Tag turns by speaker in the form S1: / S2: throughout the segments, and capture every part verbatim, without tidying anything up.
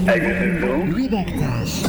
S1: Louis Bertinche.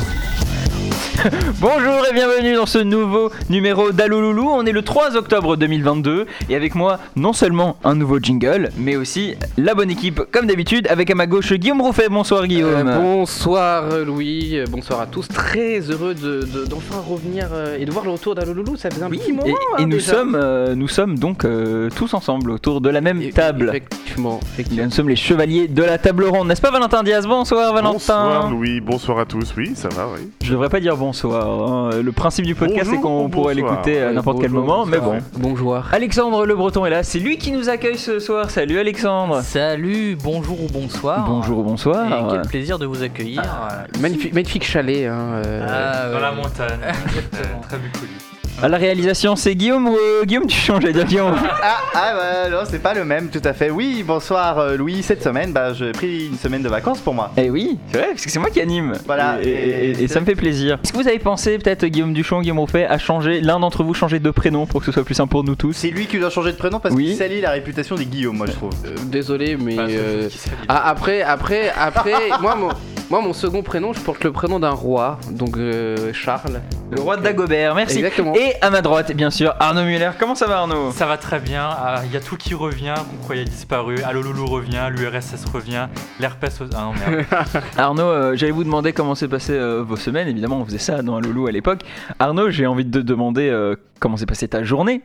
S2: Bonjour et bienvenue dans ce nouveau numéro d'Allo Loulou. On est le trois octobre deux mille vingt-deux et avec moi non seulement un nouveau jingle mais aussi la bonne équipe comme d'habitude avec à ma gauche Guillaume Rouffet. Bonsoir Guillaume.
S3: Euh, bonsoir Louis, bonsoir à tous. Très heureux de, de, d'enfin revenir euh, et de voir le retour d'Allo Loulou. Ça faisait un
S2: oui,
S3: petit moment.
S2: Et,
S3: hein,
S2: et nous,
S3: déjà.
S2: sommes, euh, nous sommes donc euh, tous ensemble autour de la même
S3: Et,
S2: table.
S3: Effectivement, effectivement.
S2: Nous sommes les chevaliers de la table ronde, n'est-ce pas Valentin Diaz? Bonsoir Valentin.
S4: Bonsoir Louis, bonsoir à tous, oui ça va, oui.
S2: Je devrais pas dire bonsoir, hein. Le principe du podcast
S4: Bonjour
S2: c'est qu'on
S4: ou
S2: pourrait
S4: bonsoir.
S2: l'écouter à
S3: Ouais,
S2: n'importe quel
S3: bonjour,
S2: moment, mais
S3: bonsoir.
S2: bon.
S3: Bonjour.
S2: Alexandre Le Breton est là, c'est lui qui nous accueille ce soir. Salut Alexandre.
S5: Salut, bonjour ou bonsoir.
S2: Bonjour ou bonsoir.
S5: Et quel plaisir de vous accueillir.
S3: Magnifique, magnifique chalet. Hein, euh,
S5: Ah,
S6: Dans
S5: ouais.
S6: la montagne, très, très bucolique.
S2: À la réalisation, c'est Guillaume. Euh, Guillaume, tu changes, j'allais dire Guillaume.
S7: Ah, ah ouais, non, c'est pas le même, tout à fait. Oui, bonsoir euh, Louis. Cette semaine, bah, j'ai pris une semaine de vacances pour moi.
S2: Eh oui, c'est vrai, parce que c'est moi qui anime.
S7: Voilà,
S2: Et, et- et- et ça me fait plaisir. Est-ce que vous avez pensé, peut-être Guillaume Duchon, Guillaume Rouffet, à changer, l'un d'entre vous changer de prénom pour que ce soit plus simple pour nous tous?
S7: C'est lui qui doit changer de prénom parce
S2: Oui.
S7: qu'il salit la réputation des Guillaume, moi je trouve.
S3: euh, désolé, mais
S6: Enfin, c'est
S3: euh,
S6: qui s'habille.
S3: ah, après, après, après, moi, mon, moi, mon second prénom, je porte le prénom d'un roi, donc euh, Charles.
S2: Le roi de Dagobert, merci.
S3: Exactement.
S2: Et à ma droite, bien sûr, Arnaud Muller. Comment ça va Arnaud?
S6: Ça va très bien, il y a tout qui revient, qu'on croyait disparu, Allo Loulou revient, l'U R S S revient, l'herpès... Ah non merde.
S2: Arnaud, euh, j'allais vous demander comment s'est passé euh, vos semaines. Évidemment, on faisait ça dans un loulou à l'époque. Arnaud, j'ai envie de te demander euh, comment s'est passée ta journée.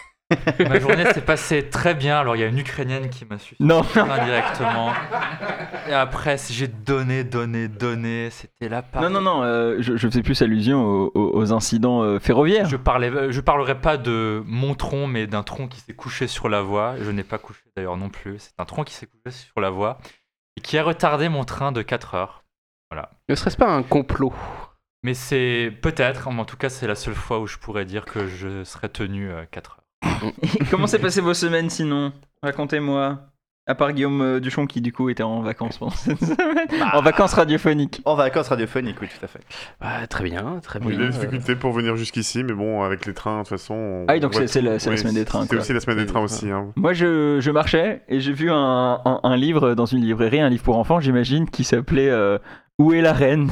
S6: Ma journée s'est passée très bien, alors il y a une Ukrainienne qui m'a suivi
S2: Non.
S6: indirectement. Et après, j'ai donné, donné, donné, c'était la part.
S2: Non, non, non, euh, je, je faisais plus allusion aux, aux- aux incidents euh, ferroviaires.
S6: Je parlais, je parlerai pas de mon tronc, mais d'un tronc qui s'est couché sur la voie. Je n'ai pas couché d'ailleurs non plus. C'est un tronc qui s'est couché sur la voie et qui a retardé mon train de quatre heures.
S3: Ne serait-ce pas un complot?
S6: Mais c'est peut-être, mais en tout cas, c'est la seule fois où je pourrais dire que je serais tenu euh, quatre heures.
S2: Comment s'est passé vos semaines sinon? Racontez-moi. À part Guillaume euh, Duchon qui du coup était en vacances pendant cette semaine. En vacances radiophoniques.
S7: En vacances radiophoniques, oui, tout à fait.
S3: Bah, très bien, très
S4: On a eu
S3: bien.
S4: des difficultés pour venir jusqu'ici, mais bon, avec les trains, de toute façon... on-
S2: Ah oui, donc
S4: on voit
S2: c'est- c'est
S4: tout.
S2: la- c'est la
S4: Oui,
S2: semaine des trains,
S4: C'était
S2: quoi.
S4: aussi la semaine des trains aussi, hein.
S2: Moi je, je marchais et j'ai vu un, un, un livre dans une librairie, un livre pour enfants j'imagine, qui s'appelait euh, Où est la reine?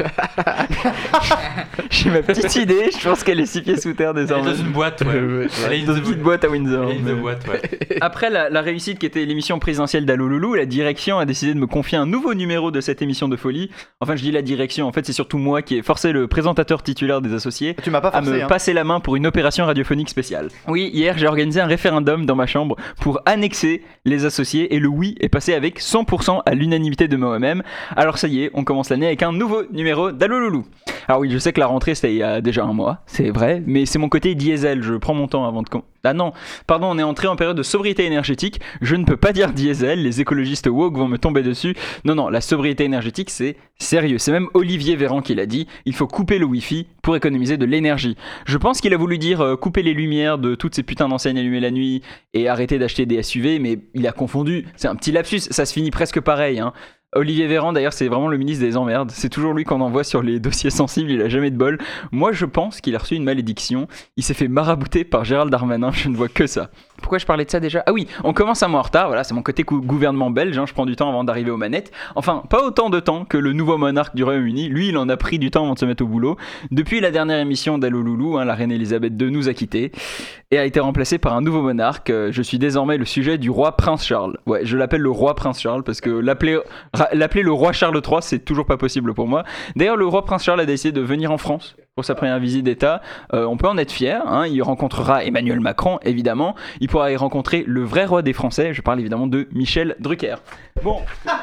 S2: J'ai ma petite idée, je pense qu'elle est six pieds sous terre
S6: Elle est
S2: désormais.
S6: dans une boîte, ouais.
S3: Ouais.
S6: Elle est
S2: Dans une petite boîte à Windsor.
S6: Elle est
S2: mais-
S6: une boîte, ouais.
S2: Après la, la réussite qui était l'émission présidentielle d'Allo Loulou, la direction a décidé de me confier un nouveau numéro de cette émission de folie. Enfin je dis la direction, en fait c'est surtout moi qui ai forcé le présentateur titulaire des associés
S7: Tu m'as pas
S2: à
S7: forcé,
S2: me
S7: hein.
S2: passer la main pour une opération radiophonique spéciale. Oui, hier j'ai organisé un référendum dans ma chambre pour annexer les associés et le oui est passé avec cent pour cent à l'unanimité de moi-même. Alors ça y est, on commence l'année avec un nouveau numéro d'Allo Loulou. Alors oui, je sais que la rentrée c'était il y a déjà un mois, c'est vrai, mais c'est mon côté diesel, je prends mon temps avant de... com- Ah non, pardon, on est entré en période de sobriété énergétique, je ne peux pas dire diesel, les écologistes woke vont me tomber dessus. Non, non, la sobriété énergétique c'est sérieux, c'est même Olivier Véran qui l'a dit, il faut couper le wifi pour économiser de l'énergie. Je pense qu'il a voulu dire euh, couper les lumières de toutes ces putains d'enseignes allumées la nuit et arrêter d'acheter des S U V, mais il a confondu, c'est un petit lapsus, ça se finit presque pareil, hein. Olivier Véran, d'ailleurs, c'est vraiment le ministre des emmerdes. C'est toujours lui qu'on envoie sur les dossiers sensibles, il a jamais de bol. Moi, je pense qu'il a reçu une malédiction. Il s'est fait marabouter par Gérald Darmanin, je ne vois que ça. Pourquoi je parlais de ça déjà? Ah oui, on commence un mois en retard, voilà, c'est mon côté cou- gouvernement belge, hein, je prends du temps avant d'arriver aux manettes. Enfin, pas autant de temps que le nouveau monarque du Royaume-Uni, lui, il en a pris du temps avant de se mettre au boulot. Depuis la dernière émission d'Allo Loulou, hein, la reine Elisabeth deux nous a quittés et a été remplacée par un nouveau monarque. Euh, Je suis désormais le sujet du roi Prince Charles. Ouais, je l'appelle le roi Prince Charles parce que l'appeler ra- l'appeler le roi Charles trois, c'est toujours pas possible pour moi. D'ailleurs, le roi Prince Charles a décidé de venir en France pour sa première visite d'État. Euh, on peut en être fier, hein. Il rencontrera Emmanuel Macron, évidemment. Il pourra y rencontrer le vrai roi des Français. Je parle évidemment de Michel Drucker. Bon,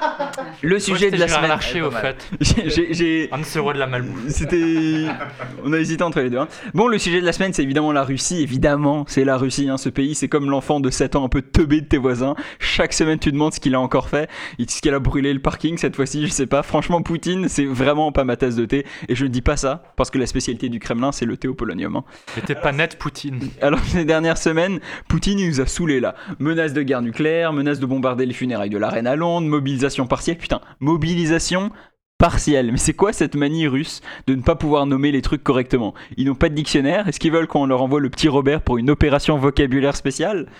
S2: le sujet de la
S6: Gérard
S2: semaine.
S6: Larcher, au fait.
S2: J'ai- j'ai- j'ai-
S6: Un de ces rois de la malbouffe.
S2: C'était. On a hésité entre les deux. hein. Bon, le sujet de la semaine, c'est évidemment la Russie. Évidemment, c'est la Russie. hein. Ce pays, c'est comme l'enfant de sept ans un peu teubé de tes voisins. Chaque semaine, tu demandes ce qu'il a encore fait. Est-ce qu'il a brûlé le parking cette fois-ci? Je sais pas. Franchement, Poutine, c'est vraiment pas ma tasse de thé. Et je ne dis pas ça parce que la spécialité du Kremlin, c'est le thé au polonium. hein.
S6: Mais t'es pas net, Poutine.
S2: Alors, ces dernières semaines, Poutine, il nous a saoulés là. Menace de guerre nucléaire, menace de bombarder les funérailles de la reine à Londres, mobilisation partielle. Putain, mobilisation partielle. Mais c'est quoi cette manie russe de ne pas pouvoir nommer les trucs correctement? Ils n'ont pas de dictionnaire? Est-ce qu'ils veulent qu'on leur envoie le petit Robert pour une opération vocabulaire spéciale?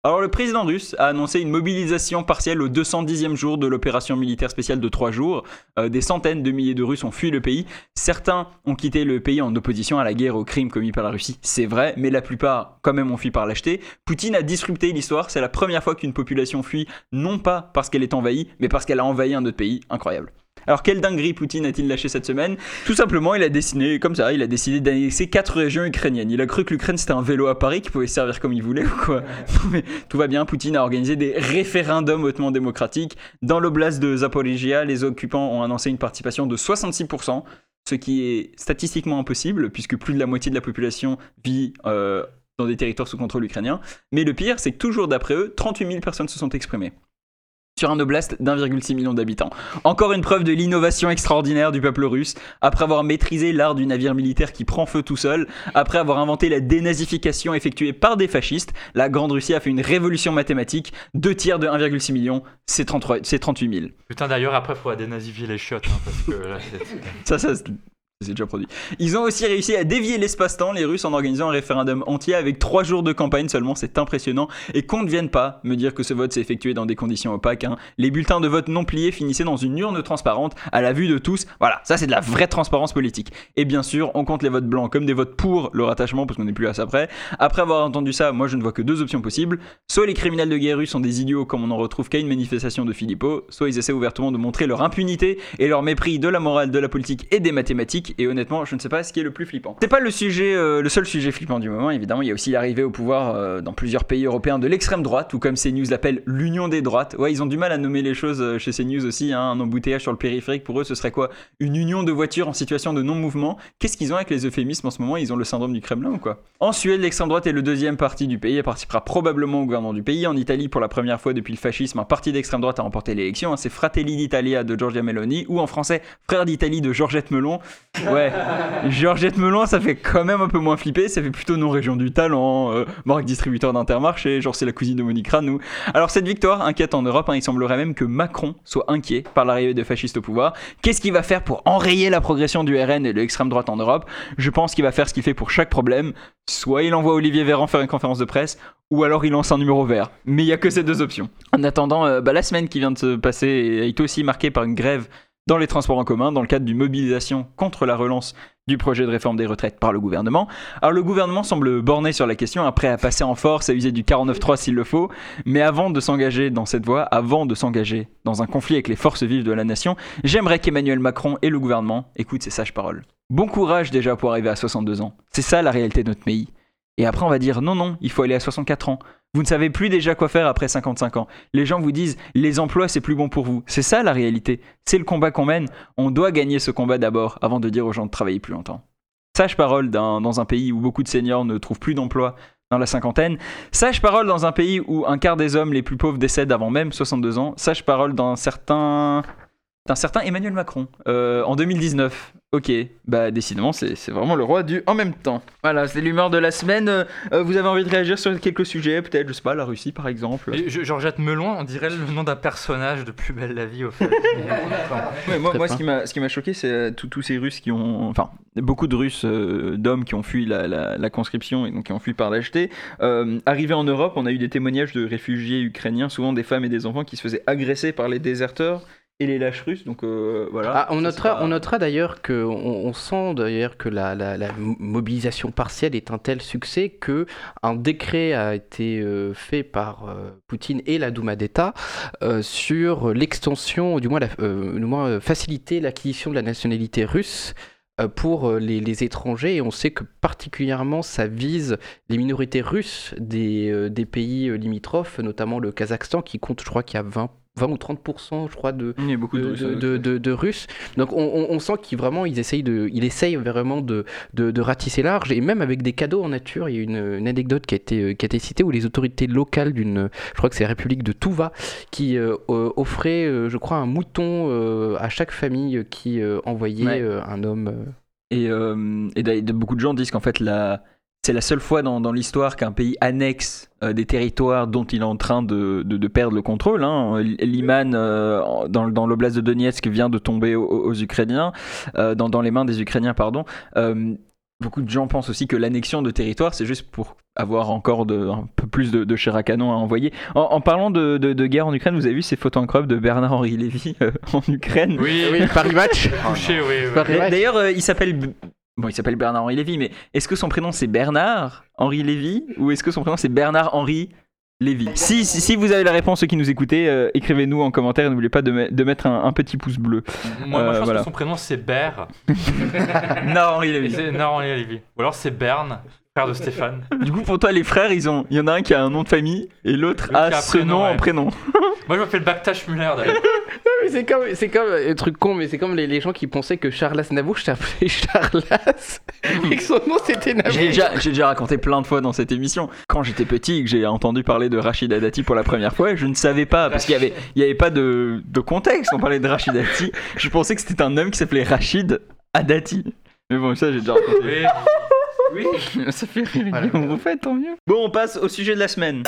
S2: Alors le président russe a annoncé une mobilisation partielle au deux cent dixième jour de l'opération militaire spéciale de trois jours. Euh, des centaines de milliers de Russes ont fui le pays. Certains ont quitté le pays en opposition à la guerre, aux crimes commis par la Russie, c'est vrai, mais la plupart quand même ont fui par lâcheté. Poutine a disrupté l'histoire, c'est la première fois qu'une population fuit, non pas parce qu'elle est envahie, mais parce qu'elle a envahi un autre pays, incroyable. Alors quelle dinguerie Poutine a-t-il lâché cette semaine ? Tout simplement, il a décidé, comme ça, il a décidé d'annexer quatre régions ukrainiennes. Il a cru que l'Ukraine c'était un vélo à Paris qui pouvait se servir comme il voulait ou quoi ? Mais tout va bien, Poutine a organisé des référendums hautement démocratiques. Dans l'oblast de Zaporizhia, les occupants ont annoncé une participation de soixante-six pour cent, ce qui est statistiquement impossible puisque plus de la moitié de la population vit euh, dans des territoires sous contrôle ukrainien. Mais le pire, c'est que toujours d'après eux, trente-huit mille personnes se sont exprimées. Sur un oblast d'un virgule six million d'habitants. Encore une preuve de l'innovation extraordinaire du peuple russe, après avoir maîtrisé l'art du navire militaire qui prend feu tout seul, après avoir inventé la dénazification effectuée par des fascistes, la Grande Russie a fait une révolution mathématique, deux tiers de un virgule six million, c'est, trente-trois, c'est trente-huit mille.
S6: Putain, d'ailleurs, après, il faudra dénazifier les chiottes, hein, parce que là, c'est...
S2: ça, ça, c'est... c'est déjà produit. Ils ont aussi réussi à dévier l'espace-temps, les Russes, en organisant un référendum entier avec trois jours de campagne seulement, c'est impressionnant. Et qu'on ne vienne pas me dire que ce vote s'est effectué dans des conditions opaques. Hein. Les bulletins de vote non pliés finissaient dans une urne transparente, à la vue de tous. Voilà, ça c'est de la vraie transparence politique. Et bien sûr, on compte les votes blancs comme des votes pour le rattachement, parce qu'on n'est plus à ça près. Après avoir entendu ça, moi je ne vois que deux options possibles. Soit les criminels de guerre russes sont des idiots, comme on n'en retrouve qu'à une manifestation de Philippot, soit ils essaient ouvertement de montrer leur impunité et leur mépris de la morale, de la politique et des mathématiques. Et honnêtement, je ne sais pas ce qui est le plus flippant. C'est pas le sujet, euh, le seul sujet flippant du moment, évidemment. Il y a aussi l'arrivée au pouvoir euh, dans plusieurs pays européens de l'extrême droite, ou comme CNews l'appelle, l'union des droites. Ouais, ils ont du mal à nommer les choses euh, chez CNews aussi. Hein. Un embouteillage sur le périphérique, pour eux, ce serait quoi ? Une union de voitures en situation de non-mouvement. Qu'est-ce qu'ils ont avec les euphémismes en ce moment ? Ils ont le syndrome du Kremlin ou quoi ? En Suède, l'extrême droite est le deuxième parti du pays et participera probablement au gouvernement du pays. En Italie, pour la première fois depuis le fascisme, un parti d'extrême droite a remporté l'élection. Hein. C'est Fratelli d'Italia de Giorgia Meloni, ou en français, Frères d'Italie de Georgette Melon. Ouais, Georgette Melon, ça fait quand même un peu moins flipper, ça fait plutôt non-région du talent, euh, marque distributeur d'Intermarché, genre c'est la cousine de Monique Ranou. Alors cette victoire inquiète en Europe, hein, il semblerait même que Macron soit inquiet par l'arrivée des fascistes au pouvoir. Qu'est-ce qu'il va faire pour enrayer la progression du R N et de l'extrême droite en Europe ? Je pense qu'il va faire ce qu'il fait pour chaque problème, soit il envoie Olivier Véran faire une conférence de presse, ou alors il lance un numéro vert. Mais il n'y a que ces deux options. En attendant, euh, bah, la semaine qui vient de se passer a été aussi marquée par une grève dans les transports en commun, dans le cadre d'une mobilisation contre la relance du projet de réforme des retraites par le gouvernement. Alors le gouvernement semble borné sur la question, prêt à passer en force, à user du quarante-neuf trois s'il le faut, mais avant de s'engager dans cette voie, avant de s'engager dans un conflit avec les forces vives de la nation, j'aimerais qu'Emmanuel Macron et le gouvernement écoutent ces sages paroles. Bon courage déjà pour arriver à soixante-deux ans, c'est ça la réalité de notre pays. Et après on va dire non non, il faut aller à soixante-quatre ans. Vous ne savez plus déjà quoi faire après cinquante-cinq ans. Les gens vous disent les emplois c'est plus bon pour vous. C'est ça la réalité. C'est le combat qu'on mène. On doit gagner ce combat d'abord avant de dire aux gens de travailler plus longtemps. Sage parole d'un, dans un pays où beaucoup de seniors ne trouvent plus d'emploi dans la cinquantaine. Sage parole dans un pays où un quart des hommes les plus pauvres décèdent avant même soixante-deux ans. Sage parole d'un certain... d'un certain Emmanuel Macron euh, en deux mille dix-neuf. Ok, bah décidément c'est, c'est vraiment le roi du en même temps. Voilà, c'est l'humeur de la semaine. Euh, vous avez envie de réagir sur quelques sujets, peut-être, je sais pas, la Russie par exemple.
S6: Et je- Georgette Melon, on dirait le nom d'un personnage de Plus belle la vie au fait.
S2: Ouais, moi,
S3: Très
S2: moi
S3: fin.
S2: ce, qui m'a, ce qui m'a choqué, c'est euh, tous tous ces Russes qui ont. Enfin, beaucoup de Russes, euh, d'hommes qui ont fui la, la, la conscription et donc qui ont fui par lâcheté. Euh, arrivés en Europe, on a eu des témoignages de réfugiés ukrainiens, souvent des femmes et des enfants qui se faisaient agresser par les déserteurs et les lâches russes. Donc euh, voilà.
S3: Ah, on,
S2: Ça, c'est
S3: notera,
S2: pas-
S3: on notera d'ailleurs que on, on sent d'ailleurs que la, la, la mobilisation partielle est un tel succès que un décret a été euh, fait par euh, Poutine et la Douma d'État euh, sur l'extension, du moins, la, euh, du moins euh, faciliter l'acquisition de la nationalité russe euh, pour euh, les, les étrangers. Et on sait que particulièrement ça vise les minorités russes des, euh, des pays euh, limitrophes, notamment le Kazakhstan qui compte, je crois qu'il y a vingt ou trente pour cent je crois de,
S2: Il y a beaucoup de,
S3: de,
S2: Russes.
S3: de,
S2: hein,
S3: de, de- de Russes. Donc on, on, on sent qu'ils vraiment ils essayent de, ils essayent vraiment de, de, de ratisser large et même avec des cadeaux en nature. Il y a une, une anecdote qui a été qui a été citée où les autorités locales d'une, je crois que c'est la République de Touva, qui euh, euh, offrait, euh, je crois, un mouton euh, à chaque famille qui euh, envoyait
S2: Ouais.
S3: euh, un homme. euh.
S2: Et, euh, et d'ailleurs, de- beaucoup de gens disent qu'en fait, la, c'est la seule fois dans, dans l'histoire qu'un pays annexe euh, des territoires dont il est en train de, de, de perdre le contrôle. Hein. L- Liman, euh, dans, dans l'oblast de Donetsk, vient de tomber aux, aux Ukrainiens, euh, dans, dans les mains des Ukrainiens, pardon. Euh, beaucoup de gens pensent aussi que l'annexion de territoire, c'est juste pour avoir encore de, un peu plus de, de chair à canon à envoyer. En, en parlant de, de, de guerre en Ukraine, vous avez vu ces photos incroyables de Bernard-Henri Lévy euh, en Ukraine?
S6: Oui,
S3: Oui, Paris Match.
S6: touché, oui. oui.
S3: Paris Match.
S2: D'ailleurs, euh, il s'appelle... Bon, il s'appelle Bernard-Henri Lévy, mais est-ce que son prénom c'est Bernard-Henri Lévy ou est-ce que son prénom c'est Bernard-Henri Lévy? Si, si, si vous avez la réponse, ceux qui nous écoutez, euh, écrivez-nous en commentaire et n'oubliez pas de, me- de mettre un, un petit pouce bleu.
S6: Moi, moi,
S2: Euh,
S6: je pense
S2: voilà.
S6: que son prénom c'est Ber.
S2: Bernard-Henri
S6: Et
S2: Lévy.
S6: c'est- Non, Henri Lévy. Ou alors c'est Berne, frère de Stéphane.
S2: Du coup, pour toi, les frères, ils ont, il y en a un qui a un nom de famille et l'autre
S6: L'autre
S2: a
S6: qui a un
S2: ce
S6: prénom,
S2: nom en
S6: ouais.
S2: prénom.
S6: Moi, je m'appelle Bakhtash Muller d'ailleurs.
S3: Mais c'est comme, c'est comme un truc con, mais c'est comme les, les gens qui pensaient que Charles Aznavour s'appelait Charlas et que son nom c'était
S2: J'ai
S3: Navour.
S2: déjà, j'ai déjà raconté plein de fois dans cette émission. Quand j'étais petit et que j'ai entendu parler de Rachid Dati pour la première fois, je ne savais pas, parce qu'il y avait, il y avait pas de, de contexte, on parlait de Rachid Dati. Je pensais que c'était un homme qui s'appelait Rachid Adati. Mais bon, ça j'ai déjà raconté.
S6: Oui.
S2: Oui, ça fait rire,
S7: Voilà.
S2: on vous fait tant mieux. Bon, on passe au sujet de la semaine.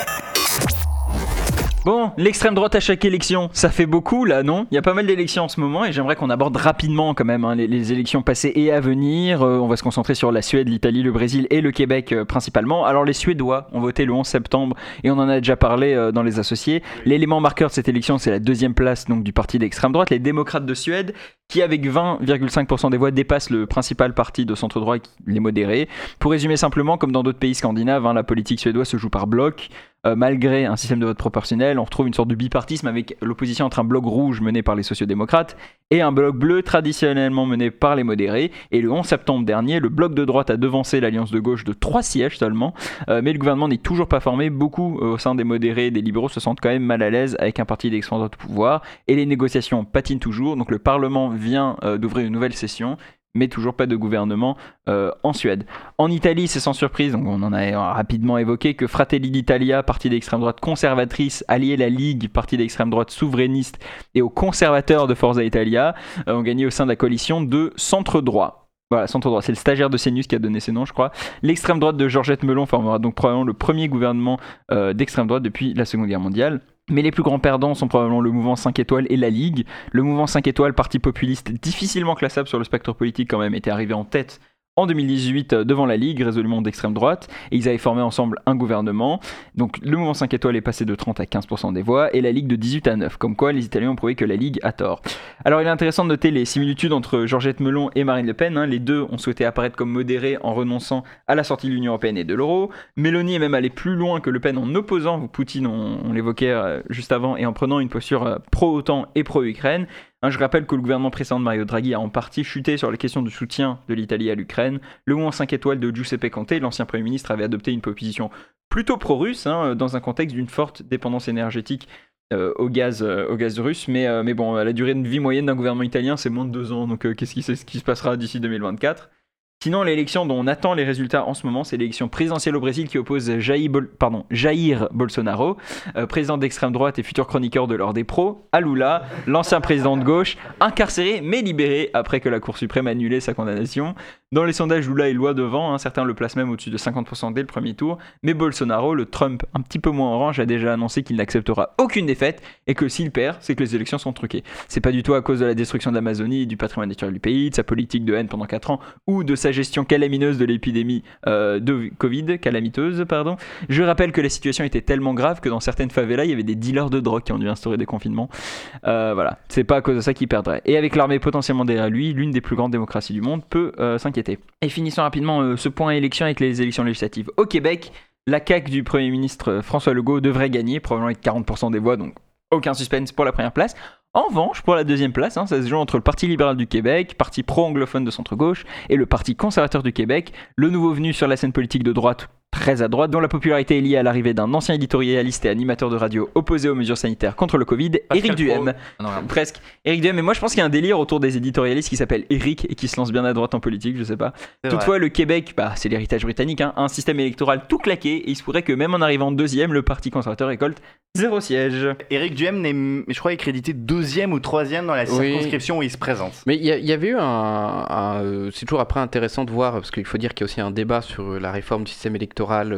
S2: Bon, l'extrême droite à chaque élection, ça fait beaucoup là, non? Il y a pas mal d'élections en ce moment et j'aimerais qu'on aborde rapidement quand même hein, les, les élections passées et à venir. Euh, on va se concentrer sur la Suède, l'Italie, le Brésil et le Québec euh, principalement. Alors les Suédois ont voté le onze septembre et on en a déjà parlé euh, dans les associés. L'élément marqueur de cette élection, c'est la deuxième place donc, du parti d'extrême droite, les démocrates de Suède, qui avec vingt virgule cinq pour cent des voix dépassent le principal parti de centre-droit, les modérés. Pour résumer simplement, comme dans d'autres pays scandinaves, hein, la politique suédoise se joue par bloc. Euh, malgré un système de vote proportionnel, on retrouve une sorte de bipartisme avec l'opposition entre un bloc rouge mené par les sociodémocrates et un bloc bleu traditionnellement mené par les modérés. Et le onze septembre dernier, le bloc de droite a devancé l'alliance de gauche de trois sièges seulement, euh, mais le gouvernement n'est toujours pas formé. Beaucoup euh, au sein des modérés et des libéraux se sentent quand même mal à l'aise avec un parti d'extrême droite au pouvoir et les négociations patinent toujours. Donc le Parlement vient euh, d'ouvrir une nouvelle session, mais toujours pas de gouvernement euh, en Suède. En Italie, c'est sans surprise, donc on en a rapidement évoqué, que Fratelli d'Italia, parti d'extrême droite conservatrice, allié la Ligue, parti d'extrême droite souverainiste, et aux conservateurs de Forza Italia, euh, ont gagné au sein de la coalition de centre-droit. Voilà, centre-droit, c'est le stagiaire de CNews qui a donné ces noms, je crois. L'extrême droite de Georgette Melon formera donc probablement le premier gouvernement euh, d'extrême droite depuis la Seconde Guerre mondiale. Mais les plus grands perdants sont probablement le mouvement cinq étoiles et la Ligue. Le mouvement cinq étoiles, parti populiste difficilement classable sur le spectre politique quand même, était arrivé en tête en deux mille dix-huit devant la Ligue, résolument d'extrême droite, et ils avaient formé ensemble un gouvernement. Donc le mouvement cinq étoiles est passé de trente à quinze pour cent des voix, et la Ligue de dix-huit à neuf, comme quoi les Italiens ont prouvé que la Ligue a tort. Alors il est intéressant de noter les similitudes entre Georgette Melon et Marine Le Pen, hein. Les deux ont souhaité apparaître comme modérés en renonçant à la sortie de l'Union Européenne et de l'euro. Mélanie est même allée plus loin que Le Pen en opposant Poutine, on, on l'évoquait euh, juste avant, et en prenant une posture euh, pro-OTAN et pro-Ukraine. Hein, je rappelle que le gouvernement précédent de Mario Draghi a en partie chuté sur les questions du soutien de l'Italie à l'Ukraine. Le mouvement cinq étoiles de Giuseppe Conte, l'ancien Premier ministre, avait adopté une position plutôt pro-russe, hein, dans un contexte d'une forte dépendance énergétique euh, au, gaz, euh, au gaz russe. Mais, euh, mais bon, la durée de vie moyenne d'un gouvernement italien, c'est moins de deux ans. Donc euh, qu'est-ce qui, c'est ce qui se passera d'ici deux mille vingt-quatre? Sinon, l'élection dont on attend les résultats en ce moment, c'est l'élection présidentielle au Brésil qui oppose Jair, Bol- pardon, Jair Bolsonaro, euh, président d'extrême droite et futur chroniqueur de l'heure des pros, à Lula, l'ancien président de gauche, incarcéré mais libéré après que la Cour suprême a annulé sa condamnation. Dans les sondages, Lula est loin devant, hein, certains le placent même au-dessus de cinquante pour cent dès le premier tour, mais Bolsonaro, le Trump un petit peu moins orange, a déjà annoncé qu'il n'acceptera aucune défaite et que s'il perd, c'est que les élections sont truquées. C'est pas du tout à cause de la destruction de l'Amazonie et du patrimoine naturel du pays, de sa politique de haine pendant quatre ans ou de sa gestion calamineuse de l'épidémie euh, de Covid, calamiteuse, pardon. Je rappelle que la situation était tellement grave que dans certaines favelas, il y avait des dealers de drogue qui ont dû instaurer des confinements. Euh, voilà, c'est pas à cause de ça qu'il perdrait. Et avec l'armée potentiellement derrière lui, l'une des plus grandes démocraties du monde peut euh, s'inquiéter. Et finissons rapidement euh, ce point élection avec les élections législatives. Au Québec, la C A Q du Premier ministre euh, François Legault devrait gagner, probablement avec quarante pour cent des voix, donc aucun suspense pour la première place. En revanche, pour la deuxième place, hein, ça se joue entre le Parti libéral du Québec, parti pro-anglophone de centre-gauche, et le Parti conservateur du Québec, le nouveau venu sur la scène politique de droite, très à droite, dont la popularité est liée à l'arrivée d'un ancien éditorialiste et animateur de radio opposé aux mesures sanitaires contre le Covid,
S6: Pascal
S2: Éric Duhem.
S6: Ah non, non.
S2: Presque. Éric Duhem, mais moi je pense qu'il y a un délire autour des éditorialistes qui s'appelle Éric et qui se lance bien à droite en politique, je sais pas.
S7: C'est
S2: Toutefois, le Québec, bah, c'est l'héritage britannique, hein, un système électoral tout claqué, et il se pourrait que même en arrivant deuxième, le Parti conservateur récolte zéro siège.
S7: Éric Duhem n'est, je crois, est crédité deuxième ou troisième dans la
S3: Oui.
S7: circonscription où il se présente.
S3: Mais il y, a- il y avait eu un, un, euh, c'est toujours après intéressant de voir, parce qu'il faut dire qu'il y a aussi un débat sur euh, la réforme du système électoral euh,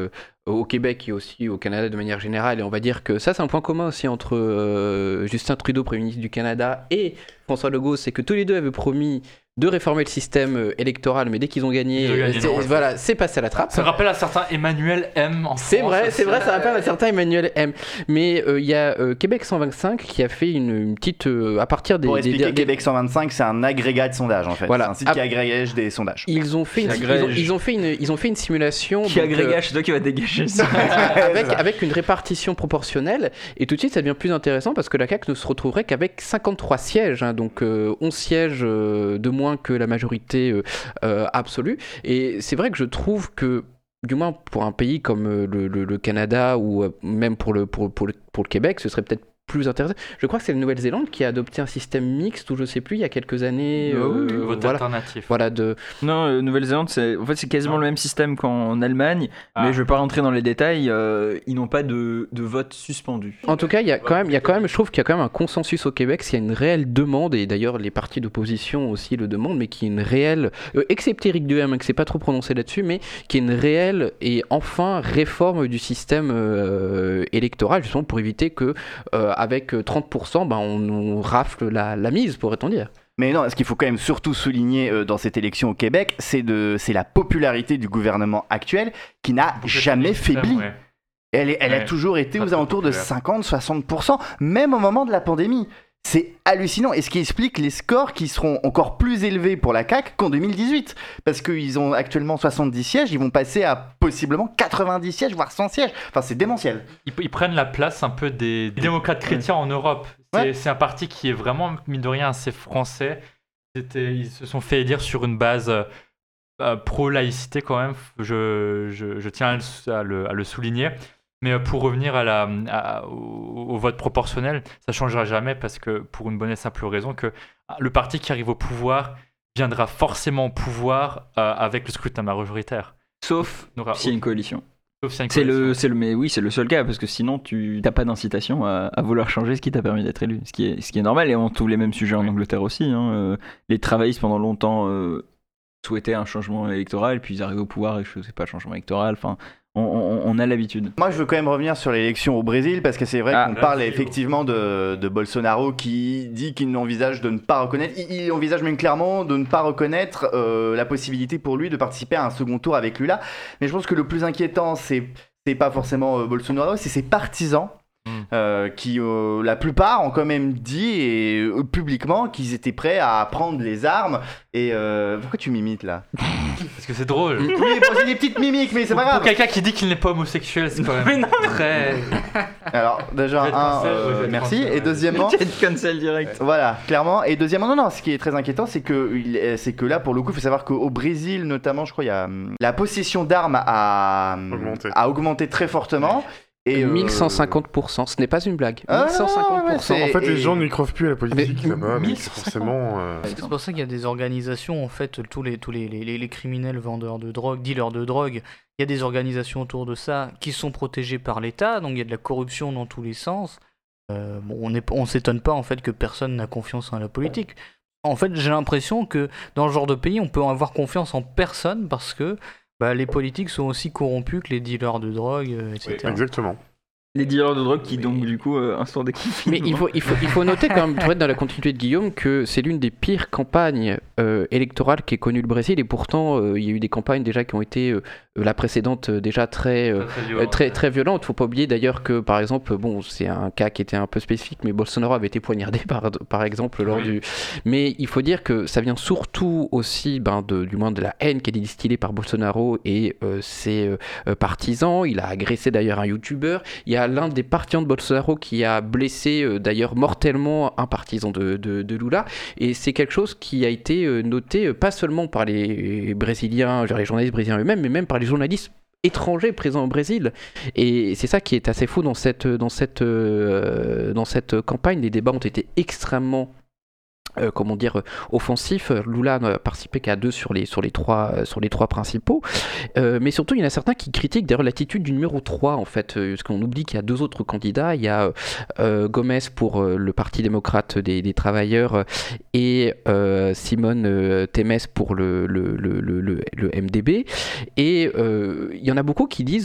S3: au Québec et aussi au Canada de manière générale. Et on va dire que ça, c'est un point commun aussi entre euh, Justin Trudeau, Premier ministre du Canada, et François Legault, c'est que tous les deux avaient promis de réformer le système euh, électoral, mais dès qu'ils ont gagné,
S6: Ils ont gagné,
S3: c'est,
S6: non, ouais.
S3: voilà, c'est passé à la trappe.
S6: Ça rappelle un certain Emmanuel M. en
S3: C'est
S6: France
S3: vrai,
S6: aussi.
S3: c'est vrai, ça rappelle un certain Emmanuel M. Mais il euh, y a euh, Québec cent vingt-cinq qui a fait une, une petite... Euh, à partir des...
S7: Pour
S3: des-
S7: expliquer,
S3: des-
S7: Québec cent vingt-cinq, c'est un agrégat de sondage en fait.
S3: Voilà.
S7: C'est un site
S3: Ah.
S7: qui agrège des sondages.
S3: Ils ont fait une,
S2: Qui
S3: ils ont,
S2: agrège.
S3: ils ont fait une, ils ont fait une simulation
S2: Qui
S3: donc, euh,
S2: agrégage, c'est toi qui va dégager ça.
S3: avec, avec une répartition proportionnelle, et tout de suite ça devient plus intéressant parce que la C A Q ne se retrouverait qu'avec cinquante-trois sièges, hein, donc euh, onze sièges euh, de moins que la majorité euh, euh, absolue. Et c'est vrai que je trouve que, du moins pour un pays comme euh, le, le- le Canada ou euh, même pour le, pour, pour le, pour le Québec, ce serait peut-être plus intéressant. Je crois que c'est la Nouvelle-Zélande qui a adopté un système mixte, ou je sais plus, il y a quelques années.
S2: Ah oui,
S3: euh,
S6: Vote
S3: voilà,
S6: alternatif.
S3: voilà de...
S2: Non, euh, Nouvelle-Zélande, c'est en fait c'est quasiment
S6: Non.
S2: le même système qu'en Allemagne,
S6: Ah.
S2: mais je vais pas rentrer dans les détails. euh, ils n'ont pas de, de vote suspendu.
S3: En tout cas, il y a quand même, il y a quand même, je trouve qu'il y a quand même un consensus au Québec, s'il y a une réelle demande, et d'ailleurs les partis d'opposition aussi le demandent, mais qui est une réelle, euh, excepté Éric Duhem, hein, qui s'est pas trop prononcé là-dessus, mais qui est une réelle et enfin réforme du système euh, électoral, justement pour éviter que euh, avec trente pour cent, ben, on, on rafle la, la mise, pourrait-on dire.
S7: Mais non, ce qu'il faut quand même surtout souligner euh, dans cette élection au Québec, c'est, de, c'est la popularité du gouvernement actuel qui n'a
S6: Pour que
S7: jamais
S6: ce système,
S7: faibli.
S6: ouais.
S7: Elle, est- elle a
S6: Ouais.
S7: toujours été
S6: Très,
S7: aux
S6: très
S7: alentours de
S6: populaire.
S7: cinquante à soixante pour cent, même au moment de la pandémie. C'est hallucinant, et ce qui explique les scores qui seront encore plus élevés pour la C A Q qu'en deux mille dix-huit. Parce qu'ils ont actuellement soixante-dix sièges, ils vont passer à possiblement quatre-vingt-dix sièges, voire cent sièges. Enfin, c'est démentiel.
S6: Ils, ils prennent la place un peu des démocrates chrétiens en Europe. C'est,
S7: Ouais.
S6: c'est un parti qui est vraiment, mine de rien, assez français. C'était, ils se sont fait élire sur une base euh, euh, pro-laïcité quand même. Je, je, je tiens à le, à le- à le souligner. Mais euh, pour revenir à la, à- au, au vote proportionnel, ça ne changera jamais parce que, pour une bonne et simple raison, que le parti qui arrive au pouvoir viendra forcément au pouvoir euh, avec le scrutin majoritaire.
S2: Sauf
S6: Il n'aura
S2: s'il y a une
S6: aucun-
S2: coalition.
S6: sauf s'il y a une
S2: C'est le,
S6: coalition.
S2: c'est le, mais oui, c'est le seul cas parce que sinon tu n'as pas d'incitation à, à vouloir changer ce qui t'a permis d'être élu, ce qui est, ce qui est normal, et on trouve les mêmes sujets en
S6: Oui.
S2: Angleterre aussi. hein. Euh, Les travaillistes pendant longtemps euh, souhaitaient un changement électoral, puis ils arrivent au pouvoir et je sais pas le changement électoral. Enfin, on, on- on a l'habitude.
S7: Moi, je veux quand même revenir sur l'élection au Brésil, parce que c'est vrai
S2: Ah,
S7: qu'on
S6: Brasil.
S7: parle effectivement de, de Bolsonaro qui dit qu'il envisage de ne pas reconnaître, il, il envisage même clairement de ne pas reconnaître euh, la possibilité pour lui de participer à un second tour avec Lula. Mais je pense que le plus inquiétant, c'est, c'est pas forcément euh, Bolsonaro, c'est ses partisans.
S6: Mm.
S7: euh, qui, euh, la plupart, ont quand même dit et, euh, publiquement qu'ils étaient prêts à prendre les armes. Et euh, pourquoi tu m'imites là?
S6: Parce que c'est drôle.
S7: Oui, bon, j'ai des petites mimiques, mais c'est
S6: Pour,
S7: pas grave.
S6: pour quelqu'un qui dit qu'il n'est pas homosexuel, c'est quand même très.
S7: Alors, déjà,
S6: Je vais être
S7: un,
S6: cancel,
S7: euh,
S6: ouais, je vais être
S7: merci.
S6: cancel,
S7: Et
S6: ouais.
S7: deuxièmement.
S2: cancel direct.
S7: Voilà, clairement. Et deuxièmement, non, non, ce qui est très inquiétant, c'est que, il- euh, c'est que là, pour le coup, il faut savoir qu'au Brésil, notamment, je crois, il y a hum, la possession d'armes a, hum,
S4: Augmenté.
S7: a augmenté très fortement. Et, euh,
S3: mille cent cinquante pour cent, ce n'est pas une blague.
S7: Ah,
S3: mille cent cinquante pour cent.
S7: ouais,
S4: En fait,
S7: et-
S4: les gens n'y croient plus à la politique
S3: Mais-
S4: là-bas, donc
S6: mille
S4: c'est forcément. euh,
S5: C'est pour ça qu'il y a des organisations, en fait, tous les, tous les, les, les- les criminels vendeurs de drogue, dealers de drogue, il y a des organisations autour de ça qui sont protégées par l'État, donc il y a de la corruption dans tous les sens. Euh, bon, on est- on s'étonne pas en fait que personne n'a confiance en la politique. En fait, j'ai l'impression que dans ce genre de pays, on peut avoir confiance en personne parce que bah, les politiques sont aussi corrompus que les dealers de drogue, euh, et cetera.
S4: Exactement.
S2: Les dealers de drogue qui donc du coup euh, instaurent des conflits.
S3: Mais il faut, il, faut, il faut noter quand même, pour être dans la continuité de Guillaume, que c'est l'une des pires campagnes euh, électorales qu'ait connue le Brésil, et pourtant euh, il y a eu des campagnes déjà qui ont été, euh, la précédente euh, déjà très, euh,
S6: très, très
S3: euh,
S6: violent.
S3: très, très violentes. Faut pas oublier d'ailleurs que par exemple, bon c'est un cas qui était un peu spécifique, mais Bolsonaro avait été poignardé par, par exemple lors
S6: Oui.
S3: du... Mais il faut dire que ça vient surtout aussi ben, de, du moins de la haine qui est distillée par Bolsonaro et euh, ses euh, partisans. Il a agressé d'ailleurs un youtubeur. Il y a l'un des partisans de Bolsonaro qui a blessé euh, d'ailleurs mortellement un partisan de, de, de Lula, et c'est quelque chose qui a été euh, noté euh, pas seulement par les Brésiliens, genre les journalistes brésiliens eux-mêmes, mais même par les journalistes étrangers présents au Brésil. Et c'est ça qui est assez fou dans cette, dans cette, euh, dans cette campagne. Les débats ont été extrêmement Euh, comment dire, euh, offensif. Lula n'a participé qu'à deux sur les, sur les, trois, euh, sur les trois principaux. Euh, mais surtout, il y en a certains qui critiquent d'ailleurs l'attitude du numéro trois, en fait, euh, parce qu'on oublie qu'il y a deux autres candidats. Il y a euh, Gomez pour euh, le Parti démocrate des, des travailleurs euh, et euh, Simone euh, Temes pour le, le, le, le, le, le M D B. Et euh, il y en a beaucoup qui disent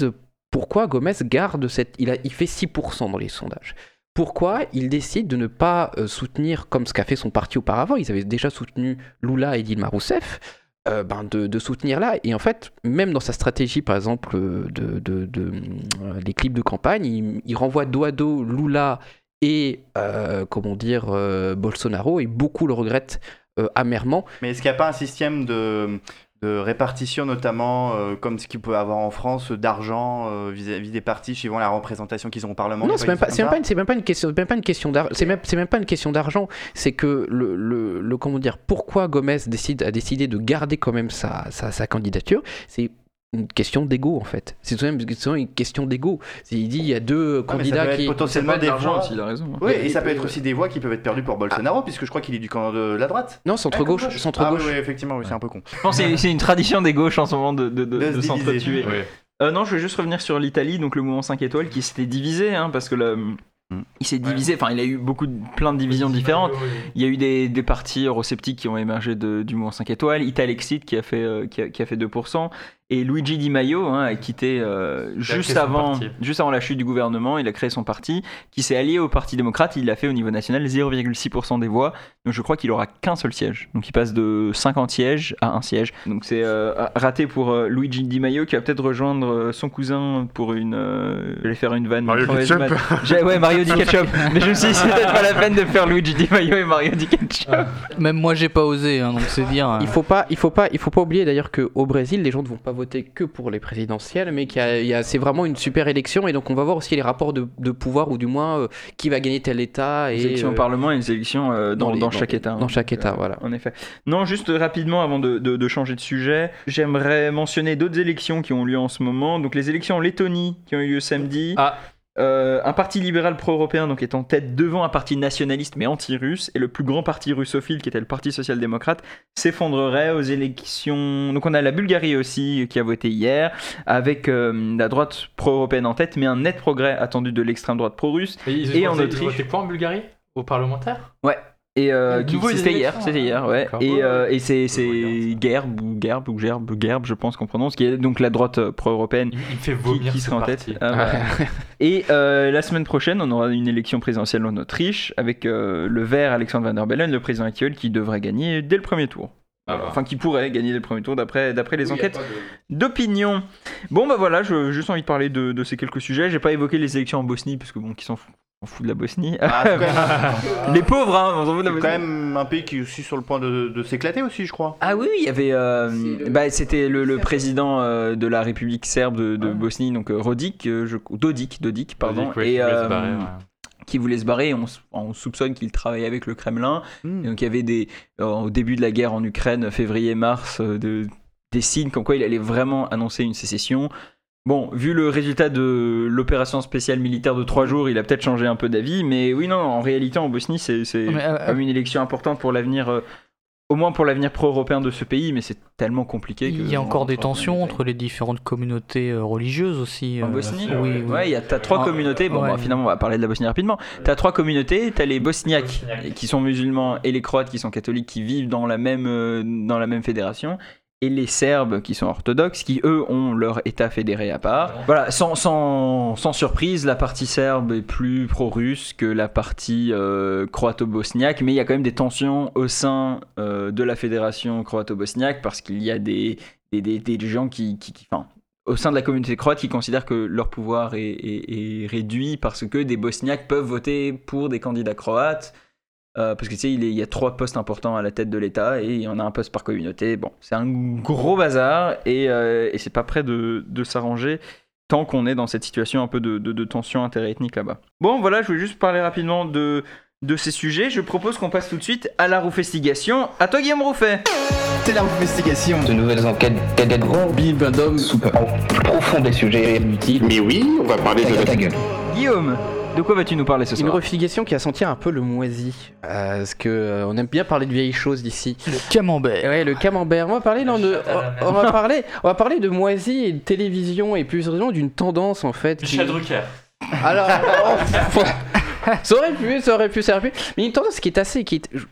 S3: pourquoi Gomez garde cette... Il, a, il fait six pour cent dans les sondages. Pourquoi il décide de ne pas euh, soutenir, comme ce qu'a fait son parti auparavant, ils avaient déjà soutenu Lula et Dilma Rousseff, euh, ben de, de soutenir là. Et en fait, même dans sa stratégie, par exemple, de, de, de, de euh, les clips de campagne, il, il renvoie dos à dos Lula et, euh, comment dire, euh, Bolsonaro, et beaucoup le regrettent euh, amèrement.
S7: Mais est-ce qu'il n'y a pas un système de... de répartition notamment, euh, comme ce qu'il peut avoir en France, d'argent euh, vis-à-vis des partis suivant la représentation qu'ils ont au Parlement?
S3: Non, c'est même pas, c'est même pas, une, c'est même pas une question, même pas une question d'argent. C'est même, c'est même pas une question d'argent. C'est que le, le, le comment dire, pourquoi Gomez décide a décidé de garder quand même sa, sa, sa candidature, c'est une question d'ego en fait. C'est tout de même une question d'ego. Il dit il y a deux
S7: ah,
S3: candidats
S7: ça peut
S3: qui
S7: être potentiellement des voix
S2: aussi, il a raison.
S7: Oui, et, et ça peut être aussi des voix qui peuvent être perdues pour Bolsonaro, ah. puisque je crois qu'il est du camp de la droite.
S3: Non, centre gauche,
S7: gauche.
S3: centre
S7: ah,
S3: gauche.
S7: Oui, oui, effectivement, oui, c'est un peu con.
S2: Je pense que c'est, c'est une tradition des gauches en ce moment de, de, de,
S7: de,
S2: de s'entretuer.
S6: Oui.
S2: Euh, non, je vais juste revenir sur l'Italie, donc le mouvement cinq étoiles qui s'était divisé, hein, parce que le, il s'est divisé, enfin il a eu beaucoup de, plein de divisions différentes. Il y a eu des, des partis eurosceptiques qui ont émergé de, du mouvement cinq étoiles, Italexit qui a fait, euh, qui a, qui a fait deux pour cent, et Luigi Di Maio hein, a quitté euh, juste, avant, juste avant la chute du gouvernement, il a créé son parti, qui s'est allié au Parti démocrate, il l'a fait au niveau national zéro virgule six pour cent des voix, donc je crois qu'il aura qu'un seul siège, donc il passe de cinquante sièges à un siège, donc c'est euh, raté pour euh, Luigi Di Maio qui va peut-être rejoindre euh, son cousin pour une... Euh, je vais faire une vanne.
S4: Mario Ketchup.
S2: Ouais, Mario Di Ketchup, mais je me suis dit c'est peut-être pas la peine de faire Luigi Di Maio et Mario Di Ketchup.
S5: Même moi j'ai pas osé, hein, donc c'est dire... Euh...
S3: Il faut pas, il faut pas, il faut pas oublier d'ailleurs qu'au Brésil, les gens ne vont pas voter que pour les présidentielles, mais qu'il y a, il y a, c'est vraiment une super élection, et donc on va voir aussi les rapports de, de pouvoir, ou du moins euh, qui va gagner tel État. Et,
S2: les élections
S3: euh,
S2: au Parlement et les élections euh, dans, dans, les, dans chaque
S3: dans,
S2: État.
S3: Dans
S2: hein,
S3: chaque
S2: donc,
S3: État,
S2: euh,
S3: voilà.
S2: En effet. Non, juste rapidement avant de, de, de changer de sujet, j'aimerais mentionner d'autres élections qui ont lieu en ce moment. Donc les élections en Lettonie qui ont eu lieu samedi.
S6: Ah.
S2: Euh, un parti libéral pro-européen donc est en tête devant un parti nationaliste mais anti-russe, et le plus grand parti russophile qui était le Parti social-démocrate s'effondrerait aux élections. Donc on a la Bulgarie aussi qui a voté hier avec euh, la droite pro-européenne en tête, mais un net progrès attendu de l'extrême droite pro-russe.
S6: Et, ils
S2: et
S6: ont
S2: en
S6: voté,
S2: Autriche.
S6: Ils votaient quoi en Bulgarie? Au parlementaire?
S2: Ouais. Et euh, qui,
S6: nouveau,
S2: c'était hier,
S6: élections,
S2: c'était hier, ouais.
S6: D'accord.
S2: Et, euh, et c'est, c'est Gerb ou Gerb ou Gerb, Gerb, je pense qu'on prononce, qui est donc la droite pro-européenne
S6: Il, il me fait
S2: qui,
S6: vomir
S2: qui
S6: ce
S2: sera en
S6: parti.
S2: tête. Ah, voilà. Et euh, la semaine prochaine, on aura une élection présidentielle en Autriche avec euh, le vert Alexander Van der Bellen, le président actuel, qui devrait gagner dès le premier tour.
S6: Ah bah.
S2: Enfin, qui pourrait gagner dès le premier tour d'après, d'après les
S7: Oui,
S2: enquêtes
S7: de...
S2: d'opinion. Bon, bah voilà, j'ai juste envie de parler de, de ces quelques sujets. J'ai pas évoqué les élections en Bosnie, parce que bon, qui s'en fout. On fout de la Bosnie.
S7: Ah, c'est quand même...
S2: Les pauvres, hein, on s'en fout de la
S7: c'est
S2: Bosnie.
S7: quand même un pays qui est aussi sur le point de, de s'éclater aussi, je crois.
S2: Ah oui, il y avait. Euh,
S3: C'est le-
S2: bah, c'était le, le président euh, de la République serbe de, de
S7: Ah.
S2: Bosnie, donc euh, Rodic, euh, je, Dodik, Dodik, pardon,
S6: Dodik, ouais,
S2: et
S6: qui voulait se
S2: euh,
S6: barrer, ouais.
S2: qui voulait se barrer. On, s- on soupçonne qu'il travaillait avec le Kremlin.
S7: Mm.
S2: Et donc il y avait des, euh, au début de la guerre en Ukraine, février-mars, euh, de, des signes comme quoi il allait vraiment annoncer une sécession. Bon, vu le résultat de l'opération spéciale militaire de trois jours, il a peut-être changé un peu d'avis, mais oui, non, en réalité, en Bosnie, c'est, c'est
S5: Mais, euh,
S2: comme une élection importante pour l'avenir, euh, au moins pour l'avenir pro-européen de ce pays, mais c'est tellement compliqué que...
S5: Il y a
S2: on
S5: encore des
S2: rentre pas dans
S5: tensions
S2: les
S5: entre les différentes communautés euh, religieuses aussi.
S2: En
S5: euh,
S2: Bosnie
S5: Oui, oui.
S2: Ouais, il y a, t'as trois
S5: Ah,
S2: communautés. Bon,
S5: ouais.
S2: bah, finalement, on va parler de la Bosnie rapidement. T'as trois communautés. T'as les Bosniaques,
S6: Bosniaques.
S2: qui sont musulmans, et les Croates qui sont catholiques, qui vivent dans la même, euh, dans la même fédération. Et les Serbes qui sont orthodoxes, qui eux ont leur État fédéré à part. Voilà, sans, sans, sans surprise, la partie serbe est plus pro-russe que la partie euh, croato-bosniaque, mais il y a quand même des tensions au sein euh, de la fédération croato-bosniaque parce qu'il y a des, des, des, des gens qui... qui, qui enfin, au sein de la communauté croate qui considèrent que leur pouvoir est, est, est réduit parce que des Bosniaques peuvent voter pour des candidats croates. Euh, parce que tu sais, il, est- il y a trois postes importants à la tête de l'État et il y en a un poste par communauté. Bon, c'est un gros bazar et, euh, et c'est pas prêt de, de s'arranger tant qu'on est dans cette situation un peu de, de, de tension interethnique là-bas. Bon, voilà, je voulais juste parler rapidement de, de ces sujets. Je propose qu'on passe tout de suite à la roufestigation. À toi, Guillaume Rouffet.
S7: C'est l'investigation.
S1: De nouvelles enquêtes t'aideront, Bill Bandom soupe en profond des sujets inutiles.
S4: Mais oui, on va parler de
S1: Ta,
S4: la...
S1: ta gueule.
S2: Guillaume, de quoi vas-tu nous parler ce
S3: Une
S2: soir?
S3: refligation qui a senti un peu le moisi, euh, parce que euh, on aime bien parler de vieilles choses d'ici.
S5: Le camembert.
S3: Ouais, le camembert. On va parler non, de, on, on va parler, on va parler de moisi et de télévision et plus sérieusement d'une tendance en fait. qui-
S6: Michel Drucker.
S3: Alors, oh, ça aurait pu, ça aurait pu, ça aurait pu. Mais une tendance qui est assez, qui est,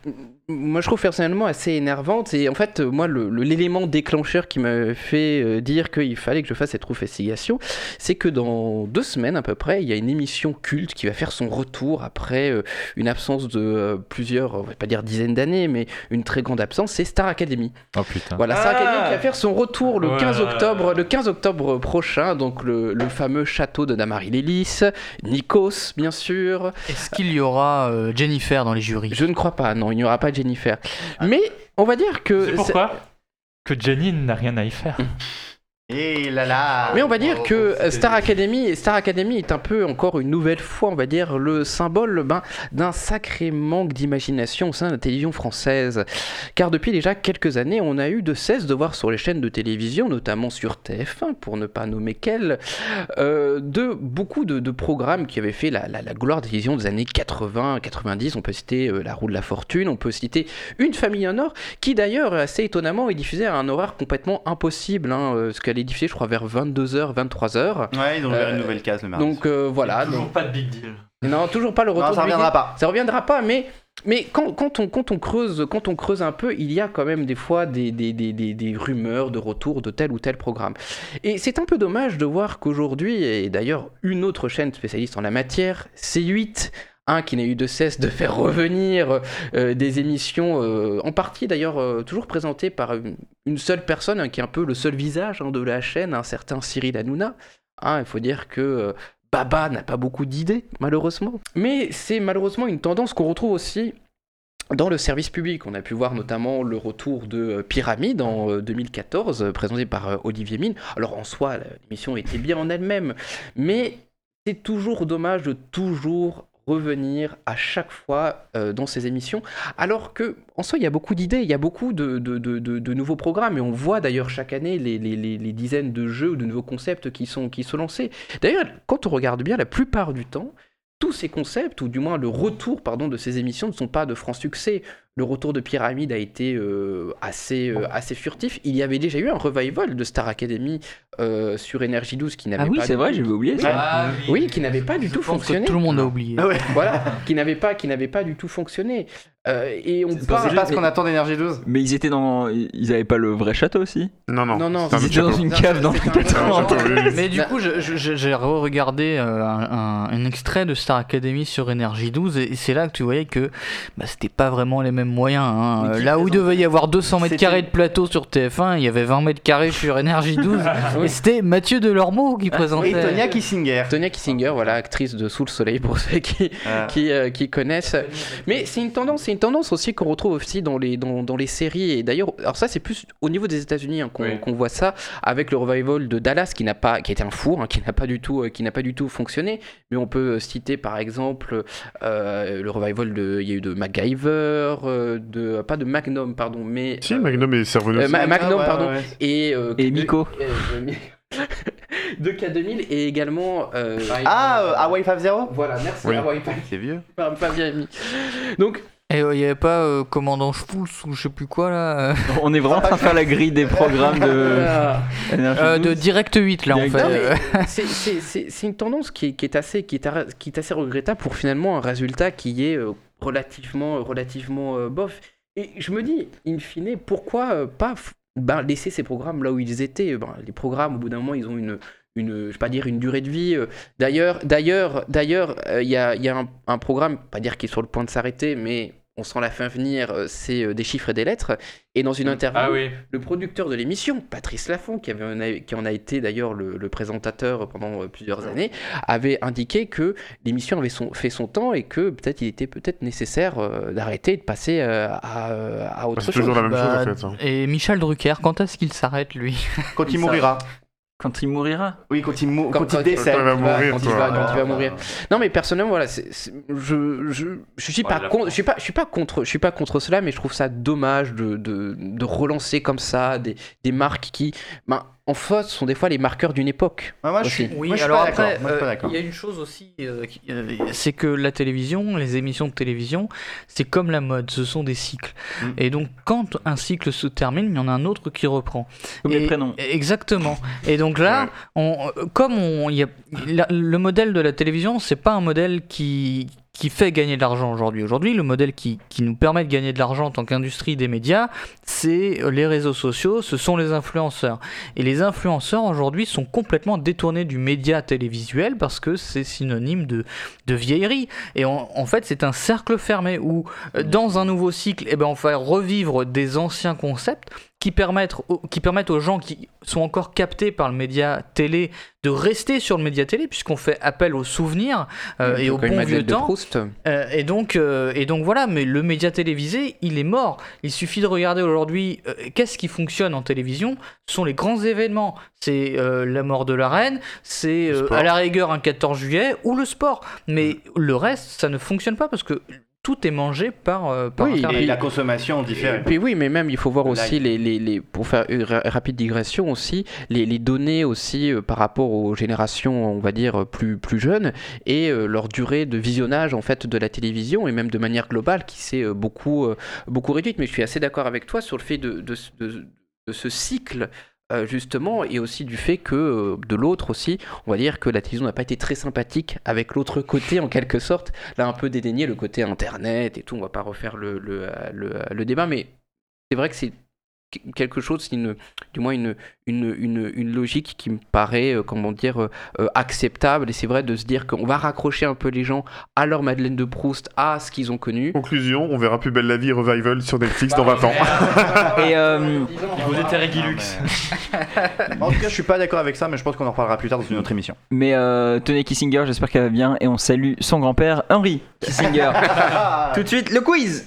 S3: moi je trouve personnellement assez énervante et en fait moi le, le- l'élément déclencheur qui m'a fait euh, dire qu'il fallait que je fasse cette investigation, c'est que dans deux semaines à peu près il y a une émission culte qui va faire son retour après euh, une absence de euh, plusieurs, on va pas dire dizaines d'années, mais une très grande absence, c'est Star Academy.
S6: Oh putain.
S3: Voilà, Star
S7: Ah
S3: Academy qui va faire son retour le
S6: Ouais.
S3: quinze octobre, le quinze octobre prochain, donc le, le fameux château de Damary Lélis, Nikos bien sûr.
S5: Est-ce qu'il y aura euh, Jennifer dans les jurys?
S3: Je ne crois pas, non, il n'y aura pas de Jennifer. Mais on va dire que...
S6: C'est pourquoi que Jenny n'a rien à y faire.
S7: Et là là.
S3: Mais on va dire
S7: Oh,
S3: que
S7: c'est-
S3: Star Academy, Star Academy est un peu encore une nouvelle fois, on va dire, le symbole ben, d'un sacré manque d'imagination au sein de la télévision française. Car depuis déjà quelques années, on a eu de cesse de voir sur les chaînes de télévision, notamment sur T F un, pour ne pas nommer qu'elle, euh, de beaucoup de, de programmes qui avaient fait la, la, la gloire de la télévision des années quatre-vingts quatre-vingt-dix. On peut citer euh, La Roue de la Fortune, on peut citer Une famille en or, qui d'ailleurs, assez étonnamment, est diffusée à un horaire complètement impossible, hein, euh, ce qu'elle est diffusée, je crois, vers vingt-deux heures, vingt-trois heures.
S7: Ouais, ils ont ouvert
S3: Euh,
S7: une nouvelle case le mardi.
S3: Donc euh, voilà.
S6: Toujours
S3: donc-
S6: pas de big deal.
S3: non, toujours pas le retour.
S7: non, ça
S3: de Big
S7: reviendra
S3: Deal.
S7: pas.
S3: Ça reviendra pas, mais, mais quand, quand, on, quand, on creuse, quand on creuse un peu, il y a quand même des fois des, des, des, des, des rumeurs de retour de tel ou tel programme. Et c'est un peu dommage de voir qu'aujourd'hui, et d'ailleurs une autre chaîne spécialiste en la matière, C huit, hein, qui n'a eu de cesse de faire revenir euh, des émissions, euh, en partie d'ailleurs euh, toujours présentées par une, une seule personne, hein, qui est un peu le seul visage hein, de la chaîne, un certain Cyril Hanouna. Hein, il faut dire que... euh, Baba n'a pas beaucoup d'idées, malheureusement. Mais c'est malheureusement une tendance qu'on retrouve aussi dans le service public. On a pu voir notamment le retour de euh, Pyramide en euh, deux mille quatorze, euh, présenté par euh, Olivier Mine. Alors en soi, la- l'émission était bien en elle-même, mais c'est toujours dommage de toujours revenir à chaque fois euh, dans ces émissions, alors que en soi il y a beaucoup d'idées, il y a beaucoup de, de, de, de- de nouveaux programmes, et on voit d'ailleurs chaque année les, les, les, les dizaines de jeux ou de nouveaux concepts qui sont, qui sont lancés. D'ailleurs, quand on regarde bien, la plupart du temps, tous ces concepts, ou du moins le retour pardon, de ces émissions, ne sont pas de franc succès. Le retour de Pyramide a été euh, assez, euh, assez furtif. Il y avait déjà eu un revival de Star Academy euh, sur Énergie douze qui n'avait
S2: Ah oui,
S3: pas
S2: c'est
S3: du
S2: vrai,
S3: tout-
S2: j'avais oublié ça.
S6: Ah
S3: Oui, qui n'avait pas du
S5: Je
S3: tout
S5: pense que
S3: fonctionné.
S5: tout le monde a oublié.
S7: Ah ouais.
S3: Voilà, qui n'avait pas, qui n'avait pas du tout fonctionné. Euh, et on
S7: C'est
S3: parle.
S7: pas ce qu'on attend d'Énergie douze.
S2: Mais ils étaient dans. Ils avaient pas le vrai château aussi.
S4: Non, non.
S3: Non, non,
S4: c'est un
S2: Ils
S4: autre
S2: étaient dans
S4: chapeau.
S2: une cave dans les
S3: C'est un-
S2: quatre-vingts.
S4: Attends, oui.
S5: Mais du
S3: Bah-
S5: coup, je- je- j'ai re-regardé euh, un, un- un extrait de Star Academy sur Énergie douze et c'est là que tu voyais que bah, c'était pas vraiment les mêmes moyens. hein.
S7: Mais
S5: Euh,
S7: qui
S5: Là où il
S7: présente-
S5: devait y avoir deux cents mètres
S7: C'était-
S5: carrés de plateau sur T F un, il y avait vingt mètres carrés sur Énergie douze et c'était Mathieu Delormeau qui présentait.
S7: Et Tonya Kissinger.
S3: Tonya Kissinger, voilà, actrice de Sous le Soleil pour ceux qui,
S7: Euh,
S3: qui, euh, qui connaissent. Mais c'est une tendance, c'est une tendance aussi qu'on retrouve aussi dans les, dans, dans les séries. Et d'ailleurs, alors ça c'est plus au niveau des États-Unis hein, qu'on
S7: Oui.
S3: qu'on voit ça avec le revival de Dallas qui n'a pas, qui était un four, hein, qui n'a pas du tout, euh, qui n'a pas du tout fonctionné. Mais on peut citer par exemple euh, le revival de, il y a eu de MacGyver, euh, de pas de Magnum pardon, mais
S4: Si,
S3: euh,
S4: Magnum est revenu
S3: euh,
S4: aussi.
S3: Ma- Magnum
S7: ouais,
S3: pardon
S7: ouais, ouais.
S3: et euh,
S2: Et
S3: de-
S2: Miko.
S3: euh, euh, Mi- de K deux mille et également euh,
S7: Ah, euh, Hawaii cinquante?
S3: voilà, merci.
S4: Oui.
S3: Ah ouais, pas,
S7: C'est vieux.
S3: pas, pas bien mis. Donc,
S5: Et euh, il y avait pas euh, Commandant Schpulz ou je sais plus quoi là. euh,
S2: On est vraiment en train de faire la grille des programmes de.
S3: euh,
S2: Énergie
S5: euh, de
S2: douze.
S5: Direct huit là en
S2: Direct-
S5: fait.
S3: non,
S5: euh.
S3: mais c'est- c'est c'est- c'est une tendance qui est, qui est assez, qui est, ar- qui est assez regrettable pour finalement un résultat qui est euh, relativement, relativement euh, bof. Et je me dis, in fine, pourquoi euh, pas f- ben, laisser ces programmes là où ils étaient. Ben, les programmes, au bout d'un moment, ils ont une, une, je vais pas dire une durée de vie. euh. D'ailleurs, d'ailleurs, d'ailleurs, euh, il y a, il y a un, un programme, pas dire qui est sur le point de s'arrêter, mais on sent la fin venir. euh, C'est euh, des chiffres et des lettres. Et dans une interview,
S6: Ah oui.
S3: le producteur de l'émission, Patrice Laffont, qui, avait en a- qui en a été d'ailleurs le, le présentateur pendant euh, plusieurs années, avait indiqué que l'émission avait son- fait son temps et que peut-être il était peut-être nécessaire euh, d'arrêter et de passer euh, à, euh, à autre
S4: C'est
S3: chose.
S4: toujours la même
S5: Bah,
S4: chose en fait. hein.
S5: Et Michel Drucker, quand est-ce qu'il s'arrête lui?
S7: Quand il mourira.
S2: Quand il mourira.
S7: Oui, quand il, mou-
S3: Quand-
S7: quand
S3: quand-
S7: il décède.
S4: Quand il va
S3: Quand il va-
S4: mourir,
S3: quand il
S4: toi.
S3: va, quand il va
S7: Ah,
S3: mourir. Non mais personnellement voilà, c'est- c'est- je, je je suis
S6: Ouais,
S3: pas
S6: la
S3: contre,
S6: France.
S3: je suis pas je suis pas contre je suis pas contre cela, mais je trouve ça dommage de, de, de relancer comme ça des, des marques qui, ben, en fait, sont des fois les marqueurs d'une époque.
S7: Ouais, moi, je
S3: Aussi.
S7: suis,
S5: Oui,
S7: moi, je suis
S5: alors
S7: pas
S5: après,
S7: d'accord. Moi, je suis pas
S5: euh,
S7: d'accord.
S5: il y a une chose aussi, euh, qui- euh, c'est que la télévision, les émissions de télévision, c'est comme la mode, ce sont des cycles.
S7: Mm.
S5: Et donc, quand un cycle se termine, il y en a un autre qui reprend.
S2: Comme
S5: Et-
S2: les prénoms.
S5: Exactement. Et donc là, on, euh, comme on, il y a, la- le modèle de la télévision, c'est pas un modèle qui qui fait gagner de l'argent aujourd'hui. Aujourd'hui, le modèle qui, qui nous permet de gagner de l'argent en tant qu'industrie des médias, c'est les réseaux sociaux, ce sont les influenceurs. Et les influenceurs aujourd'hui sont complètement détournés du média télévisuel parce que c'est synonyme de, de vieillerie. Et en, en fait, c'est un cercle fermé où, dans un nouveau cycle, eh ben, on va revivre des anciens concepts qui permettent, qui permettent aux gens qui sont encore captés par le média télé de rester sur le média télé, puisqu'on fait appel aux souvenirs euh, et au bon vieux temps. Euh, et, donc, euh, et donc voilà, mais le média télévisé, il est mort. Il suffit de regarder aujourd'hui euh, qu'est-ce qui fonctionne en télévision. Ce sont les grands événements. C'est euh, la mort de la reine, c'est euh, à la rigueur un quatorze juillet, ou le sport. Mais mmh. le reste, ça ne fonctionne pas parce que tout est mangé par, euh, par
S7: oui,
S5: Internet.
S7: Et la consommation diffère.
S8: Et puis oui, mais même il faut voir aussi les, les, les pour faire une rapide digression aussi les, les données aussi euh, par rapport aux générations on va dire plus plus jeunes et euh, leur durée de visionnage en fait de la télévision et même de manière globale qui s'est euh, beaucoup euh, beaucoup réduite. Mais je suis assez d'accord avec toi sur le fait de de, de, de ce cycle. Euh, justement, et aussi du fait que, euh, de l'autre aussi, on va dire que la télévision n'a pas été très sympathique avec l'autre côté, en quelque sorte. Là, un peu dédaigné le côté Internet et tout, on va pas refaire le, le, le, le débat, mais c'est vrai que c'est quelque chose, une, du moins une, une, une, une logique qui me paraît, euh, comment dire, euh, acceptable, et c'est vrai de se dire qu'on va raccrocher un peu les gens à leur Madeleine de Proust, à ce qu'ils ont connu.
S4: Conclusion, on verra Plus belle la vie revival sur Netflix dans vingt ans.
S2: Et euh...
S6: vous êtes Regilux.
S7: En tout cas, je suis pas d'accord avec ça, mais je pense qu'on en reparlera plus tard dans une autre émission.
S2: Mais euh, Tenez Kissinger, j'espère qu'elle va bien, et on salue son grand-père, Henry Kissinger. Tout de suite, le quiz.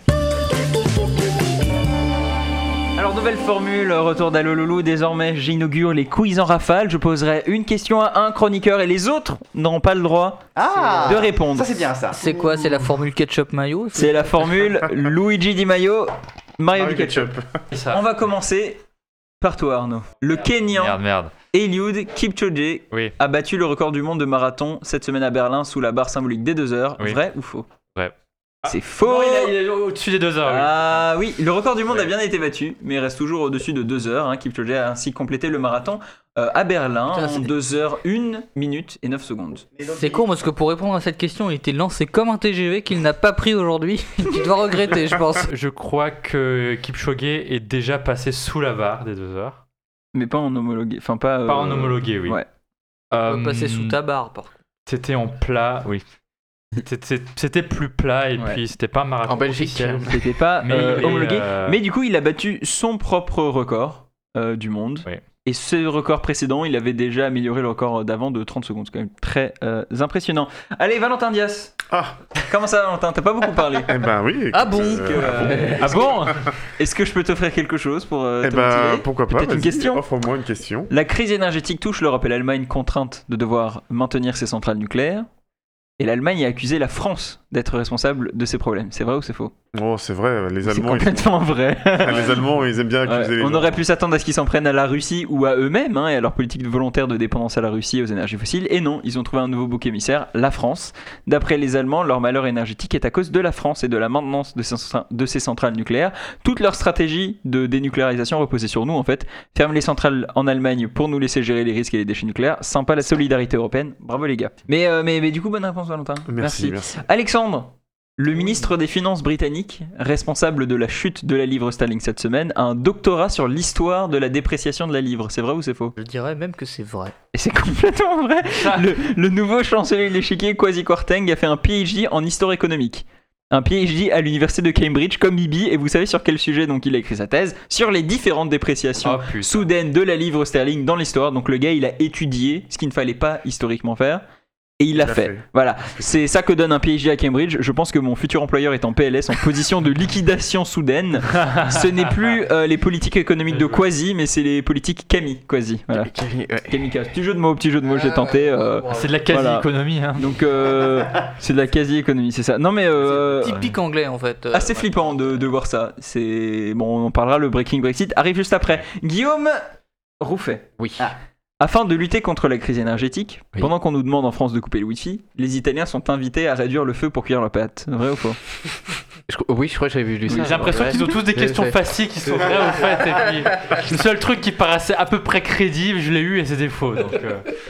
S2: Alors, nouvelle formule, retour d'Allo Loulou. Désormais, j'inaugure les quiz en rafale. Je poserai une question à un chroniqueur et les autres n'auront pas le droit
S7: ah,
S2: de répondre.
S7: Ça, c'est bien ça.
S5: C'est quoi? C'est la formule ketchup-mayo?
S2: C'est, c'est la formule Luigi Di Maio, Mario, Mario Di Ketchup.
S6: ketchup.
S2: On va commencer par toi, Arnaud. Le Kenyan
S6: merde, merde.
S2: Eliud Kipchoge
S6: oui.
S2: a battu le record du monde de marathon cette semaine à Berlin sous la barre symbolique des deux heures. Oui. Vrai ou faux?
S6: Vrai.
S2: C'est faux.
S6: Non, il, est, il est au-dessus des deux heures.
S2: Ah oui, oui. Le record du monde ouais. a bien été battu, mais il reste toujours au-dessus de deux heures. Hein. Kipchoge a ainsi complété le marathon euh, à Berlin Putain, en deux heures, une minute et neuf secondes.
S5: C'est con parce que pour répondre à cette question, il était lancé comme un T G V qu'il n'a pas pris aujourd'hui. Il doit regretter, je pense.
S6: Je crois que Kipchoge est déjà passé sous la barre des deux heures.
S2: Mais pas en homologué. Enfin, pas, euh...
S6: pas en homologué, oui.
S2: Ouais.
S5: Euh, peut passer sous ta barre, par contre.
S6: C'était en plat, oui. C'était, c'était plus plat et ouais. puis c'était pas un marathon
S8: en Belgique.
S6: officiel.
S2: C'était pas
S6: mais
S2: euh, homologué.
S6: Euh...
S2: Mais du coup, il a battu son propre record euh, du monde.
S6: Oui.
S2: Et ce record précédent, il avait déjà amélioré le record d'avant de trente secondes. C'est quand même très euh, impressionnant. Allez, Valentin Dias.
S4: Ah.
S2: Comment ça, Valentin? T'as pas beaucoup parlé.
S4: Eh ben oui. Écoute,
S5: ah bon,
S4: euh,
S2: euh,
S6: Ah bon
S2: Est-ce que je peux t'offrir quelque chose pour euh,
S4: Eh ben pourquoi pas.
S2: Peut-être une question.
S4: Offre-moi une question.
S2: La crise énergétique touche l'Europe et l'Allemagne contrainte de devoir maintenir ses centrales nucléaires. Et l'Allemagne a accusé la France d'être responsable de ces problèmes. C'est vrai ou c'est faux?
S4: Oh, c'est vrai, les Allemands...
S2: C'est complètement
S4: ils...
S2: vrai.
S4: Les Allemands, ils aiment bien accuser ouais, les
S2: On
S4: gens.
S2: aurait pu s'attendre à ce qu'ils s'en prennent à la Russie ou à eux-mêmes, hein, et à leur politique volontaire de dépendance à la Russie et aux énergies fossiles. Et non, ils ont trouvé un nouveau bouc émissaire, la France. D'après les Allemands, leur malheur énergétique est à cause de la France et de la maintenance de ces, de ces centrales nucléaires. Toute leur stratégie de dénucléarisation reposait sur nous, en fait. Ferme les centrales en Allemagne pour nous laisser gérer les risques et les déchets nucléaires. Sympa la solidarité européenne. Bravo les gars. Mais, euh, mais, mais du coup, bonne réponse, Valentin.
S4: Merci. Merci. Merci.
S2: Alexandre, le ministre des Finances britannique, responsable de la chute de la livre sterling cette semaine, a un doctorat sur l'histoire de la dépréciation de la livre. C'est vrai ou c'est faux?
S5: Je dirais même que c'est vrai.
S2: Et c'est complètement vrai. le, le nouveau chancelier de l'échiquier, Kwasi Kwarteng, a fait un P H D en histoire économique. Un P H D à l'université de Cambridge, comme Bibi, et vous savez sur quel sujet donc il a écrit sa thèse? Sur les différentes dépréciations
S6: oh,
S2: soudaines de la livre sterling dans l'histoire. Donc le gars, il a étudié ce qu'il ne fallait pas historiquement faire. Et il l'a fait. fait. Voilà, c'est ça que donne un P H D à Cambridge. Je pense que mon futur employeur est en P L S, en position de liquidation soudaine. Ce n'est plus euh, les politiques économiques de Kwasi, mais c'est les politiques Kami Kwasi. Voilà. Kamikaze. Petit jeu de mots, petit jeu de mots, j'ai tenté. Euh,
S6: c'est de la quasi-économie.
S2: Voilà.
S6: Hein.
S2: Donc, euh, c'est de la quasi-économie, c'est ça. Non, mais. Euh,
S5: c'est typique anglais en fait. Euh,
S2: assez flippant de, de voir ça. C'est... Bon, on en parlera, le Breaking Brexit arrive juste après. Guillaume Rouffet.
S8: Oui.
S2: Ah. Afin de lutter contre la crise énergétique,
S8: oui.
S2: pendant qu'on nous demande en France de couper le Wi-Fi, les Italiens sont invités à réduire le feu pour cuire leurs pâtes. Vrai ou faux?
S8: je, Oui, je crois que j'avais vu ça.
S6: J'ai l'impression ouais. qu'ils ont tous des questions faciles qui sont vraies au fait. Et puis, le seul truc qui paraissait à peu près crédible, je l'ai eu et c'était faux. Donc, euh...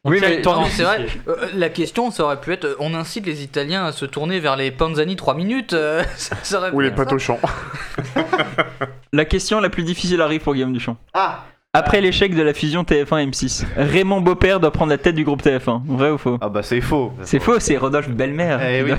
S6: On
S2: Oui,
S6: tient
S2: mais-
S6: une tendance
S5: Non, mais c'est vrai,
S6: ici.
S5: euh, la question ça aurait pu être euh, on incite les Italiens à se tourner vers les Panzani trois minutes. euh, ça, ça aurait pu
S4: Ou les
S5: être ça.
S4: pâtes au champ.
S2: La question la plus difficile arrive pour Guillaume Duchamp.
S7: Ah
S2: Après l'échec de la fusion T F un M six, Raymond Beaupère doit prendre la tête du groupe T F un. Vrai ou faux?
S7: Ah bah c'est faux.
S2: C'est faux, c'est Rodolphe Belmer.
S7: Eh oui.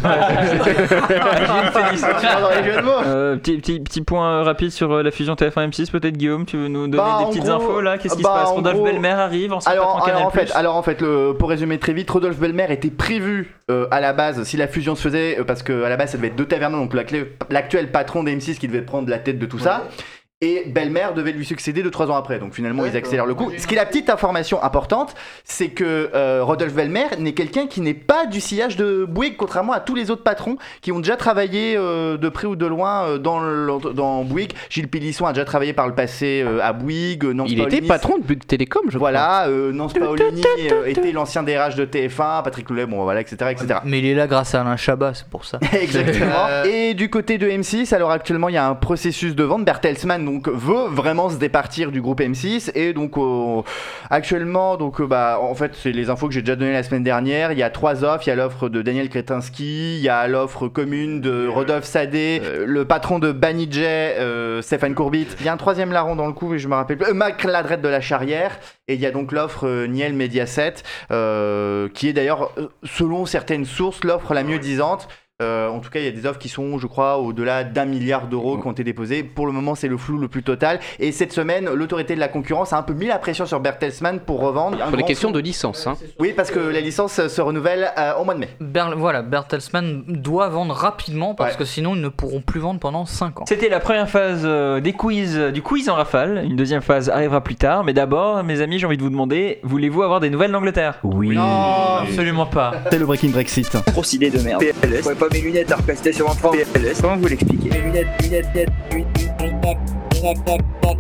S2: Félicitations.
S7: Tu vas dans les jeux de mots.
S2: Euh, petit, petit, petit point rapide sur euh, la fusion T F un M six, peut-être Guillaume, tu veux nous donner
S7: Bah,
S2: des
S7: en
S2: petites
S7: gros-
S2: infos là? Qu'est-ce qui
S7: bah,
S2: se passe?
S7: en
S2: Rodolphe
S7: gros-
S2: Belmer arrive, ancien
S7: Alors,
S2: patron
S7: alors,
S2: Canal+.
S7: en fait, alors en fait, le, pour résumer très vite, Rodolphe Belmer était prévu euh, à la base, si la fusion se faisait, euh, parce qu'à la base ça devait être De Taverneau, donc l'actuel l'actuel patron d'M six qui devait prendre la tête de tout ça. Et Belmer devait lui succéder deux trois ans après. Donc finalement, ils accélèrent le coup. Ce qui est la petite information importante, c'est que euh, Rodolphe Belmer n'est quelqu'un qui n'est pas du sillage de Bouygues, contrairement à tous les autres patrons qui ont déjà travaillé euh, de près ou de loin euh, dans, le- dans Bouygues. Gilles Pélisson a déjà travaillé par le passé euh, à Bouygues. Nance
S8: Il était
S7: Paolini,
S8: patron de Bouygues Télécom, je crois.
S7: Voilà, euh, Nance Paolini euh, était l'ancien D R H de T F un, Patrick Loulet, bon voilà, et cetera, et cetera.
S5: Mais il est là grâce à Alain Chabat, c'est pour ça.
S7: Exactement.
S5: Euh,
S7: Et du côté de M six, alors actuellement il y a un processus de vente. Bertelsmann donc veut vraiment se départir du groupe M six et donc euh, actuellement donc euh, bah en fait c'est les infos que j'ai déjà données la semaine dernière. Il y a trois offres. Il y a l'offre de Daniel Kretinsky, il y a l'offre commune de Rodolphe Sadé, euh, le patron de Banijay, euh, Stéphane Courbit. Il y a un troisième larron dans le coup et je me rappelle plus. Euh, Mac Ladrette de la Charrière. Et il y a donc l'offre euh, Niel Mediaset, euh, qui est d'ailleurs, euh, selon certaines sources, l'offre la mieux disante. Euh, en tout cas, il y a des offres qui sont, je crois, au-delà d'un milliard d'euros qui ont été déposées. Pour le moment, c'est le flou le plus total. Et cette semaine, l'autorité de la concurrence a un peu mis la pression sur Bertelsmann pour revendre. Un
S8: Pour les
S7: grand
S8: questions
S7: flou.
S8: de licence. Hein.
S7: Oui, parce que la licence se renouvelle euh, au mois de mai.
S5: Ber- voilà, Bertelsmann doit vendre rapidement parce
S7: Ouais.
S5: que sinon ils ne pourront plus vendre pendant cinq ans.
S2: C'était la première phase euh, des quiz, euh, du quiz en rafale. Une deuxième phase arrivera plus tard. Mais d'abord, mes amis, j'ai envie de vous demander, voulez-vous avoir des nouvelles d'Angleterre?
S9: Oui.
S6: Non, absolument pas.
S7: C'est le Breaking Brexit.
S9: Grosse idée de merde. P L S. Je pourrais pas mes lunettes alors qu'elles étaient sur un fond. P L S. Comment vous l'expliquez? Mes lunettes, lunettes, lunettes, lunettes, lunettes, lunettes.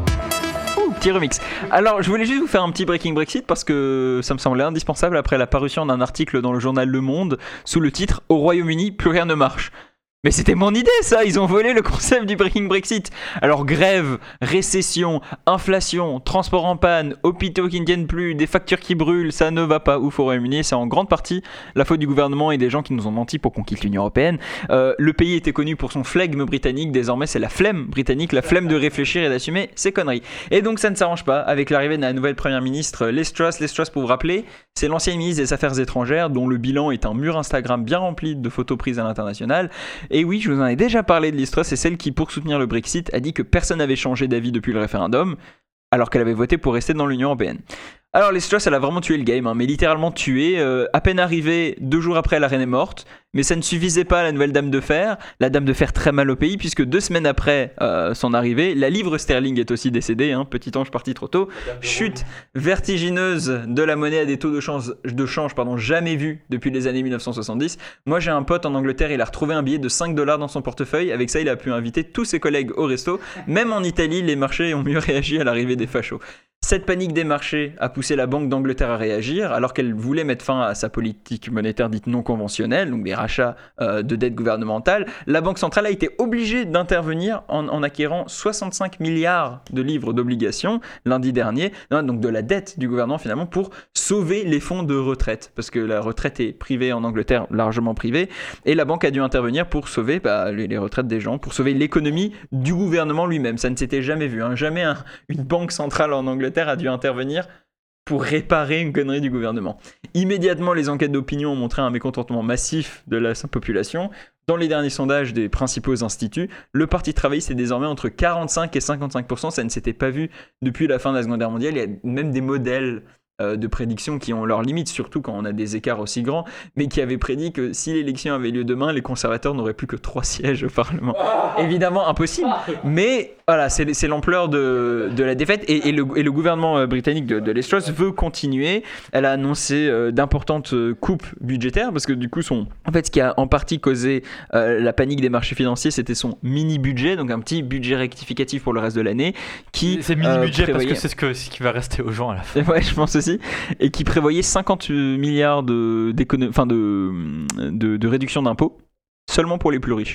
S2: Ouh, petit remix. Alors, je voulais juste vous faire un petit Breaking Brexit parce que ça me semblait indispensable après la parution d'un article dans le journal Le Monde sous le titre « Au Royaume-Uni, plus rien ne marche ». Mais c'était mon idée ça, ils ont volé le concept du Breaking Brexit. Alors grève, récession, inflation, transport en panne, hôpitaux qui ne tiennent plus, des factures qui brûlent, ça ne va pas ouf au Royaume-Uni. C'est en grande partie la faute du gouvernement et des gens qui nous ont menti pour qu'on quitte l'Union Européenne. Euh, le pays était connu pour son flegme britannique, désormais c'est la flemme britannique, la flemme de réfléchir et d'assumer ses conneries. Et donc ça ne s'arrange pas avec l'arrivée de la nouvelle première ministre Liz Truss. Liz Truss, pour vous rappeler, c'est l'ancienne ministre des Affaires étrangères dont le bilan est un mur Instagram bien rempli de photos prises à l'international. Et oui, je vous en ai déjà parlé de Liz Truss, c'est celle qui, pour soutenir le Brexit, a dit que personne n'avait changé d'avis depuis le référendum, alors qu'elle avait voté pour rester dans l'Union Européenne. Alors Liz Truss, elle a vraiment tué le game, hein, mais littéralement tué. Euh, à peine arrivée, deux jours après, la reine est morte. Mais ça ne suffisait pas à la nouvelle dame de fer. La dame de fer très mal au pays, puisque deux semaines après euh, son arrivée, la livre sterling est aussi décédée. Hein, petit ange parti trop tôt. Chute vertigineuse de la monnaie à des taux de change, de change pardon, jamais vus depuis les années dix-neuf cent soixante-dix. Moi, j'ai un pote en Angleterre, il a retrouvé un billet de cinq dollars dans son portefeuille. Avec ça, il a pu inviter tous ses collègues au resto. Même en Italie, les marchés ont mieux réagi à l'arrivée des fachos. Cette panique des marchés a poussé la Banque d'Angleterre à réagir, alors qu'elle voulait mettre fin à sa politique monétaire dite non conventionnelle, donc les rachats euh, de dettes gouvernementales. La Banque centrale a été obligée d'intervenir en, en acquérant soixante-cinq milliards de livres d'obligations lundi dernier, non, donc de la dette du gouvernement finalement, pour sauver les fonds de retraite, parce que la retraite est privée en Angleterre, largement privée, et la banque a dû intervenir pour sauver bah, les, les retraites des gens, pour sauver l'économie du gouvernement lui-même. Ça ne s'était jamais vu, hein. Jamais un, une banque centrale en Angleterre a dû intervenir pour réparer une connerie du gouvernement. Immédiatement, les enquêtes d'opinion ont montré un mécontentement massif de la population. Dans les derniers sondages des principaux instituts, le Parti travailliste est désormais entre quarante-cinq et cinquante-cinq pour cent. Ça ne s'était pas vu depuis la fin de la Seconde Guerre mondiale. Il y a même des modèles euh, de prédiction qui ont leurs limites, surtout quand on a des écarts aussi grands, mais qui avaient prédit que si l'élection avait lieu demain, les conservateurs n'auraient plus que trois sièges au Parlement. Évidemment impossible, mais voilà, c'est, c'est l'ampleur de, de la défaite, et, et, le, et le gouvernement britannique de, de Liz Truss veut continuer. Elle a annoncé euh, d'importantes coupes budgétaires, parce que du coup, son, en fait, ce qui a en partie causé euh, la panique des marchés financiers, c'était son mini-budget, donc un petit budget rectificatif pour le reste de l'année, qui
S6: C'est mini-budget
S2: euh, prévoyait...
S6: parce que c'est ce, que, ce qui va rester aux gens à la fin.
S2: Ouais, je pense aussi. Et qui prévoyait cinquante milliards de, d'économ... enfin de, de, de réduction d'impôts, seulement pour les plus riches.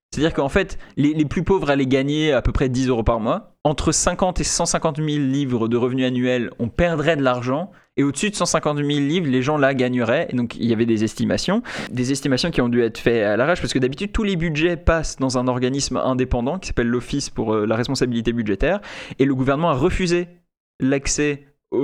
S2: C'est-à-dire qu'en fait, les, les plus pauvres allaient gagner à peu près dix euros par mois. Entre cinquante et cent cinquante mille livres de revenus annuels, on perdrait de l'argent. Et au-dessus de cent cinquante mille livres, les gens là gagneraient. Et donc il y avait des estimations. Des estimations qui ont dû être faites à l'arrache parce que d'habitude, tous les budgets passent dans un organisme indépendant qui s'appelle l'Office pour la responsabilité budgétaire. Et le gouvernement a refusé l'accès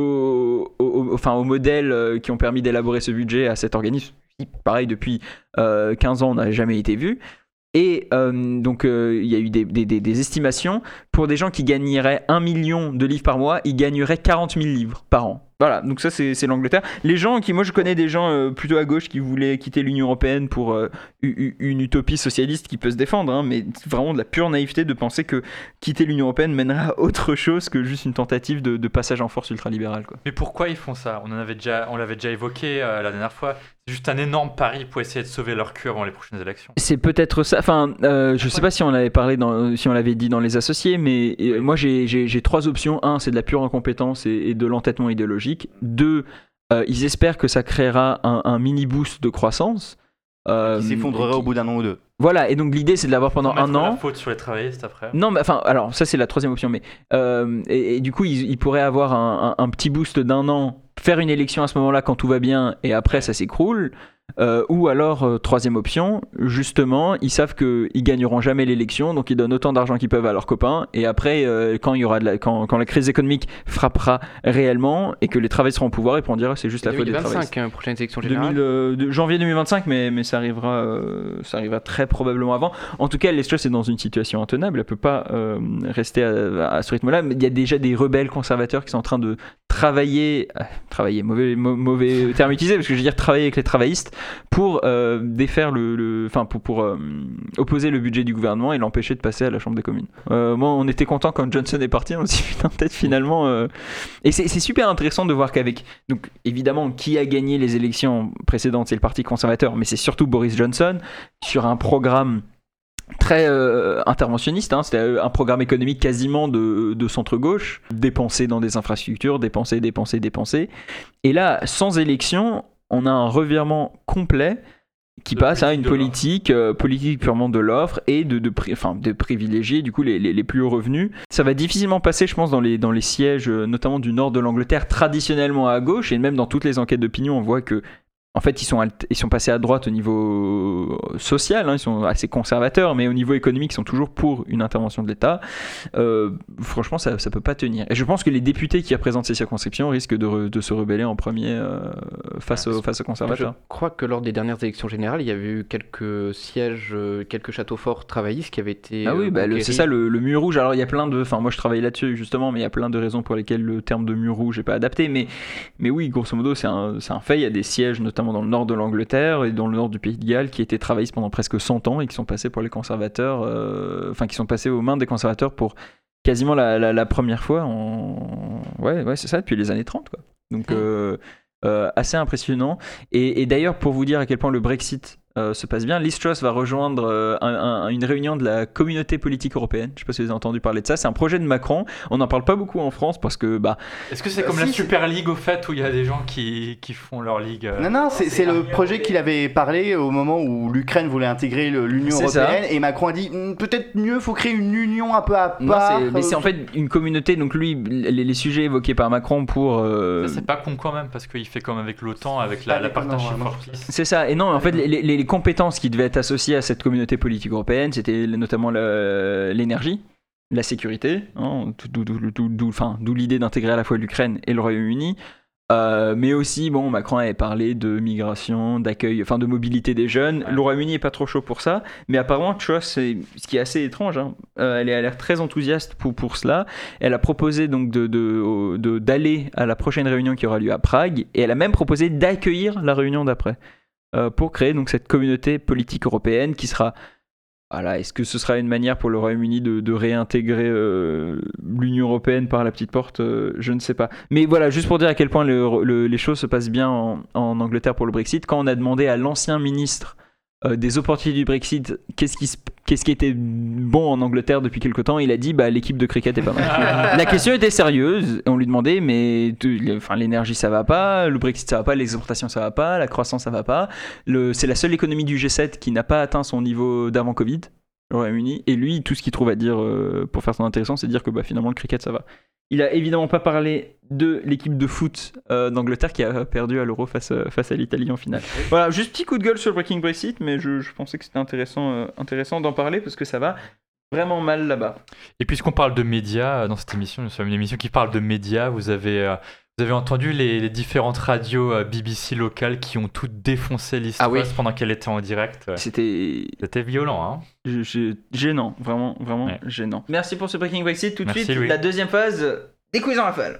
S2: au, au, au, enfin, aux modèles qui ont permis d'élaborer ce budget à cet organisme. Pareil, depuis euh, quinze ans, on n'a jamais été vu. Et euh, donc, il euh, y a eu des, des, des, des estimations. Pour des gens qui gagneraient un million de livres par mois, ils gagneraient quarante mille livres par an. Voilà, donc ça, c'est, c'est l'Angleterre. Les gens qui, moi, je connais des gens euh, plutôt à gauche qui voulaient quitter l'Union Européenne pour euh, une utopie socialiste qui peut se défendre, hein, mais vraiment de la pure naïveté de penser que quitter l'Union Européenne mènera à autre chose que juste une tentative de, de passage en force ultralibérale, quoi.
S6: Mais pourquoi ils font ça ? On en avait déjà, on l'avait déjà évoqué euh, la dernière fois. C'est juste un énorme pari pour essayer de sauver leur cul avant les prochaines élections.
S2: C'est peut-être ça. Enfin, euh, je sais pas si on avait parlé, dans, si on l'avait dit dans les associés, mais euh, moi j'ai, j'ai, j'ai trois options. Un, c'est de la pure incompétence et, et de l'entêtement idéologique. Deux, euh, ils espèrent que ça créera un, un mini boost de croissance.
S7: Euh, qui s'effondrerait qui... au bout d'un an ou deux.
S2: Voilà, et donc l'idée c'est de l'avoir pendant un an.
S6: La faute sur les travaillistes après.
S2: Non, mais enfin, alors ça c'est la troisième option, mais euh, et, et du coup ils, ils pourraient avoir un, un, un petit boost d'un an, faire une élection à ce moment-là quand tout va bien, et après ça s'écroule. Euh, ou alors, euh, troisième option, justement, ils savent qu'ils gagneront jamais l'élection, donc ils donnent autant d'argent qu'ils peuvent à leurs copains, et après, euh, quand, il y aura de la, quand, quand la crise économique frappera réellement, et que les travailleurs seront au pouvoir, ils pourront dire c'est juste la faute des travaillistes.
S8: deux mille vingt-cinq, hein, prochaine élection générale.
S2: deux mille, euh, de, janvier deux mille vingt-cinq, mais, mais ça, arrivera, euh, ça arrivera très probablement avant. En tout cas, Liz Truss est dans une situation intenable, elle ne peut pas euh, rester à, à ce rythme-là, mais il y a déjà des rebelles conservateurs qui sont en train de travailler, euh, travailler, mauvais, mauvais terme utilisé, parce que je veux dire travailler avec les travaillistes, pour euh, défaire le, enfin pour, pour euh, opposer le budget du gouvernement et l'empêcher de passer à la Chambre des communes. Euh, moi, on était content quand Johnson est parti, on s'est dit putain peut-être finalement. Euh... Et c'est, c'est super intéressant de voir qu'avec, donc évidemment, qui a gagné les élections précédentes, c'est le Parti conservateur, mais c'est surtout Boris Johnson sur un programme très euh, interventionniste, hein. C'était un programme économique quasiment de, de centre-gauche, dépenser dans des infrastructures, dépenser, dépenser, dépenser. Et là, sans élection, on a un revirement complet qui de passe à une politique, euh, politique purement de l'offre et de, de, pri- enfin, de privilégier du coup les, les, les plus hauts revenus. Ça va difficilement passer, je pense, dans les, dans les sièges, euh, notamment du nord de l'Angleterre, traditionnellement à gauche, et même dans toutes les enquêtes d'opinion, on voit que en fait, ils sont, alt- ils sont passés à droite au niveau social, hein, ils sont assez conservateurs, mais au niveau économique, ils sont toujours pour une intervention de l'État. Euh, franchement, ça ne peut pas tenir. Et je pense que les députés qui représentent ces circonscriptions risquent de, re- de se rebeller en premier euh, face, aux, face aux conservateurs.
S8: Je crois que lors des dernières élections générales, il y avait eu quelques sièges, quelques châteaux forts travaillistes qui avaient été...
S2: Ah oui, bah le, c'est ça, le, le mur rouge. Alors, il y a plein de... Enfin, moi, je travaille là-dessus, justement, mais il y a plein de raisons pour lesquelles le terme de mur rouge n'est pas adapté. Mais, mais oui, grosso modo, c'est un, c'est un fait. Il y a des sièges, notamment dans le nord de l'Angleterre et dans le nord du Pays de Galles qui étaient travaillistes pendant presque cent ans et qui sont passés pour les conservateurs, euh, enfin qui sont passés aux mains des conservateurs pour quasiment la, la, la première fois en... ouais, ouais c'est ça, depuis les années trente quoi. Donc mmh. euh, euh, assez impressionnant et, et d'ailleurs pour vous dire à quel point le Brexit Euh, se passe bien, Liz Truss va rejoindre euh, un, un, une réunion de la communauté politique européenne. Je ne sais pas si vous avez entendu parler de ça. C'est un projet de Macron. On n'en parle pas beaucoup en France parce que bah.
S6: Est-ce que c'est comme
S7: si,
S6: la Super League au fait où il y a des gens qui, qui font leur ligue euh...
S7: Non non, c'est, c'est le projet qu'il avait parlé au moment où l'Ukraine voulait intégrer le, l'Union
S2: c'est
S7: européenne
S2: ça.
S7: Et Macron a dit hm, peut-être mieux, faut créer une union un peu à part.
S2: Non, c'est, mais c'est en fait une communauté. Donc lui, les, les sujets évoqués par Macron pour. Euh...
S6: Ça, c'est pas con quand même parce qu'il fait comme avec l'OTAN, avec la, la partnership for peace.
S2: C'est ça. Et non, en fait, les, les, les compétences qui devaient être associé à cette communauté politique européenne, c'était notamment le, l'énergie, la sécurité, hein, d'où, d'où, d'où, d'où, enfin, d'où l'idée d'intégrer à la fois l'Ukraine et le Royaume-Uni, euh, mais aussi, bon, Macron avait parlé de migration, d'accueil, enfin de mobilité des jeunes. Ouais. Le Royaume-Uni est pas trop chaud pour ça, mais apparemment, tu vois, c'est ce qui est assez étrange. Hein, euh, elle, est, elle a l'air très enthousiaste pour, pour cela. Elle a proposé donc de, de, de, d'aller à la prochaine réunion qui aura lieu à Prague, et elle a même proposé d'accueillir la réunion d'après. Euh, pour créer donc cette communauté politique européenne qui sera, voilà, est-ce que ce sera une manière pour le Royaume-Uni de, de réintégrer euh, l'Union européenne par la petite porte, euh, je ne sais pas. Mais voilà, juste pour dire à quel point le, le, les choses se passent bien en, en Angleterre pour le Brexit, quand on a demandé à l'ancien ministre euh, des opportunités du Brexit, qu'est-ce qui, qu'est-ce qui était bon en Angleterre depuis quelque temps, il a dit bah, l'équipe de cricket est pas mal. La question était sérieuse, on lui demandait mais enfin, l'énergie ça va pas, le Brexit ça va pas, les exportations ça va pas, la croissance ça va pas. Le, c'est la seule économie du G sept qui n'a pas atteint son niveau d'avant Covid. le Royaume-Uni. Et lui, tout ce qu'il trouve à dire euh, pour faire ça intéressant, c'est de dire que bah, finalement le cricket ça va. Il a évidemment pas parlé de l'équipe de foot euh, d'Angleterre qui a perdu à l'Euro face, euh, face à l'Italie en finale. Voilà, juste petit coup de gueule sur le Breaking Brexit, mais je, je pensais que c'était intéressant, euh, intéressant d'en parler parce que ça va vraiment mal là-bas.
S6: Et puisqu'on parle de médias dans cette émission, nous sommes une émission qui parle de médias, vous avez, euh, vous avez entendu les, les différentes radios euh, B B C locales qui ont toutes défoncé Liz
S8: Ah oui.
S6: Truss pendant qu'elle était en direct. Ouais.
S2: C'était
S6: C'était violent, hein.
S2: je- je- gênant, vraiment, vraiment
S6: Ouais.
S2: gênant. Merci pour ce Breaking Brexit. Tout de
S6: Merci,
S2: suite,
S6: Louis.
S2: la deuxième phase des quiz en rafale.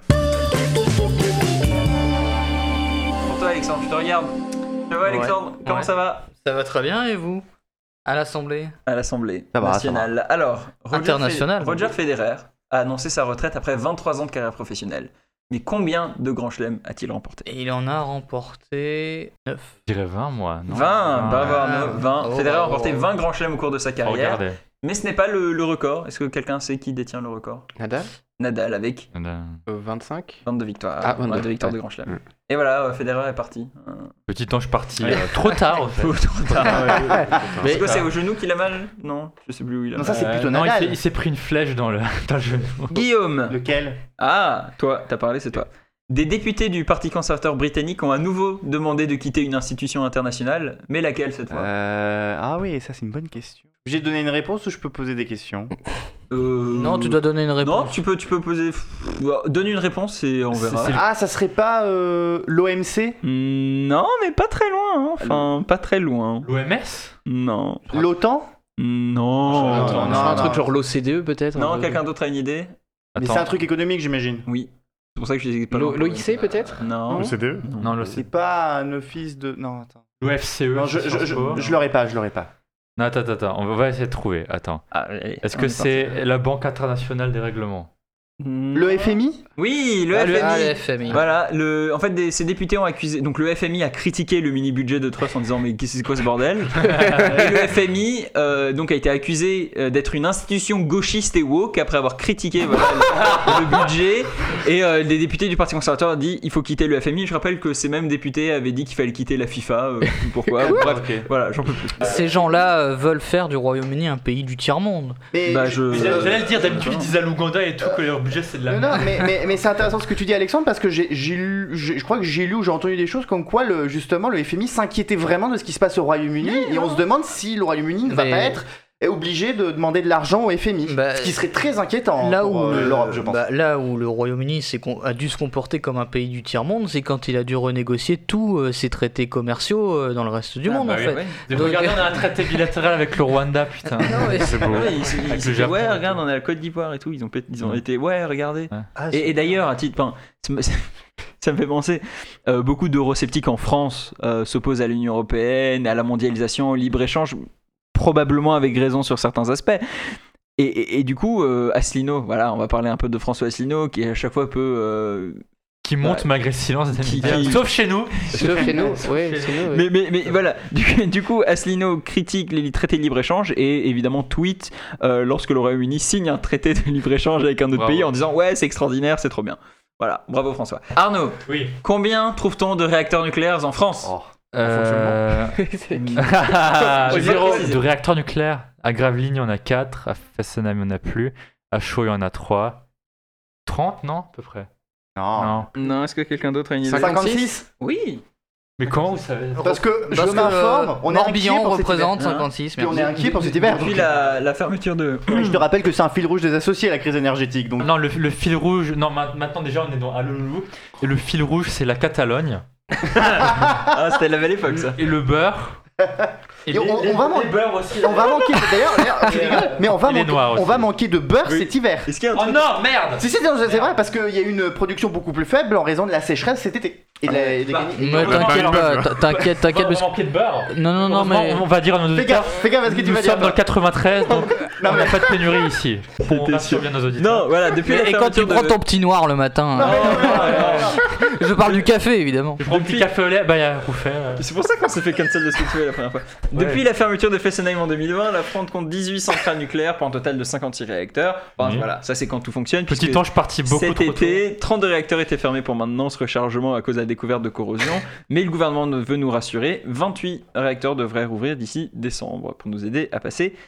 S2: Pour toi, Alexandre, je te regarde. Ça va, Alexandre? Comment
S5: Ouais.
S2: ça va?
S5: Ça va très bien et vous? À l'Assemblée?
S2: À l'Assemblée
S7: Ça va,
S2: nationale. Alors, Roger
S5: Internationale,
S2: Fed- Roger Federer a annoncé sa retraite après vingt-trois ans de carrière professionnelle. Mais combien de grands chelems a-t-il remporté?
S5: Et il en a remporté neuf.
S6: Je dirais vingt, moi. Non
S2: vingt, bravo
S5: Ah.
S2: Arnaud, vingt.
S5: Oh,
S2: Federer a
S5: bravo.
S2: remporté vingt grands chelems au cours de sa carrière.
S6: Regardez.
S2: Mais ce n'est pas le, le record. Est-ce que quelqu'un sait qui détient le record?
S8: Nadal
S2: Nadal avec
S8: euh, vingt-cinq
S2: vingt-deux victoires.
S8: Ah, vingt-deux,
S2: vingt-deux victoires
S8: ouais.
S2: de grand chelem.
S8: Mm.
S2: Et voilà, euh, Federer est parti. Euh,
S6: Petit ange parti euh, trop tard, en fait.
S2: trop tard, ouais.
S7: Mais-
S2: Est-ce que c'est au genou qu'il a mal? Non, je sais plus où il a
S7: Non,
S2: mal.
S7: ça, c'est
S6: Euh,
S7: plutôt
S6: non, il
S7: Nadal.
S6: s'est- il s'est pris une flèche dans le, dans le genou.
S2: Guillaume.
S7: Lequel?
S2: Ah, toi, t'as parlé, c'est toi. Des députés du Parti conservateur britannique ont à nouveau demandé de quitter une institution internationale, mais laquelle cette fois?
S7: Euh, Ah oui, ça c'est une bonne question. J'ai donné une réponse ou je peux poser des questions?
S2: Euh,
S5: Non, tu dois donner une
S2: Non,
S5: réponse.
S2: tu peux, tu peux poser. Donne une réponse et on verra.
S6: C'est- c'est-
S7: Ah, ça serait pas euh, l'O M C?
S2: Hmm, Non, mais pas très loin. hein. Enfin, pas très loin.
S6: L'O M S?
S2: Non.
S7: L'OTAN?
S2: Non.
S7: Attends,
S8: Non,
S7: non,
S8: un
S7: non.
S8: truc genre l'O C D E peut-être
S2: Non,
S8: un peu.
S2: quelqu'un d'autre a une idée?
S7: Mais
S6: Attends.
S7: c'est un truc économique, j'imagine.
S2: Oui. C'est pour ça que je disais pas
S8: L'O-
S2: loin.
S8: L'O I C peut-être
S2: Non.
S4: Le C D E?
S6: Non, le
S7: C'est pas un office de. Non, attends.
S6: L'O F C E.
S7: Non, je, je, je, je l'aurais pas, je l'aurais pas.
S6: Non, attends, attends, attends, on va essayer de trouver. Attends.
S2: Ah, allez,
S6: Est-ce
S2: on
S6: que
S2: est
S6: c'est
S2: parti.
S6: la Banque internationale des règlements?
S7: Le F M I?
S2: Oui, le
S5: Ah,
S2: F M I.
S5: ah, le F M I.
S2: Voilà, le, en fait, des, ces députés ont accusé. Donc, le F M I a critiqué le mini-budget de Truss en disant mais qu'est-ce que c'est quoi ce bordel? Et le F M I euh, donc, a été accusé euh, d'être une institution gauchiste et woke après avoir critiqué voilà, le, le budget. Et euh, les députés du Parti conservateur ont dit il faut quitter le F M I. Je rappelle que ces mêmes députés avaient dit qu'il fallait quitter la FIFA. Euh, pourquoi? Bref, voilà, j'en peux plus.
S5: Ces gens-là euh, veulent faire du Royaume-Uni un pays du tiers-monde.
S7: Mais
S2: Bah, je.
S6: J'allais le dire, d'habitude ils disent à l'Ouganda et tout que leur budget c'est de la
S7: Non,
S6: merde.
S7: non, mais, mais, mais c'est intéressant ce que tu dis, Alexandre, parce que j'ai j'ai lu, j'ai- je crois que j'ai lu ou j'ai entendu des choses comme quoi, le, justement, le F M I s'inquiétait vraiment de ce qui se passe au Royaume-Uni, et on se demande si le Royaume-Uni ne va
S5: Mais-
S7: pas être obligé de demander de l'argent au F M I.
S5: Bah,
S7: ce qui serait très inquiétant
S5: Là
S7: pour
S5: où,
S7: euh,
S5: le-
S7: l'Europe, je pense.
S5: bah, là où le Royaume-Uni s'est con- a dû se comporter comme un pays du tiers-monde, c'est quand il a dû renégocier tous euh, ses traités commerciaux euh, dans le reste du
S2: Ah,
S5: monde
S2: bah
S5: en
S2: oui,
S5: fait.
S2: ouais.
S6: Donc, regardez, on a un traité bilatéral avec le Rwanda, putain.
S5: Non, mais-
S6: C'est beau.
S2: Ouais, ils, ils,
S6: Avec
S2: ils
S6: le
S2: s'étaient,
S6: Japon.
S2: ouais, regarde, on est à la Côte d'Ivoire et tout. Ils ont, pét- ils ont
S6: Ouais.
S2: été, ouais, regardez.
S5: Ah,
S2: Et, et d'ailleurs, à titre, enfin, ça me- ça me fait penser, euh, beaucoup d'eurosceptiques en France euh, s'opposent à l'Union européenne, à la mondialisation, au libre-échange, probablement avec raison sur certains aspects. Et, et- et du coup, euh, Asselineau, voilà, on va parler un peu de François Asselineau, qui à chaque fois peut... euh,
S6: Qui monte
S2: Ouais.
S6: malgré le silence des
S2: Qui-
S6: médias.
S2: qui-
S6: Sauf chez nous.
S8: Sauf chez nous, ouais, chez nous, oui.
S2: Mais, mais, mais voilà, du, du coup, Asselineau critique les traités de libre-échange et évidemment tweet euh, lorsque le Royaume-Uni signe un traité de libre-échange avec un autre
S6: Bravo.
S2: pays en disant ouais, c'est extraordinaire, c'est trop bien. Voilà, bravo François. Arnaud,
S6: Oui.
S2: combien trouve-t-on de réacteurs nucléaires en France?
S7: Oh.
S6: Euh...
S2: J'ai
S6: Zéro.
S2: pas précisé.
S6: De réacteurs nucléaires. À Gravelines, il y en a quatre. À Fessenheim, il n'y en a plus. À Chaux, il y en a trois. trente, non? À peu près.
S7: Non.
S6: Non.
S2: Non, est-ce que quelqu'un d'autre a une idée?
S7: cinquante-six?
S2: Oui.
S6: Mais comment vous savez?
S7: Parce que je
S5: Parce que,
S7: m'informe,
S5: euh,
S7: on est inquiet
S5: Morbihan
S7: pour cet
S5: représente
S7: hiver.
S5: cinquante-six.
S7: Puis on
S5: merci.
S7: est inquiet pour cet hiver.
S2: Depuis
S7: donc-
S2: la, la fermeture de...
S7: Je te rappelle que c'est un fil rouge des associés, la crise énergétique. Donc...
S6: Non, le, le fil rouge. Non, ma- maintenant déjà, on est dans Aloloulou. Et le fil rouge, c'est la Catalogne.
S2: Ah, c'était la belle époque ça.
S6: Et le beurre.
S7: Et on- on va man-
S6: les beurres aussi.
S7: On va manquer, d'ailleurs, d'ailleurs, je rigole, mais on va,
S6: Et les
S7: manquer,
S6: noirs
S7: on
S6: aussi.
S7: va manquer de beurre
S2: Oui.
S7: cet hiver.
S2: Est-ce qu'il y a un
S6: Oh
S2: truc...
S6: non, merde!
S7: Si, si, c'est c'est vrai, parce qu'il y a eu une production beaucoup plus faible en raison de la sécheresse cet été. Et de la- et des
S6: Bah,
S7: cani-
S5: Mais
S6: On va
S5: t'inquiète
S4: pas
S5: pas,
S4: aller
S5: t- t'inquiète, t'inquiète.
S6: On
S5: parce
S6: va
S5: que-
S6: manquer de beurre.
S5: Non, non, non,
S6: Heureusement,
S5: mais.
S6: on va dire à nos
S7: Fais
S6: auditeurs.
S7: gaffe, fais gaffe à ce que tu
S6: Nous
S7: vas dire.
S6: sommes dans le quatre-vingt-treize, donc
S7: Non,
S6: on n'a pas de pénurie ici. On rassure bien nos auditeurs.
S2: Non, voilà, depuis la
S5: Et quand tu
S2: fermeture
S5: prends
S2: de...
S5: ton petit noir le matin,
S7: Non,
S5: hein,
S7: mais non, mais non, mais non, mais non.
S5: je parle du café évidemment.
S6: Je prends un petit café au lait, bah il y a Rouffet. euh.
S2: C'est pour ça qu'on s'est fait cancel de ce que tu es la première fois. Depuis la fermeture de Fessenheim en deux mille vingt, la France compte dix-huit centrales nucléaires pour un total de cinquante-six réacteurs. Enfin,
S6: Oui.
S2: voilà, ça c'est quand tout fonctionne.
S6: Petit
S2: puisque
S6: ange parti beaucoup
S2: cet
S6: trop
S2: été, trente-deux réacteurs étaient fermés pour maintenance, rechargement à cause de la découverte de corrosion. Mais le gouvernement veut nous rassurer, vingt-huit réacteurs devraient rouvrir d'ici décembre pour nous aider à passer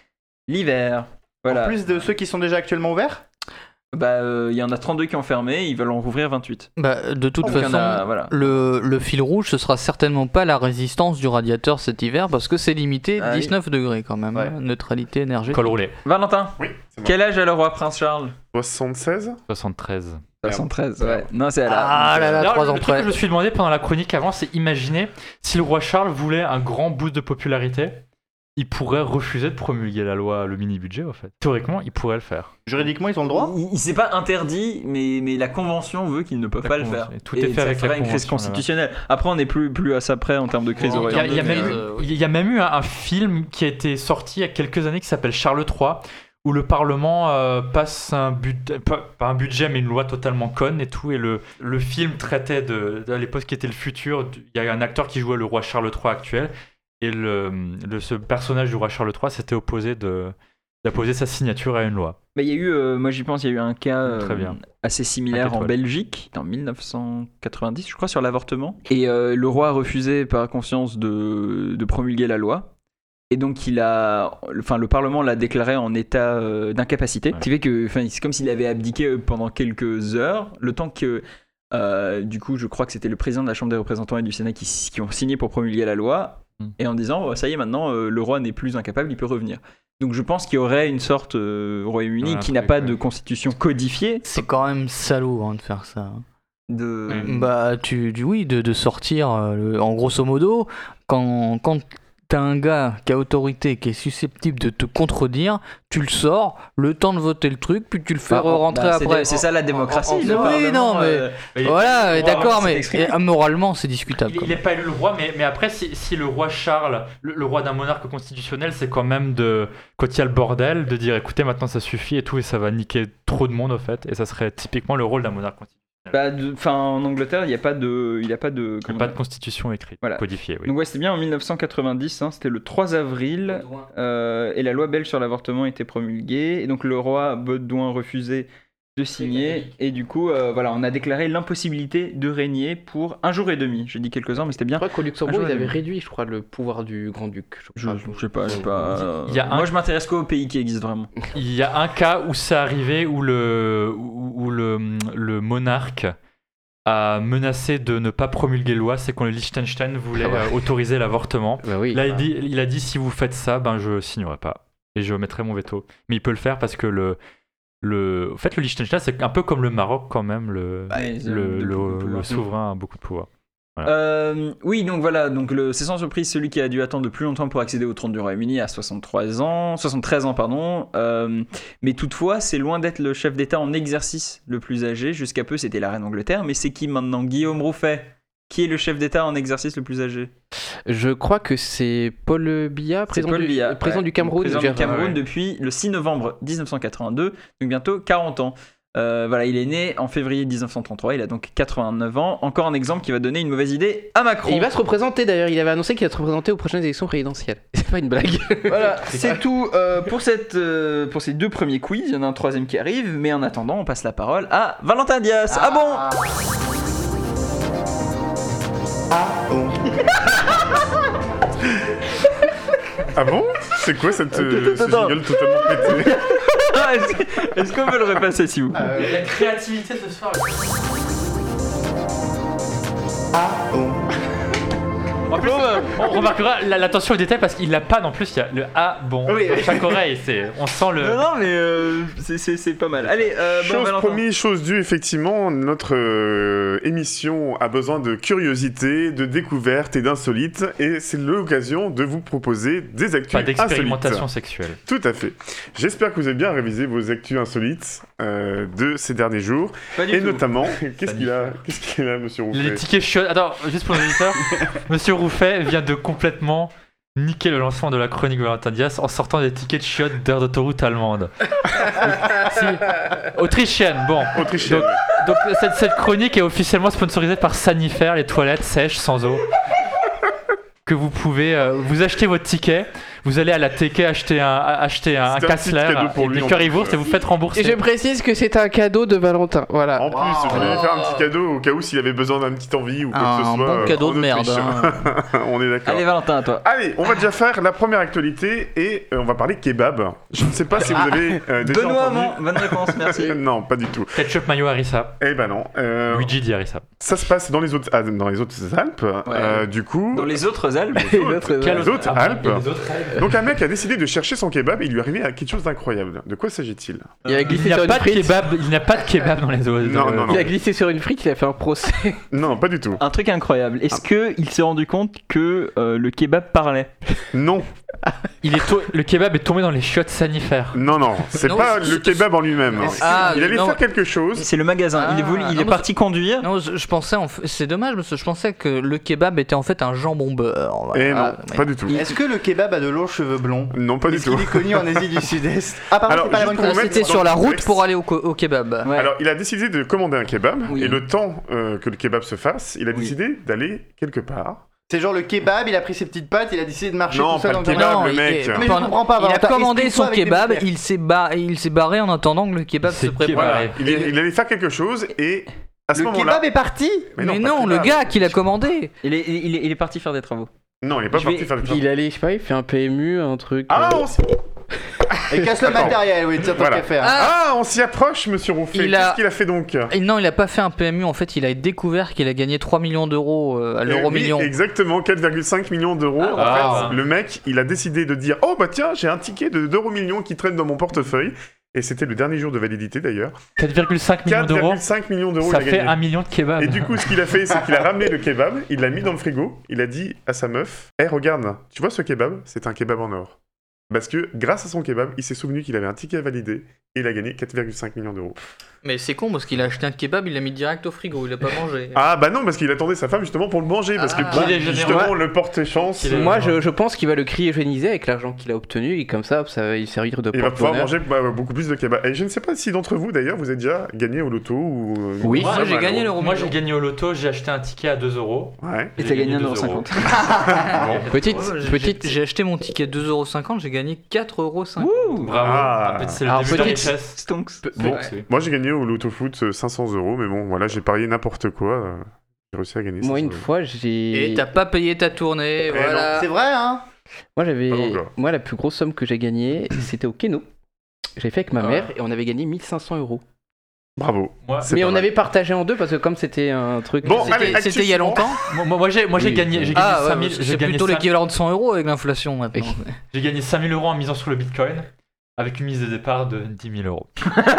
S2: l'hiver. Voilà.
S7: En plus de ceux qui sont déjà actuellement ouverts.
S2: Bah, il euh, y en a trente-deux qui ont fermé, ils veulent en rouvrir vingt-huit.
S5: Bah, de toute
S2: Donc,
S5: façon,
S2: a, voilà.
S5: le, le fil rouge, ce sera certainement pas la résistance du radiateur cet hiver, parce que c'est limité
S2: ah,
S5: dix-neuf oui. degrés quand même, ouais. Neutralité énergétique.
S6: Col roulé.
S2: Valentin,
S4: oui,
S2: quel âge a le roi Prince Charles?
S4: soixante-seize
S6: soixante-treize.
S2: soixante-treize, ouais. Non, c'est à la...
S5: Ah là là, trois ans
S6: près. Le truc
S5: près.
S6: que je me suis demandé pendant la chronique avant, c'est imaginer si le roi Charles voulait un grand boost de popularité, il pourrait refuser de promulguer la loi, le mini-budget, en fait. Théoriquement, il pourrait le faire.
S7: Juridiquement, ils ont le droit.
S2: Il, il s'est pas interdit, mais, mais la convention veut qu'ils ne peuvent
S6: la
S2: pas le faire.
S6: Tout est fait avec la
S2: une crise constitutionnelle. Après, on n'est plus, plus à ça près en termes de crise.
S6: Il y, y, y, y a même eu un, un film qui a été sorti il y a quelques années qui s'appelle Charles trois, où le Parlement euh, passe un budget, pas, pas un budget, mais une loi totalement conne et tout. Et le, le film traitait de, de l'époque qui était le futur. Il y a un acteur qui jouait le roi Charles trois actuel. Et le, le, ce personnage du roi Charles trois s'était opposé de, d'apposer sa signature à une loi.
S2: Bah, il y a eu, euh, moi j'y pense, il y a eu un cas euh,
S6: Très bien.
S2: assez similaire en Belgique, en dix-neuf cent quatre-vingt-dix, je crois, sur l'avortement. Et euh, le roi a refusé par conscience de, de promulguer la loi. Et donc il a, enfin le Parlement l'a déclaré en état euh, d'incapacité. Ouais. Ce qui fait que, enfin, c'est comme s'il avait abdiqué pendant quelques heures, le temps que, euh, du coup, je crois que c'était le président de la Chambre des représentants et du Sénat qui, qui ont signé pour promulguer la loi. Et en disant, oh, ça y est, maintenant, euh, le roi n'est plus incapable, il peut revenir. Donc je pense qu'il y aurait une sorte euh, au Royaume-Uni ouais, qui n'a pas ouais. de constitution codifiée.
S5: C'est quand même salaud hein, de faire ça.
S2: De...
S5: Bah, tu, tu, oui, de, de sortir, euh, en grosso modo, quand... quand t'as un gars qui a autorité, qui est susceptible de te contredire, tu le sors, le temps de voter le truc, puis tu le fais bah, rentrer
S2: bah,
S5: après.
S2: C'est, c'est ça la démocratie.
S5: En, en, en, oui, non, mais euh, voilà, d'accord, mais et, moralement c'est discutable.
S6: Il n'est pas élu le roi, mais, mais après, si, si le roi Charles, le, le roi d'un monarque constitutionnel, c'est quand même de, quand il y a le bordel, de dire écoutez, maintenant ça suffit et tout, et ça va niquer trop de monde en fait, et ça serait typiquement le rôle d'un monarque constitutionnel.
S2: Bah, enfin, en Angleterre, il n'y a pas de, il y a pas de,
S6: il y a pas de constitution écrite, voilà. Codifiée. Oui.
S2: Donc ouais, c'était bien en dix-neuf cent quatre-vingt-dix. Hein, c'était le trois avril, euh, et la loi belge sur l'avortement était promulguée. Et donc le roi Baudouin refusait de signer, et du coup, euh, voilà, on a déclaré l'impossibilité de régner pour un jour et demi. J'ai dit quelques ans, mais c'était bien.
S3: Je crois qu'au Luxembourg, ils avaient réduit, je crois, le pouvoir du grand-duc.
S2: Je, je, je sais pas, je sais pas. Euh...
S6: Il y a
S2: Moi,
S6: un...
S2: je m'intéresse qu'aux pays qui existent vraiment.
S6: Il y a un cas où c'est arrivé où le, où, où le, le monarque a menacé de ne pas promulguer loi, c'est quand le Liechtenstein voulait ah ouais. euh, autoriser l'avortement.
S3: Bah oui,
S6: Là,
S3: bah...
S6: il, dit, il a dit si vous faites ça, ben je signerai pas et je mettrai mon veto. Mais il peut le faire parce que le, le, en fait, le Liechtenstein, c'est un peu comme le Maroc quand même. Le, bah, le, le, le, le souverain a beaucoup de pouvoir.
S2: Voilà. Euh, oui, donc voilà, donc le, c'est sans surprise celui qui a dû attendre le plus longtemps pour accéder au trône du Royaume-Uni à soixante-trois ans, soixante-treize ans, pardon. Euh, mais toutefois, c'est loin d'être le chef d'État en exercice le plus âgé. Jusqu'à peu, c'était la reine d'Angleterre, mais c'est qui maintenant? Guillaume Rouffet, qui est le chef d'État en exercice le plus âgé?
S3: Je crois que c'est Paul Biya, président,
S2: Paul
S3: du,
S2: Biya,
S3: président
S2: ouais,
S3: du Cameroun.
S2: Président du Cameroun ouais. depuis le six novembre dix-neuf cent quatre-vingt-deux, donc bientôt quarante ans. Euh, voilà, il est né en février dix-neuf cent trente-trois, il a donc quatre-vingt-neuf ans. Encore un exemple qui va donner une mauvaise idée à Macron.
S3: Et il va se représenter d'ailleurs, il avait annoncé qu'il va se représenter aux prochaines élections présidentielles. C'est pas une blague.
S2: Voilà, c'est tout euh, pour, cette, euh, pour ces deux premiers quiz. Il y en a un troisième qui arrive, mais en attendant, on passe la parole à Valentin Dias. Ah, ah bon
S7: Ah bon
S4: Ah bon? C'est quoi cette, euh, ce jingle totalement pété?
S2: est-ce, est-ce qu'on peut le repasser s'il vous plaît?
S6: euh, La créativité ce soir.
S3: Ah bon.
S6: En plus, on remarquera l'attention au détail parce qu'il l'a pas non plus, il y a le ah bon oui. Dans chaque oreille, c'est, on sent le...
S2: Non, non mais euh, c'est, c'est, c'est pas mal. Allez, euh, bon,
S4: chose promis, chose due, effectivement, notre euh, émission a besoin de curiosité, de découverte et d'insolites, et c'est l'occasion de vous proposer des actus
S6: insolites. Pas d'expérimentation
S4: insolites.
S6: Sexuelle.
S4: Tout à fait. J'espère que vous avez bien révisé vos actus insolites euh, de ces derniers jours.
S2: Pas du
S4: et
S2: tout.
S4: notamment, qu'est-ce qu'il a, qu'est-ce qu'il a, monsieur Rouffet?
S6: Les tickets chiottes. Attends, juste pour les auditeurs, monsieur Rouffet vient de complètement niquer le lancement de la chronique Valentin Dias en sortant des tickets de chiottes d'air d'autoroute allemande. Si. Autrichienne, bon.
S4: Autrichienne.
S6: Donc, donc cette, cette chronique est officiellement sponsorisée par Sanifair, les toilettes sèches sans eau. Que vous pouvez, euh, vous achetez votre ticket, vous allez à la T K acheter un, acheter un, un
S4: C'était un petit cadeau
S6: Kassler
S4: pour
S6: et
S4: lui,
S6: des
S4: en
S6: currywurst
S4: plus.
S6: et vous faites rembourser.
S8: Et je précise que c'est un cadeau de Valentin. Voilà.
S4: En plus,
S7: Wow.
S4: je voulais faire un petit cadeau au cas où s'il avait besoin d'un petit envie ou quoi que ce
S5: Un
S4: soit.
S5: bon
S4: euh,
S5: cadeau
S4: en
S5: de merde.
S4: Autriche.
S5: hein.
S4: On est d'accord.
S2: Allez, Valentin, à toi.
S4: Allez, on va déjà faire la première actualité et euh, on va parler kebab. Je ne sais pas si vous avez euh, déjà
S2: Benoît,
S4: entendu.
S2: non, bonne réponse, merci.
S4: Non, pas du tout.
S6: Ketchup mayo harissa.
S4: Eh ben non. Euh,
S6: Luigi dit harissa.
S4: ça se passe dans les autres, ah, dans les autres Alpes. Euh, du coup,
S2: Dans les autres Alpes.
S4: les autres,
S6: Quelle
S4: les autres
S6: Ah,
S4: Alpes.
S6: il y a des autres Alpes.
S4: Donc un mec a décidé de chercher son kebab et il lui est arrivé à quelque chose d'incroyable. De quoi s'agit-il?
S8: Il a
S6: Il
S8: glissé
S6: n'y
S8: sur
S6: a
S8: une
S6: pas de
S8: frite.
S6: kebab, il n'y a pas de kebab dans les autres.
S4: Non, non, non.
S8: Il a glissé sur une frite, il a fait un procès.
S4: Non, pas du tout.
S2: Un truc incroyable. Est-ce qu'il s'est rendu compte que euh, le kebab parlait?
S4: Non,
S6: Il est to- le kebab est tombé dans les chiottes sanitaires.
S4: non, non. C'est
S5: Non,
S4: pas
S5: c'est-
S4: le kebab en lui-même.
S5: Ah,
S4: il allait
S5: non.
S4: faire quelque chose.
S2: C'est le magasin. il est, voulu-
S5: Ah,
S2: il
S5: non,
S2: est
S5: mais
S2: parti conduire.
S5: Non, je, je pensais, en fait- c'est dommage parce que je pensais que le kebab était en fait un jambon beurre.
S4: Et non,
S5: Voilà.
S4: pas du tout.
S7: Est-ce que le kebab a de longs cheveux blonds?
S4: Non, pas du
S7: Est-ce
S4: tout.
S7: qu'il est connu en Asie du Sud-Est? Ah, pardon,
S4: Alors,
S7: c'est pas la
S4: juste
S7: bonne
S4: pour
S5: Ah,
S4: vous mettre
S5: C'était
S4: dans
S5: sur
S4: le
S5: la route
S4: contexte.
S5: pour aller au, co- au kebab.
S2: Ouais.
S4: Alors, il a décidé de commander un kebab
S2: Oui.
S4: et le temps euh, que le kebab se fasse, il a
S2: Oui.
S4: décidé d'aller quelque part.
S7: C'est genre le kebab, il a pris ses petites pattes, il a décidé de marcher
S4: Non,
S7: tout seul
S4: pas
S7: dans
S4: le
S7: le
S4: kebab,
S7: jardin.
S4: le
S5: il-
S4: mec.
S5: il-
S7: Mais je comprends pas,
S5: Il a
S7: Valentin,
S5: commandé
S7: explique-toi
S5: son
S7: avec des
S5: kebab,
S7: mots clairs.
S5: il s'est, ba- il s'est barré en attendant que le kebab
S6: C'est
S5: se prépare.
S6: kebab.
S4: Voilà. Il, est- il allait faire quelque chose et à ce
S7: Le
S4: moment-là.
S7: kebab est parti.
S5: Mais,
S4: pas
S5: non,
S4: le
S5: le
S4: kebab.
S5: gars qui l'a commandé.
S2: Il est, il, est, il est parti faire des travaux.
S4: Non, il est pas
S2: Je
S4: parti
S2: vais-
S4: faire des travaux.
S8: Il allait, je sais pas, il fait un P M U, un truc.
S4: Ah,
S8: euh,
S4: on s'y...
S7: Et casse le
S4: Attends.
S7: matériel, oui, tiens, tant
S4: Voilà.
S7: qu'à faire.
S4: Ah, on s'y approche, monsieur Rouffet.
S5: Il
S4: Qu'est-ce
S5: a-
S4: qu'il a fait donc?
S5: Et non, il a pas fait un P M U, en fait, il a découvert qu'il a gagné trois millions d'euros euh, à
S4: Eh
S5: l'euro
S4: oui,
S5: million.
S4: exactement, quatre virgule cinq millions d'euros. en
S6: Ah.
S4: fait, le mec, il a décidé de dire oh bah tiens, j'ai un ticket de d'euros millions qui traîne dans mon portefeuille. Et c'était le dernier jour de validité d'ailleurs.
S6: quatre virgule cinq millions
S4: quatre
S6: d'euros.
S4: virgule cinq millions d'euros.
S6: Ça
S4: il a
S6: fait
S4: gagné.
S6: un million de kebabs.
S4: Et du coup, ce qu'il a fait, c'est qu'il a ramené le kebab, il l'a mis dans le frigo, il a dit à sa meuf hé, regarde, tu vois ce kebab? C'est un kebab en or. Parce que grâce à son kebab, il s'est souvenu qu'il avait un ticket à valider et il a gagné quatre virgule cinq millions d'euros.
S5: Mais c'est con parce qu'il a acheté un kebab, il l'a mis direct au frigo, il a pas mangé.
S4: Ah bah non, parce qu'il attendait sa femme justement pour le manger, parce que
S5: Ah.
S4: bah,
S6: Qu'il est
S4: justement
S8: généreux.
S4: le porte-chance,
S6: Qu'il est-
S8: Moi, je, je pense qu'il va le cryogéniser avec l'argent qu'il a obtenu et comme ça, ça va lui servir de
S4: il va pouvoir
S8: porte-bonheur.
S4: manger bah, beaucoup plus de kebab. Et je ne sais pas si d'entre vous d'ailleurs, vous avez déjà gagné au loto ou... euh,
S8: Oui.
S4: ou
S5: Moi,
S4: pas
S5: j'ai
S4: mal,
S5: gagné
S4: hein.
S5: l'euro
S6: Moi
S5: million.
S6: j'ai gagné au loto, j'ai acheté un ticket à deux euros.
S4: Ouais.
S2: Et
S6: J'ai
S2: t'as gagné un
S6: deux
S2: euro cinquante.
S8: Petite,
S5: Ouais, j'ai-
S8: petite.
S5: J'ai acheté mon ticket deux euros cinquante, j'ai gagné quatre euros cinquante.
S6: Bravo.
S4: Ah.
S6: En fait, c'est le
S8: Alors,
S6: début de la
S8: petite-
S6: richesse.
S2: Stonks.
S4: Bon,
S6: Ouais.
S4: moi j'ai gagné au loto foot euh, cinq cents euros, mais bon, voilà, j'ai parié n'importe quoi. euh, J'ai réussi à gagner
S8: Moi,
S4: cinq
S8: une
S4: cents
S8: fois, j'ai.
S5: Et t'as pas payé ta tournée,
S4: non.
S5: voilà.
S7: C'est vrai, hein?
S8: Moi, j'avais.
S4: Pas encore.
S8: Moi, la plus grosse somme que j'ai gagnée, c'était au Keno. J'avais fait avec ma
S5: Ah.
S8: mère et on avait gagné mille cinq cents euros.
S4: Bravo.
S6: Moi,
S4: C'est
S8: Mais
S4: pas
S8: on
S4: mal.
S8: avait partagé en deux parce que comme c'était un truc.
S4: Bon,
S5: C'était-
S4: allez, actu
S5: C'était il y a
S4: suivante.
S5: longtemps.
S6: moi, moi, moi, j'ai moi, j'ai
S8: Oui.
S6: gagné, j'ai gagné
S5: Ah ouais,
S6: cinq mille
S5: parce que
S6: j'ai
S5: c'est
S6: gagné
S5: plutôt
S6: cinq-
S5: l'équivalent de cent euros avec l'inflation maintenant.
S6: j'ai gagné cinq mille euros en misant sur le bitcoin avec une mise de départ de dix mille euros.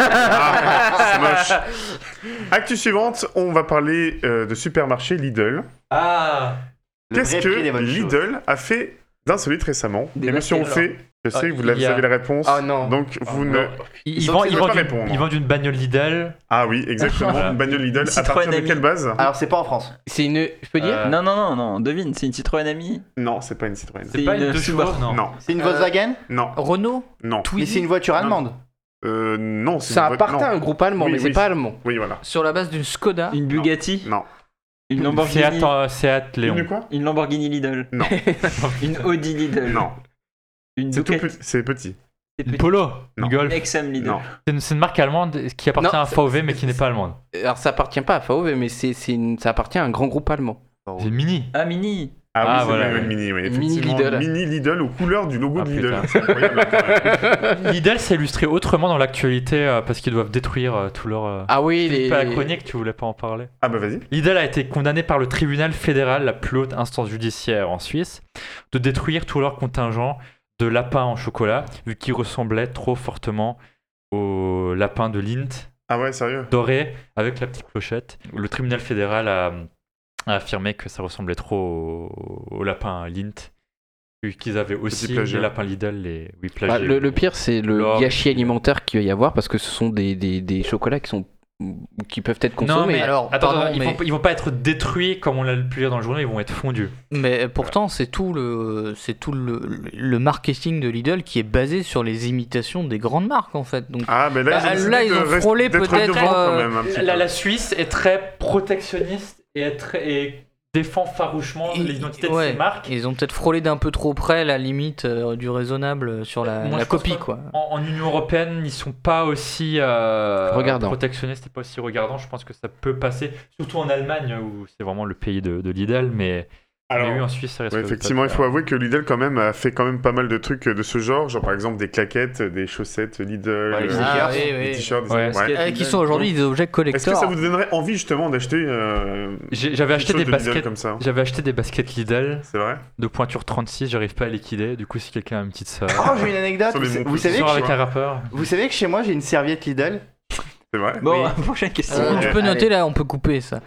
S4: Ah, c'est moche. Actu suivante, on va parler euh, de supermarché Lidl.
S6: Ah
S7: Le
S4: Qu'est-ce
S7: vrai
S4: que
S7: prix des bonnes choses.
S4: Lidl a fait d'insolite récemment?
S2: Des
S4: Et monsieur
S2: vaches,
S4: Onfray, je sais
S6: Ah,
S4: que vous,
S6: il
S4: l'avez-
S6: y a-
S4: vous avez la réponse.
S8: Ah non.
S4: Donc vous
S6: Ah,
S4: ne.
S6: non. Ils, ils
S4: Sauf
S6: vendent,
S4: qu'il
S6: ils,
S4: veut
S6: vendent
S4: pas
S6: une,
S4: répondre.
S6: ils vendent une bagnole Lidl.
S4: Ah oui, exactement.
S6: Voilà.
S4: Une bagnole Lidl. À
S2: Citroën
S4: partir de
S2: Ami.
S4: quelle base?
S7: Alors, c'est pas en France.
S8: C'est une. Je peux dire
S6: Euh,
S2: Non, non, non, non, devine, c'est une Citroën Ami.
S4: Non, c'est pas une Citroën.
S6: C'est pas une deux chevaux,
S2: Subaru.
S6: non.
S4: Non,
S7: C'est une
S5: Euh,
S7: Volkswagen?
S4: non,
S5: Renault,
S4: non.
S7: Mais c'est une voiture allemande.
S4: Euh, non, c'est
S8: Ça
S4: une vo-
S8: appartient à
S4: non.
S8: un groupe allemand,
S4: Oui,
S8: mais
S4: oui.
S8: c'est pas allemand.
S4: Oui, voilà.
S5: sur la base d'une Skoda.
S2: Une Bugatti.
S4: Non.
S2: Une
S6: Seat,
S2: Lamborghini.
S6: euh, Seat Léon.
S4: Une quoi?
S2: Une Lamborghini Lidl.
S4: Non.
S2: Une Audi Lidl.
S4: Non.
S2: Une
S4: C'est tout
S2: Ducati.
S4: petit. C'est petit.
S2: C'est
S6: Une
S2: petit.
S6: Polo,
S4: Non.
S6: une Golf.
S2: Une X M Lidl.
S4: Non.
S6: C'est une, c'est une marque allemande qui appartient
S8: Non,
S6: à
S8: c'est-
S6: V W mais qui n'est pas allemande.
S8: Alors ça appartient pas à V W, mais c'est, c'est une- ça appartient à un grand groupe allemand.
S6: C'est Mini.
S2: Ah, Mini.
S4: Ah,
S6: Ah,
S4: oui, c'est
S6: voilà,
S4: vrai,
S6: oui.
S4: une mini, oui.
S8: Mini
S4: effectivement.
S8: Lidl.
S4: Mini Lidl aux couleurs du logo
S6: Ah,
S4: de Lidl.
S6: putain.
S4: C'est incroyable, quand même.
S6: Lidl s'est illustré autrement dans l'actualité euh, parce qu'ils doivent détruire euh, tout leur. euh,
S8: Ah oui, les.
S6: Pas la chronique, tu voulais pas en parler.
S4: Ah bah vas-y.
S6: Lidl a été condamné par le tribunal fédéral, la plus haute instance judiciaire en Suisse, de détruire tout leur contingent de lapins en chocolat, vu qu'ils ressemblaient trop fortement aux lapins de Lindt,
S4: Ah ouais, sérieux?
S6: dorés, avec la petite clochette. Le tribunal fédéral a, a affirmé que ça ressemblait trop aux, aux lapins Lindt, vu qu'ils avaient aussi
S4: plagiat.
S6: les lapins Lidl, les oui,
S8: Bah,
S6: plagiés.
S8: le, le pire, c'est le
S6: L'or,
S8: gâchis
S6: et-
S8: alimentaire qu'il va y avoir parce que ce sont des, des, des chocolats qui sont qui peuvent être consommés.
S6: Non, mais
S5: Alors,
S6: attends,
S5: pardon,
S6: attends, ils,
S5: mais-
S6: vont, ils vont pas être détruits comme on l'a pu lire dans le journal, ils vont être fondus.
S5: Mais pourtant, c'est tout le, c'est tout le, le marketing de Lidl qui est basé sur les imitations des grandes marques en fait. Donc,
S4: Ah, mais là,
S5: Bah,
S4: ils ont,
S5: là,
S4: décidé
S5: ils
S4: de
S5: ont
S4: rest-
S5: frôlé
S4: d'être
S5: peut-être,
S4: devant, quand
S5: euh,
S4: même, un petit
S6: La,
S4: peu.
S6: la Suisse est très protectionniste et, est très, et défend farouchement
S5: Et-
S6: l'identité
S5: ouais,
S6: de ces marques.
S5: Ils ont peut-être frôlé d'un peu trop près la limite euh, du raisonnable sur la,
S6: Moi,
S5: la
S6: je pense
S5: copie,
S6: pas-
S5: quoi.
S6: En, en Union Européenne, ils sont pas aussi euh,
S8: Regardants.
S6: protectionnistes et pas aussi regardants. Je pense que ça peut passer, surtout en Allemagne où c'est vraiment le pays de, de Lidl, mais,
S4: Alors,
S6: mais oui, en Suisse, ça reste.
S4: ouais,
S6: pas
S4: effectivement,
S6: le
S4: il
S6: cas.
S4: faut avouer que Lidl quand même a fait quand même pas mal de trucs de ce genre, genre par exemple des claquettes, des chaussettes Lidl,
S7: Ouais, les
S4: euh,
S5: Ah,
S7: t-shirts.
S5: oui,
S4: des
S5: oui.
S4: t-shirts, des-
S6: Ouais,
S4: ouais.
S5: Euh, qui sont aujourd'hui des objets
S4: Est-ce que
S5: collector.
S4: ça vous donnerait envie justement d'acheter euh,
S6: J'ai- J'avais
S4: quelque
S6: acheté
S4: chose
S6: des
S4: de Lidl
S6: baskets.
S4: comme ça?
S6: J'avais acheté des baskets Lidl
S4: C'est vrai?
S6: de pointure trente-six, j'arrive pas à liquider. Du coup, si quelqu'un a une petite sœur.
S7: Oh, j'ai une anecdote.
S4: Sur les
S7: Vous,
S4: bons
S7: vous
S4: coups.
S7: savez
S6: Sors
S7: que
S6: avec
S7: chez-
S6: un rappeur.
S7: vous savez que chez moi, j'ai une serviette Lidl.
S4: C'est vrai?
S2: Bon,
S7: Oui.
S2: prochaine question.
S5: Euh, tu
S7: Ouais,
S5: peux noter
S7: allez.
S5: là, on peut couper ça.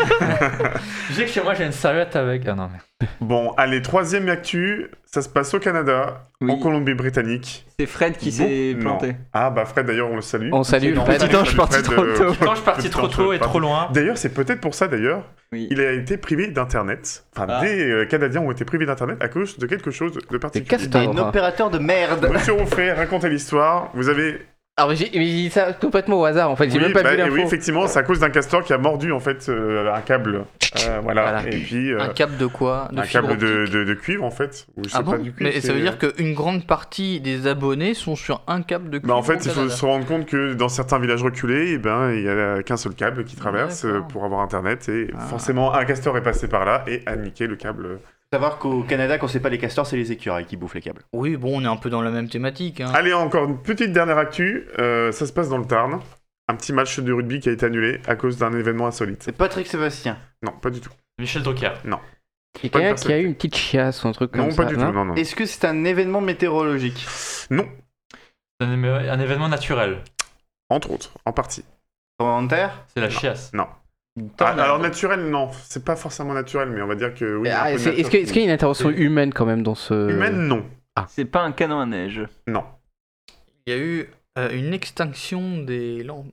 S6: Je sais que chez moi, j'ai une serviette avec. Ah non, mais.
S4: Bon, allez, troisième actu, ça se passe au Canada,
S2: Oui.
S4: en Colombie-Britannique.
S2: C'est Fred qui s'est
S4: Bon, non.
S2: planté.
S4: Ah bah Fred d'ailleurs on le salue.
S8: On salue
S4: Non,
S8: Fred.
S4: salut,
S2: Petit ange
S4: salut,
S2: parti
S4: Fred,
S2: trop
S4: euh,
S2: tôt.
S6: Quand je suis parti
S4: petit
S6: trop
S4: ange
S6: tôt et
S4: parti-
S6: trop loin.
S4: D'ailleurs c'est peut-être pour ça d'ailleurs,
S2: Oui.
S4: il a été privé d'internet. Enfin
S2: Ah.
S4: des euh, Canadiens ont été privés d'internet à cause de quelque chose de particulier.
S8: Castor.
S7: Un opérateur de merde.
S4: Monsieur Rouffet, racontez l'histoire. Vous avez...
S8: Alors j'ai mais j'ai dit ça complètement au hasard en fait, j'ai
S4: oui,
S8: même pas
S4: bah,
S8: vu l'info.
S4: oui, effectivement, c'est à cause d'un castor qui a mordu en fait euh, un câble. Euh, voilà.
S8: Voilà.
S4: Et puis... euh,
S5: Un câble de quoi? De
S4: un
S5: fibre
S4: câble de,
S5: optique.
S4: de, de cuivre en fait. Ou je sais
S5: Ah
S4: pas
S5: bon?
S4: du cuivre,
S5: Mais
S4: c'est-
S5: ça veut dire qu'une grande partie des abonnés sont sur un câble de cuivre.
S4: Bah en fait,
S5: au
S4: il faut
S5: Canada.
S4: se rendre compte que dans certains villages reculés, eh ben, il n'y a qu'un seul câble qui traverse
S5: D'accord.
S4: euh, pour avoir internet. Et
S5: Ah.
S4: forcément, un castor est passé par là et a niqué le câble.
S7: Savoir qu'au Canada, quand c'est pas les castors, c'est les écureuils qui bouffent les câbles.
S5: Oui, bon, on est un peu dans la même thématique. Hein.
S4: Allez, encore une petite dernière actu. Euh, ça se passe dans le Tarn. Un petit match de rugby qui a été annulé à cause d'un événement insolite.
S7: C'est Patrick Sébastien.
S4: Non, pas du tout.
S6: Michel Drucker.
S8: Il y a
S4: pas de
S8: quelqu'un qui a
S4: personnalité.
S8: eu une petite chiasse ou un truc comme
S4: Non,
S8: ça.
S4: pas du tout. Non, non.
S7: Est-ce que c'est un événement météorologique?
S4: Non,
S6: C'est un, éme- un événement naturel.
S4: entre autres, en partie.
S7: Tremblement de terre?
S6: C'est la
S4: Non.
S6: chiasse.
S4: Non. Ah, alors naturel, non. C'est pas forcément naturel, mais on va dire que oui.
S8: Ah,
S4: un peu de
S8: c'est- Est-ce
S4: nature
S8: que- est-ce
S4: qui-
S8: qu'il y a une intervention humaine quand même dans ce...
S4: Humaine, non.
S2: C'est pas un canon à neige.
S4: Non.
S5: Il y a eu euh, une extinction des lampes.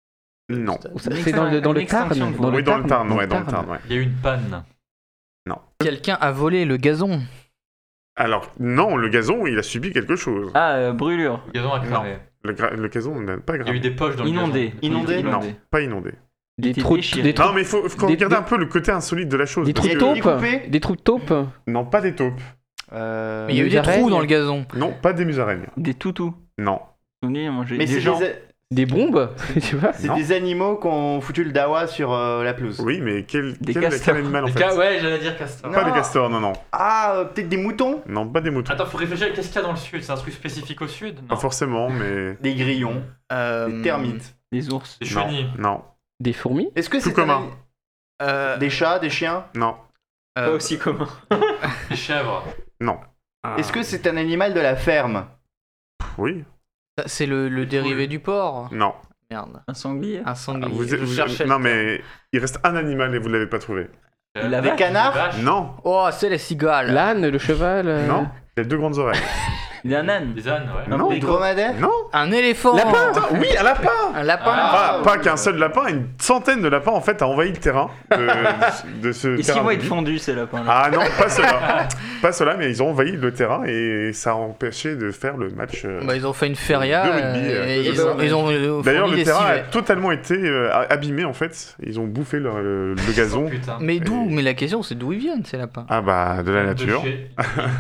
S4: Non.
S8: Ça, C'est dans le, dans le Tarn
S2: Extinction de
S8: dans
S4: Oui, dans le Tarn,
S8: dans
S4: ouais, dans le Tarn, ouais.
S6: Il y a eu une panne.
S5: Quelqu'un a volé le gazon.
S4: Alors, non, le gazon, il a subi quelque chose.
S2: Ah, euh, brûlure.
S6: Le gazon a cramé.
S4: Le, gra- le gazon n'a pas
S6: Il y a
S4: grave.
S6: eu des poches dans le
S2: Inondé.
S6: gazon.
S2: Inondé.
S4: Non,
S2: Inondé.
S4: pas inondé.
S8: Des
S2: était
S8: trous
S2: déchiré.
S8: des
S4: Non,
S8: trous
S4: mais il faut, faut
S8: des-
S4: regarder
S8: des-
S4: un peu le côté insolite de la chose.
S8: des
S4: parce
S8: trous
S4: que-
S8: taupes
S7: découpé
S8: Des trous taupes
S4: Non, pas des taupes.
S7: Euh,
S5: Mais il y a eu
S8: des
S5: des trous
S8: araignées.
S5: dans le gazon.
S4: Non, pas des musaraignes.
S2: Des toutous.
S4: Non.
S2: On dit, manger
S7: Mais
S2: des
S7: c'est
S2: gens.
S7: des,
S8: Des bombes Tu vois
S7: c'est
S4: Non.
S7: des animaux qui ont foutu le dawa sur euh, la pelouse.
S4: Oui, mais quel,
S2: Des
S4: quel,
S2: castors.
S4: quel animal en
S6: Des
S4: fait
S6: ca- Ouais, j'allais dire castor.
S4: Pas
S7: Non.
S4: des castors, non, non.
S7: Ah, euh, peut-être des moutons?
S4: Non, pas des moutons.
S6: Attends, faut réfléchir. Qu'est-ce qu'il y a dans le sud? C'est un truc spécifique au sud?
S4: Pas
S6: Non.
S4: forcément, mais.
S7: Des grillons?
S5: Euh,
S7: Des termites?
S2: Des ours.
S6: Des
S4: Non,
S6: chenilles.
S4: non,
S8: Des fourmis
S7: Est-ce que
S4: Tout
S7: c'est
S4: commun.
S7: un-
S5: euh,
S7: Des chats, des chiens?
S4: non,
S5: euh,
S2: Pas aussi commun.
S6: Des chèvres.
S4: non.
S7: Est-ce que c'est un animal de la ferme?
S4: Oui,
S5: C'est le, le dérivé du porc.
S4: non.
S5: Merde.
S2: Un sanglier.
S5: Un sanglier.
S4: Vous-
S5: Je
S4: vous-
S5: cherchais le
S4: non,
S5: terme.
S4: mais il reste un animal et vous l'avez pas trouvé.
S6: Euh,
S2: La
S7: Des
S2: vache.
S7: canards?
S6: Des vaches.
S4: Non,
S5: Oh, c'est les cigales.
S8: L'âne, le cheval euh,
S4: non. Il a deux grandes oreilles.
S2: Il y a un âne.
S6: Des ânes, ouais.
S4: Non.
S7: Des dromadaires?
S4: Non.
S5: Un éléphant.
S4: Lapin. Oui, un lapin.
S5: Un lapin.
S6: Ah.
S4: Pas, pas qu'un seul lapin, une centaine de lapins en fait a envahi le terrain de, de ce
S2: Et
S4: terrain.
S2: s'ils vont
S4: de
S2: être
S4: rugby.
S2: fondus, ces lapins là.
S4: Ah non, pas ceux-là. Pas ceux-là, mais ils ont envahi le terrain et ça a empêché de faire le match. euh,
S5: Bah, ils ont fait une feria.
S4: De rugby,
S5: euh,
S4: euh,
S5: et
S4: de
S5: ils, ont,
S4: rugby.
S5: ils ont euh,
S4: D'ailleurs,
S5: fourni
S4: le
S5: des
S4: terrain a
S5: civets.
S4: totalement été euh, abîmé en fait. Ils ont bouffé le, le- le gazon.
S6: Oh, putain.
S5: Mais d'où
S4: Et-
S5: Mais la question, c'est d'où ils viennent ces lapins.
S4: Ah bah de la
S6: De
S4: nature.
S6: chez-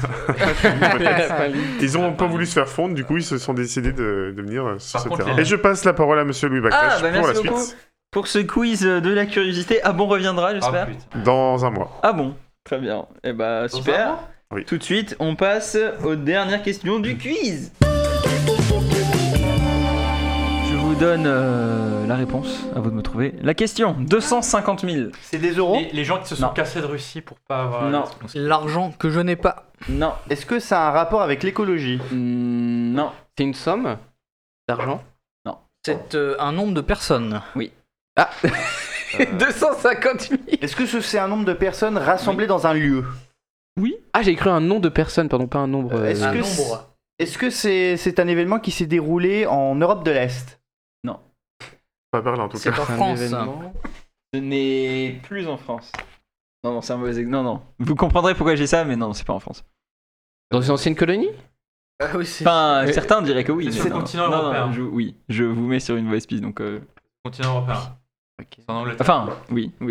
S4: Ils ont pas voulu se faire fondre, du coup ils se sont décidés de, de venir euh, sur
S6: Par
S4: ce
S6: contre,
S4: terrain.
S6: les-
S4: Et je passe la parole à Monsieur Louis Backlash
S2: Ah, bah,
S4: pour la
S2: merci
S4: suite.
S2: beaucoup. Pour ce quiz de la curiosité, ah bon reviendra,
S6: Ah,
S2: j'espère.
S6: putain.
S4: Dans un mois.
S2: Ah bon, très bien. Et bah super.
S4: Oui.
S2: Tout de suite, on passe aux dernières questions du quiz. Je vous donne euh, la réponse, à vous de me trouver. La question, deux cent cinquante mille.
S7: C'est des euros?
S6: Les, les gens qui se sont
S2: Non.
S6: cassés de Russie pour pas avoir.
S2: Non.
S5: L'argent que je n'ai pas.
S2: Non.
S7: Est-ce que ça a un rapport avec l'écologie?
S2: Mm, non.
S8: C'est une somme d'argent
S5: C'est euh, un nombre de personnes.
S8: Ah deux cent cinquante mille
S7: Est-ce que ce- c'est un nombre de personnes rassemblées dans un lieu?
S8: Ah, j'ai écrit un nom de personne, pardon, pas un nombre.
S7: Euh,
S8: euh,
S7: est-ce
S5: Un
S7: que
S5: nombre.
S7: Est-ce que c'est c'est un événement qui s'est déroulé en Europe de l'Est?
S4: Pas parler en tout
S5: C'est
S4: cas.
S5: en
S8: un
S5: France.
S8: événement
S2: Ce n'est plus en France. Non, non, c'est un mauvais exemple. Non, non. Vous comprendrez pourquoi j'ai ça, mais non, c'est pas en France.
S8: Dans une ancienne colonie
S5: Ah oui, c'est.
S2: Enfin,
S8: Mais-
S2: certains diraient que oui.
S6: C'est
S2: mais
S6: sur le
S2: non.
S6: continent
S2: Non, non,
S6: européen.
S2: je- oui, je vous mets sur une mauvaise piste, donc. euh,
S6: Continent européen. C'est en Angleterre.
S2: Enfin, oui, oui.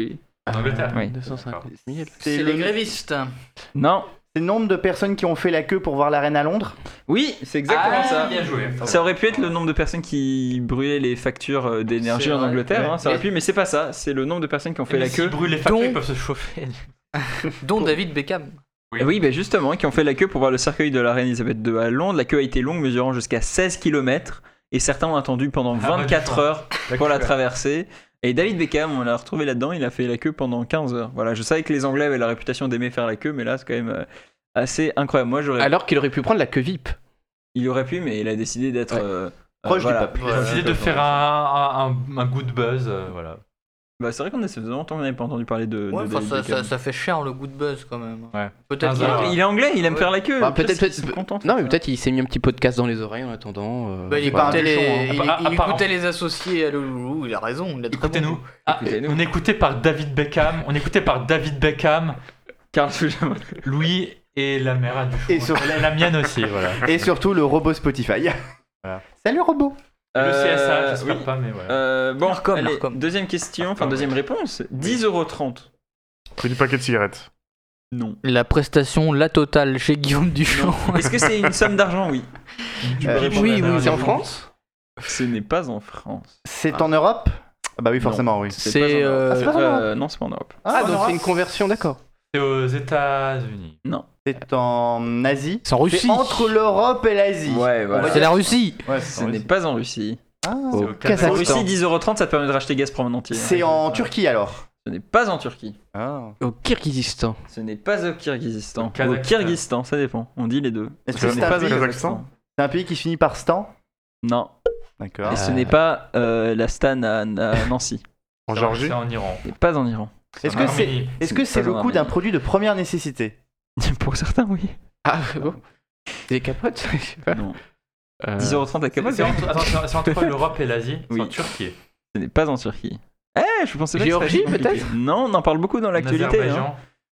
S6: En Angleterre.
S2: Oui.
S8: deux cent cinquante mille.
S5: C'est les grévistes.
S2: Non.
S7: C'est le nombre de personnes qui ont fait la queue pour voir la reine à Londres.
S2: Oui, c'est exactement
S6: Ah,
S2: ça.
S6: bien joué.
S2: Ça aurait pu être le nombre de personnes qui brûlaient les factures euh, d'énergie
S5: C'est
S2: en
S5: vrai.
S2: Angleterre, hein, ça aurait
S5: Mais-
S2: pu, mais c'est pas ça. C'est le nombre de personnes qui ont fait
S6: Mais
S2: la
S6: s'ils
S2: queue.
S6: brûlent les factures,
S5: dont-
S6: ils peuvent se chauffer.
S5: Dont David Beckham.
S6: Oui.
S2: Et oui, bah justement, qui ont fait la queue pour voir le cercueil de la reine Elisabeth deux à Londres. La queue a été longue, mesurant jusqu'à seize kilomètres, et certains ont attendu pendant
S6: Ah, bah,
S2: vingt-quatre
S6: du
S2: heures pour la traverser. Et David Beckham, on l'a retrouvé là-dedans, il a fait la queue pendant quinze heures. Voilà, je savais que les Anglais avaient la réputation d'aimer faire la queue, mais là, c'est quand même euh, assez incroyable. Moi, j'aurais.
S8: Alors qu'il aurait pu prendre la queue V I P.
S2: Il aurait pu, mais il a décidé d'être
S8: Ouais.
S2: euh,
S7: Proche du
S2: voilà.
S7: peuple.
S6: J'ai décidé de faire un, un, un, un good buzz, euh, voilà.
S2: Bah, c'est vrai qu'on a ça faisait longtemps qu'on n'avait pas entendu parler de.
S5: Ouais,
S2: de
S5: enfin,
S2: David
S5: ça,
S2: Beckham.
S5: ça, ça fait cher le good buzz quand même.
S6: Ouais.
S5: Peut-être
S6: quinze
S5: qu'il
S6: heures.
S5: est-
S2: Il est anglais, il aime
S5: Ouais.
S2: faire la queue.
S8: Bah,
S2: Le pire,
S8: peut-être-
S2: c'est qu'ils
S8: peut-être-
S2: sont contents.
S8: Non, mais peut-être il s'est mis un petit podcast dans les oreilles en attendant. euh,
S5: Bah, il
S7: C'est pas un
S5: écoutait, les,
S7: bûcheron, hein.
S5: il,
S6: Ah,
S5: il
S6: apparemment.
S5: écoutait les associés à Loulou, il a raison. Il a très bon
S6: Écoutez-nous.
S5: goût.
S6: Ah,
S2: Écoutez-nous.
S6: on est écouté par David Beckham, on est écouté par David Beckham,
S2: Karl Schumacher.
S6: Louis et la mère à Duchon.
S7: Et sur-
S6: la, la mienne aussi, voilà.
S7: Et surtout le robot Spotify.
S6: Voilà.
S7: Salut robot.
S6: Le C S A, j'espère
S2: oui.
S6: pas, mais voilà.
S2: Euh, bon,
S5: Narcom,
S2: allez,
S5: Narcom.
S2: deuxième question, enfin deuxième réponse. dix euros trente.
S4: Prix du paquet de cigarettes.
S2: Non.
S5: La prestation La Totale chez Guillaume Duchamp.
S2: Est-ce que c'est une somme d'argent? Oui.
S7: Euh,
S5: oui, oui,
S8: C'est en France?
S2: Ce n'est pas en France.
S7: C'est en Europe. Ah bah oui, forcément, oui.
S2: C'est
S5: C'est,
S2: pas en Europe.
S5: euh,
S7: Ah, c'est pas en Europe.
S2: Euh, non, c'est pas en Europe.
S8: Ah,
S7: en
S8: donc
S7: Europe.
S8: c'est une conversion, d'accord.
S6: C'est aux États-Unis.
S7: C'est en Asie.
S5: C'est en Russie.
S7: C'est entre l'Europe et l'Asie.
S2: Ouais, voilà.
S5: C'est la Russie.
S7: Ouais,
S2: Ce
S7: c'est en
S2: n'est
S7: Russie.
S2: pas en Russie.
S7: Ah,
S6: C'est au
S2: En
S6: Kazakhstan.
S2: Russie, dix euros trente, ça te permet de racheter Gazprom en entier.
S7: C'est en Turquie alors.
S2: Ce n'est pas en Turquie.
S7: Ah.
S8: Au Kirghizistan.
S2: Ce n'est pas au Kyrgyzstan.
S6: Au
S2: Au
S6: Kazakhstan.
S2: Kyrgyzstan, ça dépend. On dit les deux.
S7: Est-ce
S2: Ce
S7: que
S2: n'est
S7: c'est un
S2: pas au
S7: pays-
S2: Kazakhstan.
S7: C'est un pays qui se finit par Stan.
S2: Non.
S7: D'accord.
S2: Et ce n'est pas euh, la Stan à, à Nancy.
S4: En
S6: C'est
S4: Géorgie.
S6: C'est en Iran.
S2: Ce n'est pas en Iran.
S7: Est-ce
S6: en
S7: que c'est
S6: Arménie.
S7: est-ce que
S2: C'est
S7: c'est
S2: pas
S7: le
S2: en
S7: coût d'un
S2: Arménie.
S7: produit de première nécessité?
S2: Pour certains, oui.
S8: Ah, bon. Des capotes? Je sais pas.
S2: Non.
S8: Euh,
S2: dix euros trente à
S6: C'est
S2: capote.
S6: c'est entre, attends, c'est- c'est entre l'Europe et l'Asie. C'est
S2: Oui.
S6: en Turquie.
S2: Ce n'est pas en Turquie. Eh, je pensais pas que ça
S8: Géorgie,
S2: serait compliqué.
S8: peut-être?
S2: Non, on en parle beaucoup dans l'actualité. hein.
S6: L'Azerbaïdjan.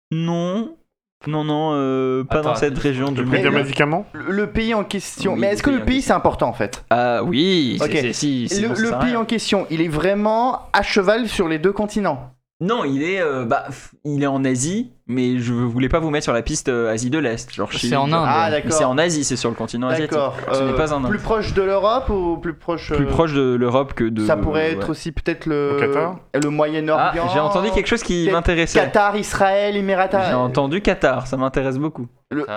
S2: Non. Non, non, euh, pas
S6: Attends,
S2: dans cette
S6: attends,
S2: région du
S4: Le
S2: monde.
S4: prix d'un
S7: le-
S4: médicament.
S7: Le, le pays en question.
S2: Oui,
S7: Mais
S2: le
S7: est-ce que
S2: pays
S7: le
S2: en
S7: pays
S2: question.
S7: c'est important en fait?
S2: Ah oui,
S7: Ok.
S2: c'est, c'est- si, sinon
S7: Le,
S2: ça
S7: le
S2: sert à
S7: pays
S2: rien.
S7: en question, il est vraiment à cheval sur les deux continents.
S2: Non, il est, euh, bah, f- il est en Asie, mais je voulais pas vous mettre sur la piste euh, Asie de l'Est, genre Chine.
S5: C'est en Inde.
S7: Ah
S2: Mais
S7: d'accord.
S2: c'est en Asie, c'est sur le continent asiatique.
S7: D'accord.
S2: Ce n'est
S7: Euh,
S2: pas en Inde.
S7: Plus proche de l'Europe ou plus proche
S2: Plus
S7: euh,
S2: proche de l'Europe que de.
S7: Ça pourrait être
S2: ouais.
S7: aussi peut-être le
S4: Au Qatar
S7: le
S2: Ah,
S7: Moyen-Orient.
S2: j'ai entendu quelque chose qui
S7: Peut-être
S2: m'intéressait.
S7: Qatar, Israël, Émirats.
S2: J'ai entendu Qatar, ça m'intéresse beaucoup.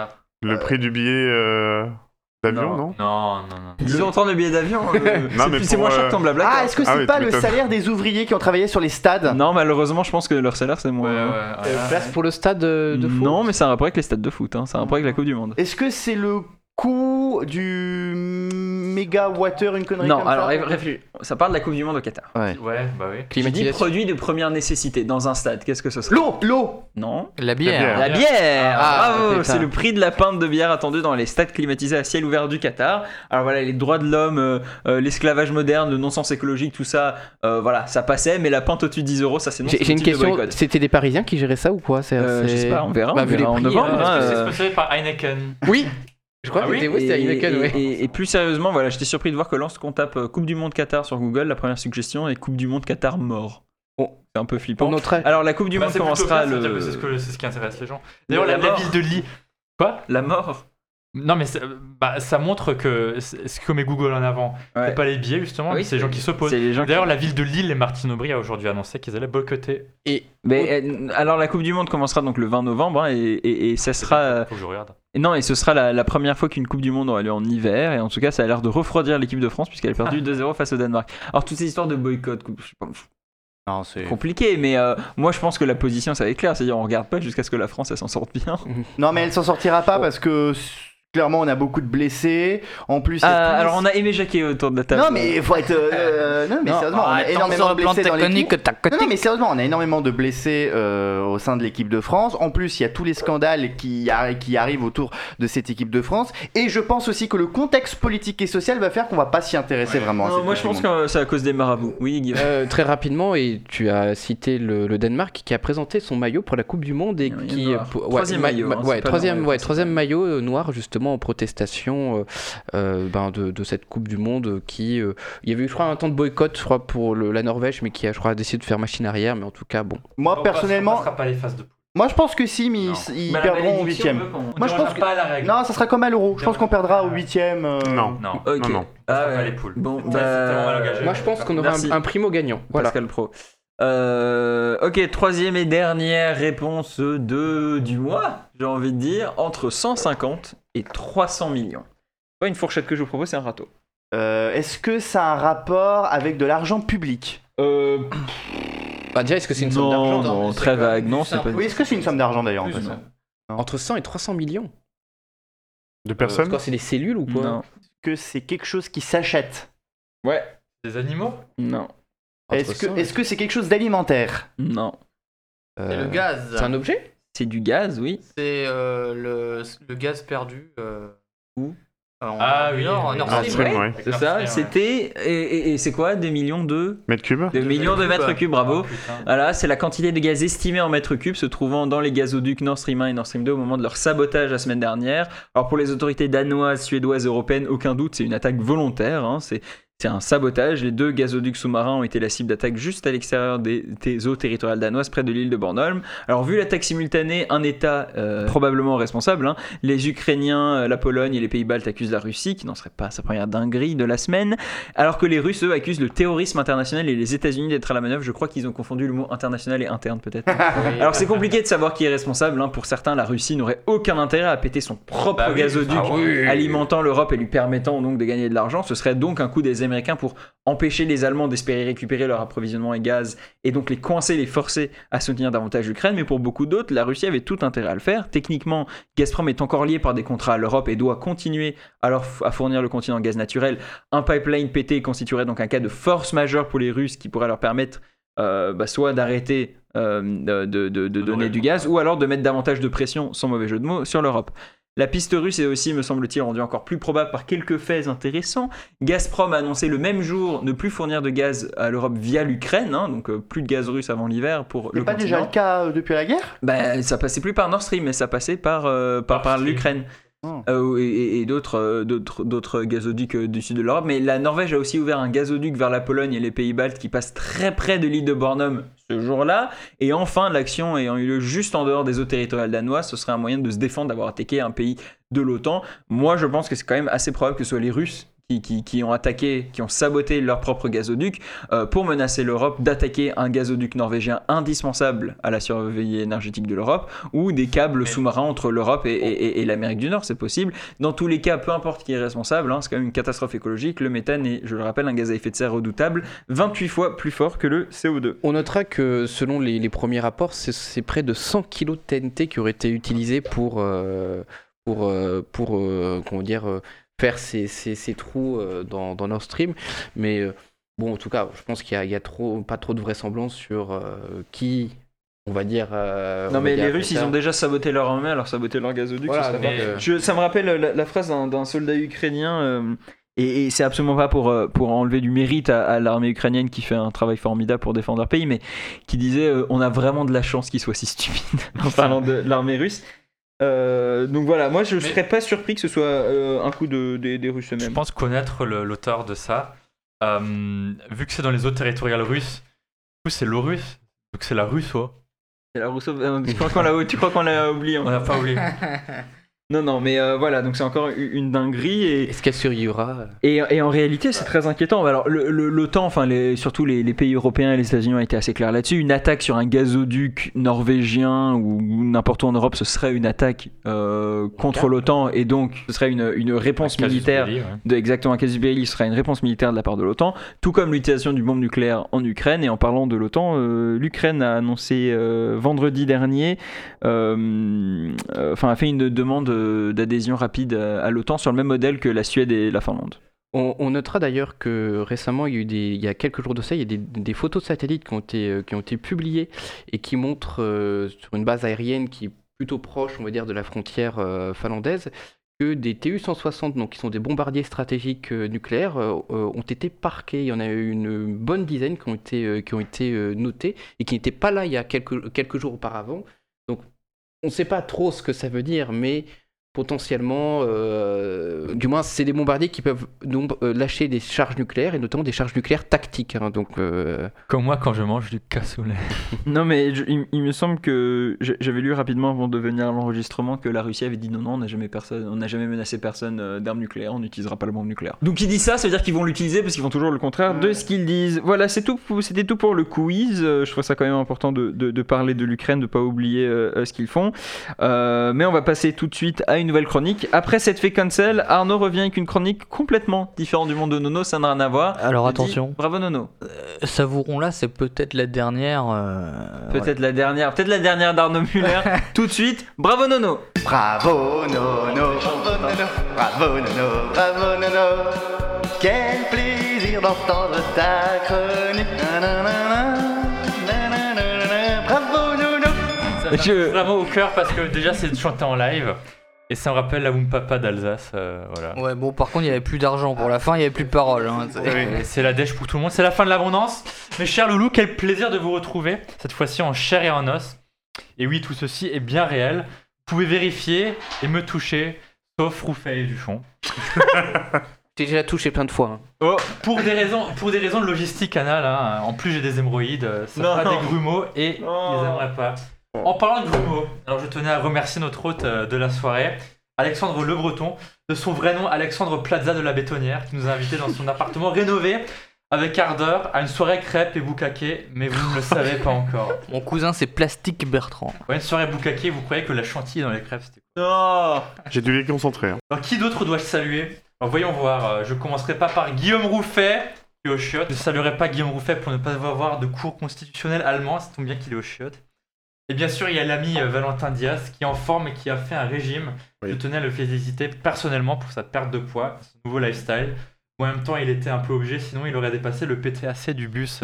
S4: Le prix du billet euh, d'avion,
S2: Non.
S4: non
S6: Non, non, non.
S2: dix euros trente le billet d'avion, euh,
S4: Non,
S2: c'est,
S4: mais
S2: plus- c'est
S4: pour,
S2: moins cher
S4: euh,
S2: que ton blabla.
S7: Ah, est-ce que c'est
S4: Ah oui,
S7: pas
S4: tu
S7: le
S4: m'étonnes.
S7: salaire des ouvriers qui ont travaillé sur les stades?
S2: Non, malheureusement, je pense que leur salaire c'est
S6: Ouais,
S2: moins.
S6: ouais,
S2: hein.
S6: ouais.
S8: Euh, place pour le stade euh, de foot?
S2: Non, mais c'est un rapport avec les stades de foot, hein. C'est un rapport avec la Coupe du Monde.
S7: Est-ce que c'est le coût du mégawattheure, une connerie
S2: Non,
S7: comme
S2: alors
S7: ça?
S2: ré- réfléchis. Ça parle de la Coupe du Monde au Qatar.
S7: Ouais.
S6: Ouais, bah oui.
S2: Qui dit
S8: Climatisation.
S2: produit de première nécessité dans un stade, qu'est-ce que ce serait?
S7: L'eau, l'eau.
S2: Non.
S5: La bière.
S4: bière.
S2: La bière.
S8: Ah,
S2: Bravo,
S8: putain.
S2: c'est le prix de la pinte de bière attendue dans les stades climatisés à ciel ouvert du Qatar. Alors voilà, les droits de l'homme, euh, euh, l'esclavage moderne, le non-sens écologique, tout ça, euh, voilà, ça passait, mais la pinte au-dessus de dix euros, ça c'est non.
S8: J'ai
S2: c'est
S8: j'ai une
S2: motif de
S8: question,
S2: boycott.
S8: c'était des Parisiens qui géraient ça ou quoi? C'est-
S2: Euh, je
S8: c'est-
S2: sais pas, on verra,
S8: Bah,
S2: on
S8: vu les
S2: verra en
S8: prix,
S2: novembre.
S8: euh,
S2: hein,
S6: Est-ce que c'est
S2: euh,
S6: sponsorisé par Heineken?
S8: Oui, je crois
S6: Ah
S8: que
S6: oui
S8: c'était oui, c'était
S2: Et,
S8: Heineken,
S2: et-
S8: ouais.
S2: et- et plus sérieusement, voilà, j'étais surpris de voir que lorsqu'on tape euh, Coupe du Monde Qatar sur Google, la première suggestion est Coupe du Monde Qatar mort.
S8: Bon.
S2: C'est un peu
S8: On
S2: flippant.
S8: noterait.
S2: Alors la Coupe du
S6: Bah,
S2: Monde
S6: c'est plutôt
S2: commencera
S6: bien, ça veut dire que
S2: le.
S6: C'est ce, que- c'est ce qui intéresse les gens. D'ailleurs,
S2: La
S6: la, la
S2: mort.
S6: ville de Lille. Quoi?
S2: La mort.
S6: Non, mais ça, bah, ça montre que c'est- ce que met Google en avant,
S2: Ouais.
S6: c'est pas les billets justement,
S2: Oui,
S6: mais c'est les gens qui s'opposent.
S2: C'est les gens qui-
S6: D'ailleurs, la ville de Lille et Martine Aubry a aujourd'hui annoncé qu'ils allaient boycotter.
S2: Mais, euh, alors la Coupe du Monde commencera donc le vingt novembre hein, et, et, et ça sera euh,
S6: Faut que je regarde.
S2: et non et ce sera la, la première fois qu'une Coupe du Monde aura lieu en hiver et en tout cas ça a l'air de refroidir l'équipe de France puisqu'elle a perdu deux zéro face au Danemark. Alors toutes ces histoires de boycott, je sais pas,
S7: Non, c'est
S2: compliqué mais euh, moi je pense que la position ça va être clair, c'est-à-dire on regarde pas jusqu'à ce que la France elle s'en sorte bien.
S7: Non, mais elle s'en sortira pas parce que clairement on a beaucoup de blessés. En plus, il y a
S2: Ah,
S7: tous les-
S2: alors on a Aimé Jacquet autour de la table.
S7: Non, mais il faut être. euh, non, mais
S2: Non,
S7: sérieusement, on a
S5: Attends,
S7: énormément
S5: sur
S7: de
S5: le plan
S7: blessés dans l'équipe.
S5: tectonique, tac,
S7: Non, non, mais sérieusement, on a énormément de blessés euh, au sein de l'équipe de France. En plus, il y a tous les scandales qui, arri- qui arrivent autour de cette équipe de France. Et je pense aussi que le contexte politique et social va faire qu'on va pas s'y intéresser vraiment. à
S2: Non,
S7: cette
S2: moi
S7: Coupe
S2: je
S7: du
S2: pense
S7: Monde.
S2: que c'est à cause des marabouts. Oui, Guillaume.
S8: Euh, très rapidement, et tu as cité le, le Danemark qui a présenté son maillot pour la Coupe du Monde et
S2: Oui,
S8: qui
S2: noir.
S8: pour- ouais,
S2: Troisième
S8: ma-
S2: maillot,
S8: ma-
S2: hein,
S8: ouais,
S2: c'est pas
S8: troisième,
S2: noir,
S8: ouais,
S2: c'est
S8: troisième
S2: pas-
S8: maillot euh, noir justement justement en protestation euh, euh, ben de, de cette Coupe du Monde qui... Euh, il y avait eu, je crois, un temps de boycott, je crois, pour le, la Norvège, mais qui a, je crois, décidé de faire machine arrière, mais en tout cas, bon.
S7: Moi,
S6: On
S7: personnellement...
S6: On passera pas les phases de poule.
S7: Moi, je pense que si, mais
S6: Non.
S7: ils, ils
S2: Bah, la
S7: perdront au
S2: malédiction
S7: huitième.
S2: veut qu'on-
S6: On
S7: Moi, je pense que...
S6: pas à la règle.
S7: Non, ça sera comme à l'Euro. Je pense qu'on perdra au
S6: Ouais.
S7: huitième. euh,
S4: Non.
S6: Non.
S2: Ok.
S4: Non, non.
S6: On
S2: Ah
S6: passera
S2: ouais.
S6: pas les poules.
S2: Bon,
S6: C'est tellement mal
S2: bah...
S6: engagé.
S8: Moi, je pense qu'on aura
S2: Merci.
S8: un, un primo gagnant. Voilà.
S2: Pascal Pro. Euh, ok, troisième et dernière réponse de, du mois, j'ai envie de dire, entre cent cinquante et trois cents millions. Pas une fourchette que je vous propose, c'est un râteau.
S7: Euh, Est-ce que ça a un rapport avec de l'argent public?
S2: Euh,
S8: Bah, déjà, est-ce que c'est une
S2: non,
S8: somme d'argent
S2: non,
S5: mais c'est
S2: très
S5: quand même
S2: vague,
S5: plus
S2: non, c'est
S5: simple.
S2: pas...
S7: Oui, est-ce que c'est une somme d'argent d'ailleurs en
S5: Plus,
S7: fait
S5: non.
S8: Entre cent et trois cents millions.
S4: De
S8: C'est
S4: personnes
S8: quoi, c'est des cellules ou quoi?
S2: Non.
S7: Que c'est quelque chose qui s'achète?
S2: Ouais.
S6: Des animaux?
S2: Non.
S8: Entre
S7: Est-ce que
S8: cent,
S7: est-ce que c'est quelque chose d'alimentaire?
S2: Non.
S5: C'est
S8: euh,
S5: le gaz.
S8: C'est un objet?
S2: C'est du gaz, oui.
S5: C'est euh, le, le gaz perdu. Euh,
S2: Où
S5: en,
S6: Ah
S5: en
S6: oui,
S5: Nord,
S6: oui.
S5: Nord
S4: Ah,
S5: Stream.
S4: Stream, ouais.
S2: C'est ça, c'était... Et, et- et c'est quoi? Des millions de...
S4: Mètres cubes.
S2: De millions de mètres cubes, bravo.
S6: Oh, putain.
S2: Voilà, c'est la quantité de gaz estimée en mètres cubes se trouvant dans les gazoducs Nord Stream un et Nord Stream deux au moment de leur sabotage la semaine dernière. Alors pour les autorités danoises, suédoises, européennes, aucun doute, c'est une attaque volontaire. Hein, c'est C'est un sabotage. Les deux gazoducs sous-marins ont été la cible d'attaques juste à l'extérieur des, des eaux territoriales danoises, près de l'île de Bornholm. Alors, vu l'attaque simultanée, un État euh, probablement responsable. Hein. Les Ukrainiens, la Pologne et les Pays-Baltes accusent la Russie, qui n'en serait pas sa première dinguerie de la semaine. Alors que les Russes, eux, accusent le terrorisme international et les États-Unis d'être à la manœuvre. Je crois qu'ils ont confondu le mot international et interne, peut-être. Alors, c'est compliqué de savoir qui est responsable. Hein. Pour certains, la Russie n'aurait aucun intérêt à péter son propre
S6: Bah oui,
S2: gazoduc,
S6: ah oui.
S2: alimentant l'Europe et lui permettant donc de gagner de l'argent. Ce serait donc un coup des Américains pour empêcher les Allemands d'espérer récupérer leur approvisionnement en gaz et donc les coincer, les forcer à soutenir davantage l'Ukraine. Mais pour beaucoup d'autres, la Russie avait tout intérêt à le faire. Techniquement, Gazprom est encore lié par des contrats à l'Europe et doit continuer alors à fournir le continent en gaz naturel. Un pipeline pété constituerait donc un cas de force majeure pour les Russes qui pourrait leur permettre euh, bah, soit d'arrêter euh, de, de, de, de donner du gaz ou alors de mettre davantage de pression, sans mauvais jeu de mots, sur l'Europe. La piste russe est aussi, me semble-t-il, rendue encore plus probable par quelques faits intéressants. Gazprom a annoncé le même jour ne plus fournir de gaz à l'Europe via l'Ukraine, hein, donc euh, plus de gaz russe avant l'hiver pour
S7: C'est
S2: le
S7: pas
S2: continent.
S7: déjà le cas euh, depuis la guerre?
S2: Bah, ça passait plus par Nord Stream, mais ça passait par, euh, par,
S6: Nord
S2: par
S6: Stream.
S2: l'Ukraine.
S7: Oh.
S2: Euh, et, et- et d'autres, euh, d'autres, d'autres gazoducs euh, du sud de l'Europe. Mais la Norvège a aussi ouvert un gazoduc vers la Pologne et les Pays-Baltes qui passe très près de l'île de Bornholm ce jour-là. Et enfin, l'action ayant eu lieu juste en dehors des eaux territoriales danoises, ce serait un moyen de se défendre d'avoir attaqué un pays de l'OTAN. Moi, je pense que c'est quand même assez probable que ce soit les Russes qui, qui, qui ont attaqué, qui ont saboté leur propre gazoduc euh, pour menacer l'Europe d'attaquer un gazoduc norvégien indispensable à la survie énergétique de l'Europe ou des câbles sous-marins entre l'Europe et, et- et- et l'Amérique du Nord, c'est possible. Dans tous les cas, peu importe qui est responsable, hein, c'est quand même une catastrophe écologique. Le méthane est, je le rappelle, un gaz à effet de serre redoutable, vingt-huit fois plus fort que le C O deux.
S8: On notera que selon les, les premiers rapports, c'est, c'est près de cent kilos de T N T qui auraient été utilisés pour, euh, pour, euh, pour euh, comment dire, euh, faire ces, ces, ces trous euh, dans, dans Nord Stream. Mais euh, bon, en tout cas, je pense qu'il n'y a, il y a trop, pas trop de vraisemblance sur euh, qui, on va dire... euh, on
S2: Non
S8: va
S2: mais
S8: dire
S2: les
S8: a fait
S2: Russes, ils
S8: ça.
S2: ont déjà saboté leur armée, alors saboter leur gazoduc,
S8: Voilà,
S2: ce serait
S8: donc,
S2: pas-
S8: euh,
S2: Je- ça me rappelle la, la phrase d'un, d'un soldat ukrainien, euh, et, et c'est absolument pas pour, euh, pour enlever du mérite à, à l'armée ukrainienne qui fait un travail formidable pour défendre leur pays, mais qui disait euh, on a vraiment de la chance qu'ils soient si stupides en parlant de l'armée russe. Euh, donc voilà, moi je
S6: Mais-
S2: serais pas surpris que ce soit euh, un coup de, des, des Russes
S6: Je
S2: eux-mêmes.
S6: pense connaître le- l'auteur de ça. Euh, vu que c'est dans les eaux territoriales russes, du coup c'est l'eau russe, donc c'est la Russo.
S2: C'est la Rousseau, euh, tu, crois qu'on l'a, tu crois qu'on l'a oublié hein.
S6: On n'a pas oublié.
S2: Non, non, mais euh, voilà, donc c'est encore une, une dinguerie et.
S8: Est-ce qu'elle survivra?
S2: Et, et en réalité, c'est très inquiétant. Alors, le- le- l'OTAN, enfin, les, surtout les, les pays européens et les États-Unis ont été assez clairs là-dessus. Une attaque sur un gazoduc norvégien ou n'importe où en Europe, ce serait une attaque euh, contre l'OTAN et donc ce serait une, une réponse
S6: Casus
S2: militaire.
S6: belli, ouais.
S2: De, exactement, un casus belli ce serait une réponse militaire de la part de l'OTAN, tout comme l'utilisation du bombe nucléaire en Ukraine. Et en parlant de l'OTAN, euh, l'Ukraine a annoncé euh, vendredi dernier, euh, euh, enfin, a fait une demande euh, d'adhésion rapide à, à l'OTAN sur le même modèle que la Suède et la Finlande.
S8: On, on notera d'ailleurs que récemment, il y a eu des, il y a quelques jours de ça, il y a des, des photos de satellites qui ont été, euh, qui ont été publiées et qui montrent euh, sur une base aérienne qui est plutôt proche, on va dire, de la frontière euh, finlandaise, que des T U cent soixante, donc qui sont des bombardiers stratégiques euh, nucléaires, euh, euh, ont été parqués. Il y en a eu une bonne dizaine qui ont été, euh, qui ont été euh, notés et qui n'étaient pas là il y a quelques, quelques jours auparavant. Donc, on ne sait pas trop ce que ça veut dire, mais potentiellement, euh, du moins, c'est des bombardiers qui peuvent nom- euh, lâcher des charges nucléaires et notamment des charges nucléaires tactiques. Hein, donc, euh...
S6: Comme moi quand je mange du cassoulet.
S2: Non, mais je- il, il me semble que j'- j'avais lu rapidement avant de venir à l'enregistrement que la Russie avait dit non, non, on n'a jamais, personne, on n'a jamais menacé personne euh, d'armes nucléaires, on n'utilisera pas le bombe nucléaire. Donc ils disent ça, ça veut dire qu'ils vont l'utiliser parce qu'ils font toujours le contraire de ce qu'ils disent. Voilà, c'est tout, pour- c'était tout pour le quiz. Euh, je trouve ça quand même important de, de, de parler de l'Ukraine, de pas oublier euh, euh, ce qu'ils font. Euh, mais on va passer tout de suite à une nouvelle chronique. Après cette fait cancel, Arnaud revient avec une chronique complètement différente du monde de Nono, ça n'a rien à voir.
S5: Alors
S2: Je dis,
S5: attention,
S2: bravo Nono.
S5: euh, Savourons-la, c'est peut-être la dernière. euh,
S2: Peut-être la dernière, peut-être la dernière d'Arnaud Muller. Tout de suite, bravo Nono.
S7: Bravo Nono, bravo Nono, bravo Nono, bravo Nono. Quel plaisir d'entendre ta chronique. Nanana, nanana, bravo Nono.
S6: Ça me
S2: Je-
S6: touche vraiment au cœur parce que déjà c'est chanté en live et ça me rappelle la Wumpapa d'Alsace. euh, voilà.
S5: Ouais, bon, par contre, il n'y avait plus d'argent pour la fin, il n'y avait plus de paroles. Hein, c'est-
S6: Et c'est la dèche pour tout le monde, c'est la fin de l'abondance. Mes chers loulous, quel plaisir de vous retrouver, cette fois-ci en chair et en os. Et oui, tout ceci est bien réel. Vous pouvez vérifier et me toucher, sauf Rouffet et Duchon.
S8: J'ai déjà touché plein de fois. Hein.
S6: Oh, pour des raisons, pour des raisons de logistique anale, hein. En plus j'ai des hémorroïdes, euh, ça
S2: Non,
S6: fera
S2: non.
S6: des grumeaux et
S2: Oh.
S6: ils aimeraient pas. En parlant de grumeaux, alors je tenais à remercier notre hôte euh, de la soirée, Alexandre Le Breton, de son vrai nom Alexandre Plaza de la Bétonnière, qui nous a invités dans son appartement rénové avec ardeur à une soirée crêpes et boucaquet, mais vous ne le savez pas encore.
S5: Mon cousin, c'est Plastique Bertrand.
S6: Ouais, une soirée boucaquet, vous croyez que la chantilly dans les crêpes c'était quoi?
S2: Non.
S4: J'ai dû les concentrer. Hein.
S6: Alors qui d'autre dois-je saluer? Alors voyons voir, euh, je commencerai pas par Guillaume Rouffet, qui est au chiottes. Je ne saluerai pas Guillaume Rouffet pour ne pas avoir de cours constitutionnels allemands, ça tombe bien qu'il est au chiottes. Et bien sûr, il y a l'ami euh, Valentin Diaz, qui est en forme et qui a fait un régime.
S4: Oui.
S6: Je tenais à le féliciter personnellement pour sa perte de poids, son nouveau lifestyle. En même temps, il était un peu obligé, sinon il aurait dépassé le P T A C du bus. euh,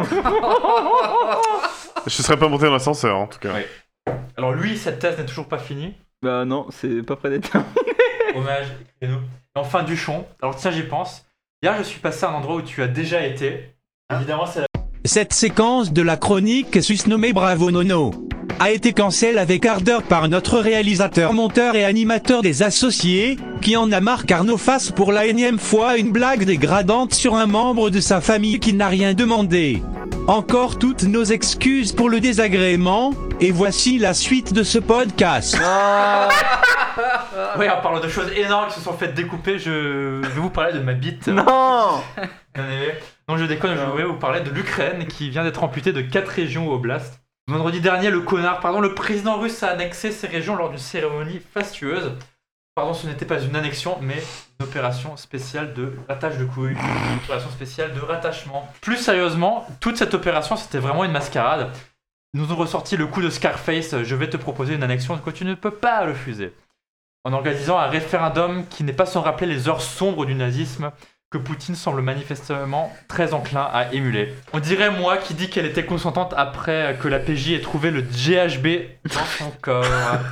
S4: Je serais pas monté dans l'ascenseur en tout cas.
S6: Ouais. Alors lui, cette thèse n'est toujours pas finie.
S2: Bah non, c'est pas près d'être.
S6: Hommage, écrivez-nous. Et enfin, Duchon. Alors tiens, j'y pense. Hier, je suis passé à un endroit où tu as déjà été. Évidemment, c'est la...
S10: Cette séquence de la chronique susnommée Bravo Nono a été cancel avec ardeur par notre réalisateur, monteur et animateur des associés, qui en a marre qu'Arnaud fasse pour la énième fois une blague dégradante sur un membre de sa famille qui n'a rien demandé. Encore toutes nos excuses pour le désagrément, et voici la suite de ce podcast.
S6: Oui, en parlant de choses énormes qui se sont faites découper, je, je vais vous parler de ma bite.
S2: Non.
S6: Bien aimé. Non, je déconne, je voulais vous parler de l'Ukraine qui vient d'être amputée de quatre régions au oblast. Vendredi dernier, le connard, pardon, le président russe a annexé ces régions lors d'une cérémonie fastueuse. Pardon, ce n'était pas une annexion, mais une opération spéciale de rattache de couilles, une opération spéciale de rattachement. Plus sérieusement, toute cette opération, c'était vraiment une mascarade. Ils nous ont ressorti le coup de Scarface, je vais te proposer une annexion que tu ne peux pas refuser. En organisant un référendum qui n'est pas sans rappeler les heures sombres du nazisme, que Poutine semble manifestement très enclin à émuler. On dirait moi qui dit qu'elle était consentante après que la P J ait trouvé le G H B dans son corps.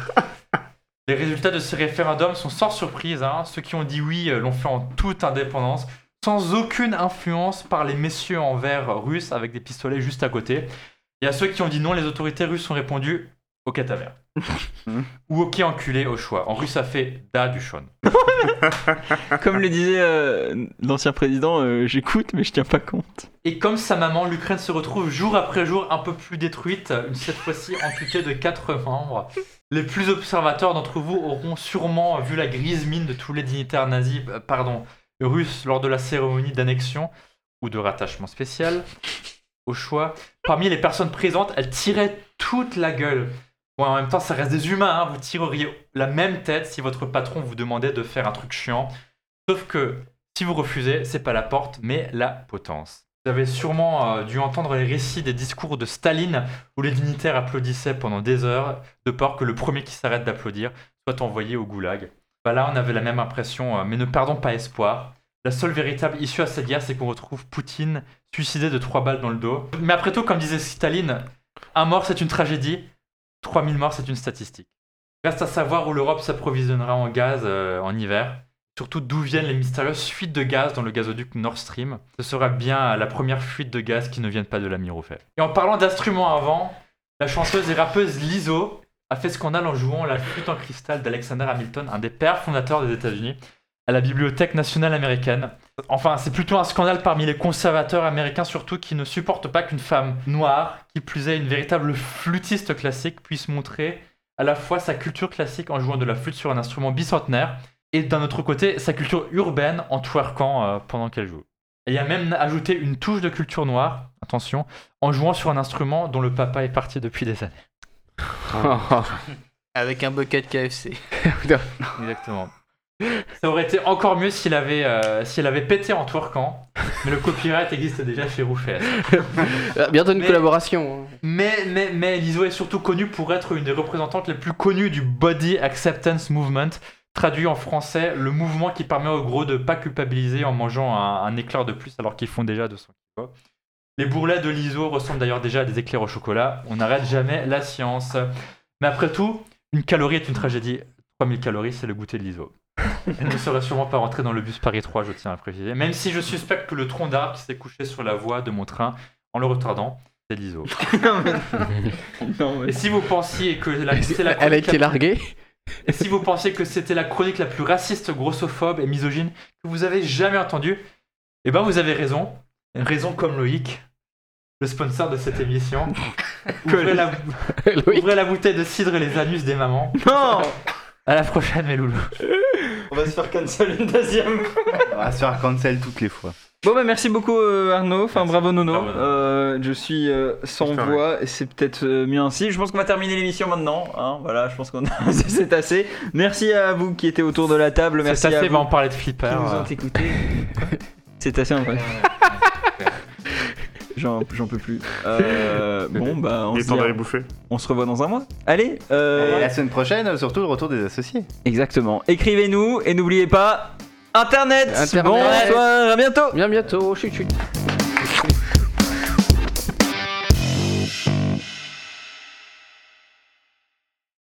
S6: Les résultats de ce référendum sont sans surprise, hein. Ceux qui ont dit oui l'ont fait en toute indépendance, sans aucune influence par les messieurs en vert russes avec des pistolets juste à côté. Et à ceux qui ont dit non, les autorités russes ont répondu au cataver. Ou ok enculé au choix. En russe, ça fait da du Sean.
S2: Comme le disait euh, l'ancien président, euh, j'écoute mais je tiens pas compte.
S6: Et comme sa maman, l'Ukraine se retrouve jour après jour un peu plus détruite, cette fois-ci amputée de quatre membres. Les plus observateurs d'entre vous auront sûrement vu la grise mine de tous les dignitaires nazis, euh, pardon, russes lors de la cérémonie d'annexion ou de rattachement spécial. Au choix, parmi les personnes présentes, elles tiraient toute la gueule. Bon, en même temps, ça reste des humains, hein. Vous tireriez la même tête si votre patron vous demandait de faire un truc chiant. Sauf que si vous refusez, c'est pas la porte, mais la potence. Vous avez sûrement euh, dû entendre les récits des discours de Staline où les dignitaires applaudissaient pendant des heures, de peur que le premier qui s'arrête d'applaudir soit envoyé au goulag. Bah là, on avait la même impression, euh, mais ne perdons pas espoir. La seule véritable issue à cette guerre, c'est qu'on retrouve Poutine suicidé de trois balles dans le dos. Mais après tout, comme disait Staline, un mort c'est une tragédie, trois mille morts c'est une statistique. Reste à savoir où l'Europe s'approvisionnera en gaz euh, en hiver. Surtout d'où viennent les mystérieuses fuites de gaz dans le gazoduc Nord Stream. Ce sera bien la première fuite de gaz qui ne vienne pas de l'ami Rouffet. Et en parlant d'instruments avant, la chanteuse et rappeuse Lizzo a fait scandale en jouant la flûte en cristal d'Alexander Hamilton, un des pères fondateurs des États-Unis, à la Bibliothèque nationale américaine. Enfin, c'est plutôt un scandale parmi les conservateurs américains, surtout qui ne supportent pas qu'une femme noire, qui plus est une véritable flûtiste classique, puisse montrer à la fois sa culture classique en jouant de la flûte sur un instrument bicentenaire, et d'un autre côté, sa culture urbaine en twerkant euh, pendant qu'elle joue. Et il a même ajouté une touche de culture noire, attention, en jouant sur un instrument dont le papa est parti depuis des années.
S5: Avec un bucket K F C.
S6: Exactement. Ça aurait été encore mieux s'il avait, euh, s'il avait pété en twerkant, mais le copyright existe déjà chez Roufet.
S8: Bientôt une
S6: mais,
S8: collaboration.
S6: Mais, mais, mais Lizzo est surtout connue pour être une des représentantes les plus connues du Body Acceptance Movement, traduit en français, le mouvement qui permet au gros de ne pas culpabiliser en mangeant un, un éclair de plus alors qu'ils font déjà deux cents kilos. Les bourrelets de Lizzo ressemblent d'ailleurs déjà à des éclairs au chocolat. On n'arrête jamais la science. Mais après tout, une calorie est une tragédie. trois mille calories, c'est le goûter de Lizzo. Elle ne serait sûrement pas rentrée dans le bus Paris trois, je tiens à préciser. Même si je suspecte que le tronc d'arbre qui s'est couché sur la voie de mon train en le retardant, c'est Lizzo.
S2: non, mais... non, mais...
S6: Et si vous pensiez que la, c'est la
S8: Elle a été larguée.
S6: Et si vous pensiez que c'était la chronique la plus raciste, grossophobe et misogyne que vous avez jamais entendue, eh ben vous avez raison. Raison comme Loïc, le sponsor de cette émission. ouvrez, la... ouvrez la bouteille de cidre et les anus des mamans.
S2: Non.
S6: À la prochaine, mes loulous.
S2: On va se faire cancel une deuxième.
S7: On va se faire cancel toutes les fois.
S2: Bon bah merci beaucoup euh, Arnaud, enfin bravo Nono, euh, je suis euh, sans
S4: Putain,
S2: voix et c'est peut-être euh, mieux ainsi. Je pense qu'on va terminer l'émission maintenant, hein, voilà, je pense qu'on a... c'est assez. Merci à vous qui étiez autour de la table, merci
S6: c'est assez,
S2: à vous
S6: va en parler de Flipper.
S2: qui nous
S6: euh...
S2: ont écoutés. C'est assez en vrai. J'en, j'en peux plus. Euh, bon bah on
S4: Il est
S2: se,
S4: temps
S2: dit,
S4: d'aller bouffer.
S2: on se revoit dans un mois. Allez, euh...
S7: Et la semaine prochaine, surtout le retour des associés.
S2: Exactement. Écrivez-nous et n'oubliez pas Internet.
S8: Internet.
S2: Bonsoir, à bientôt.
S8: Bien bientôt. Chut chut.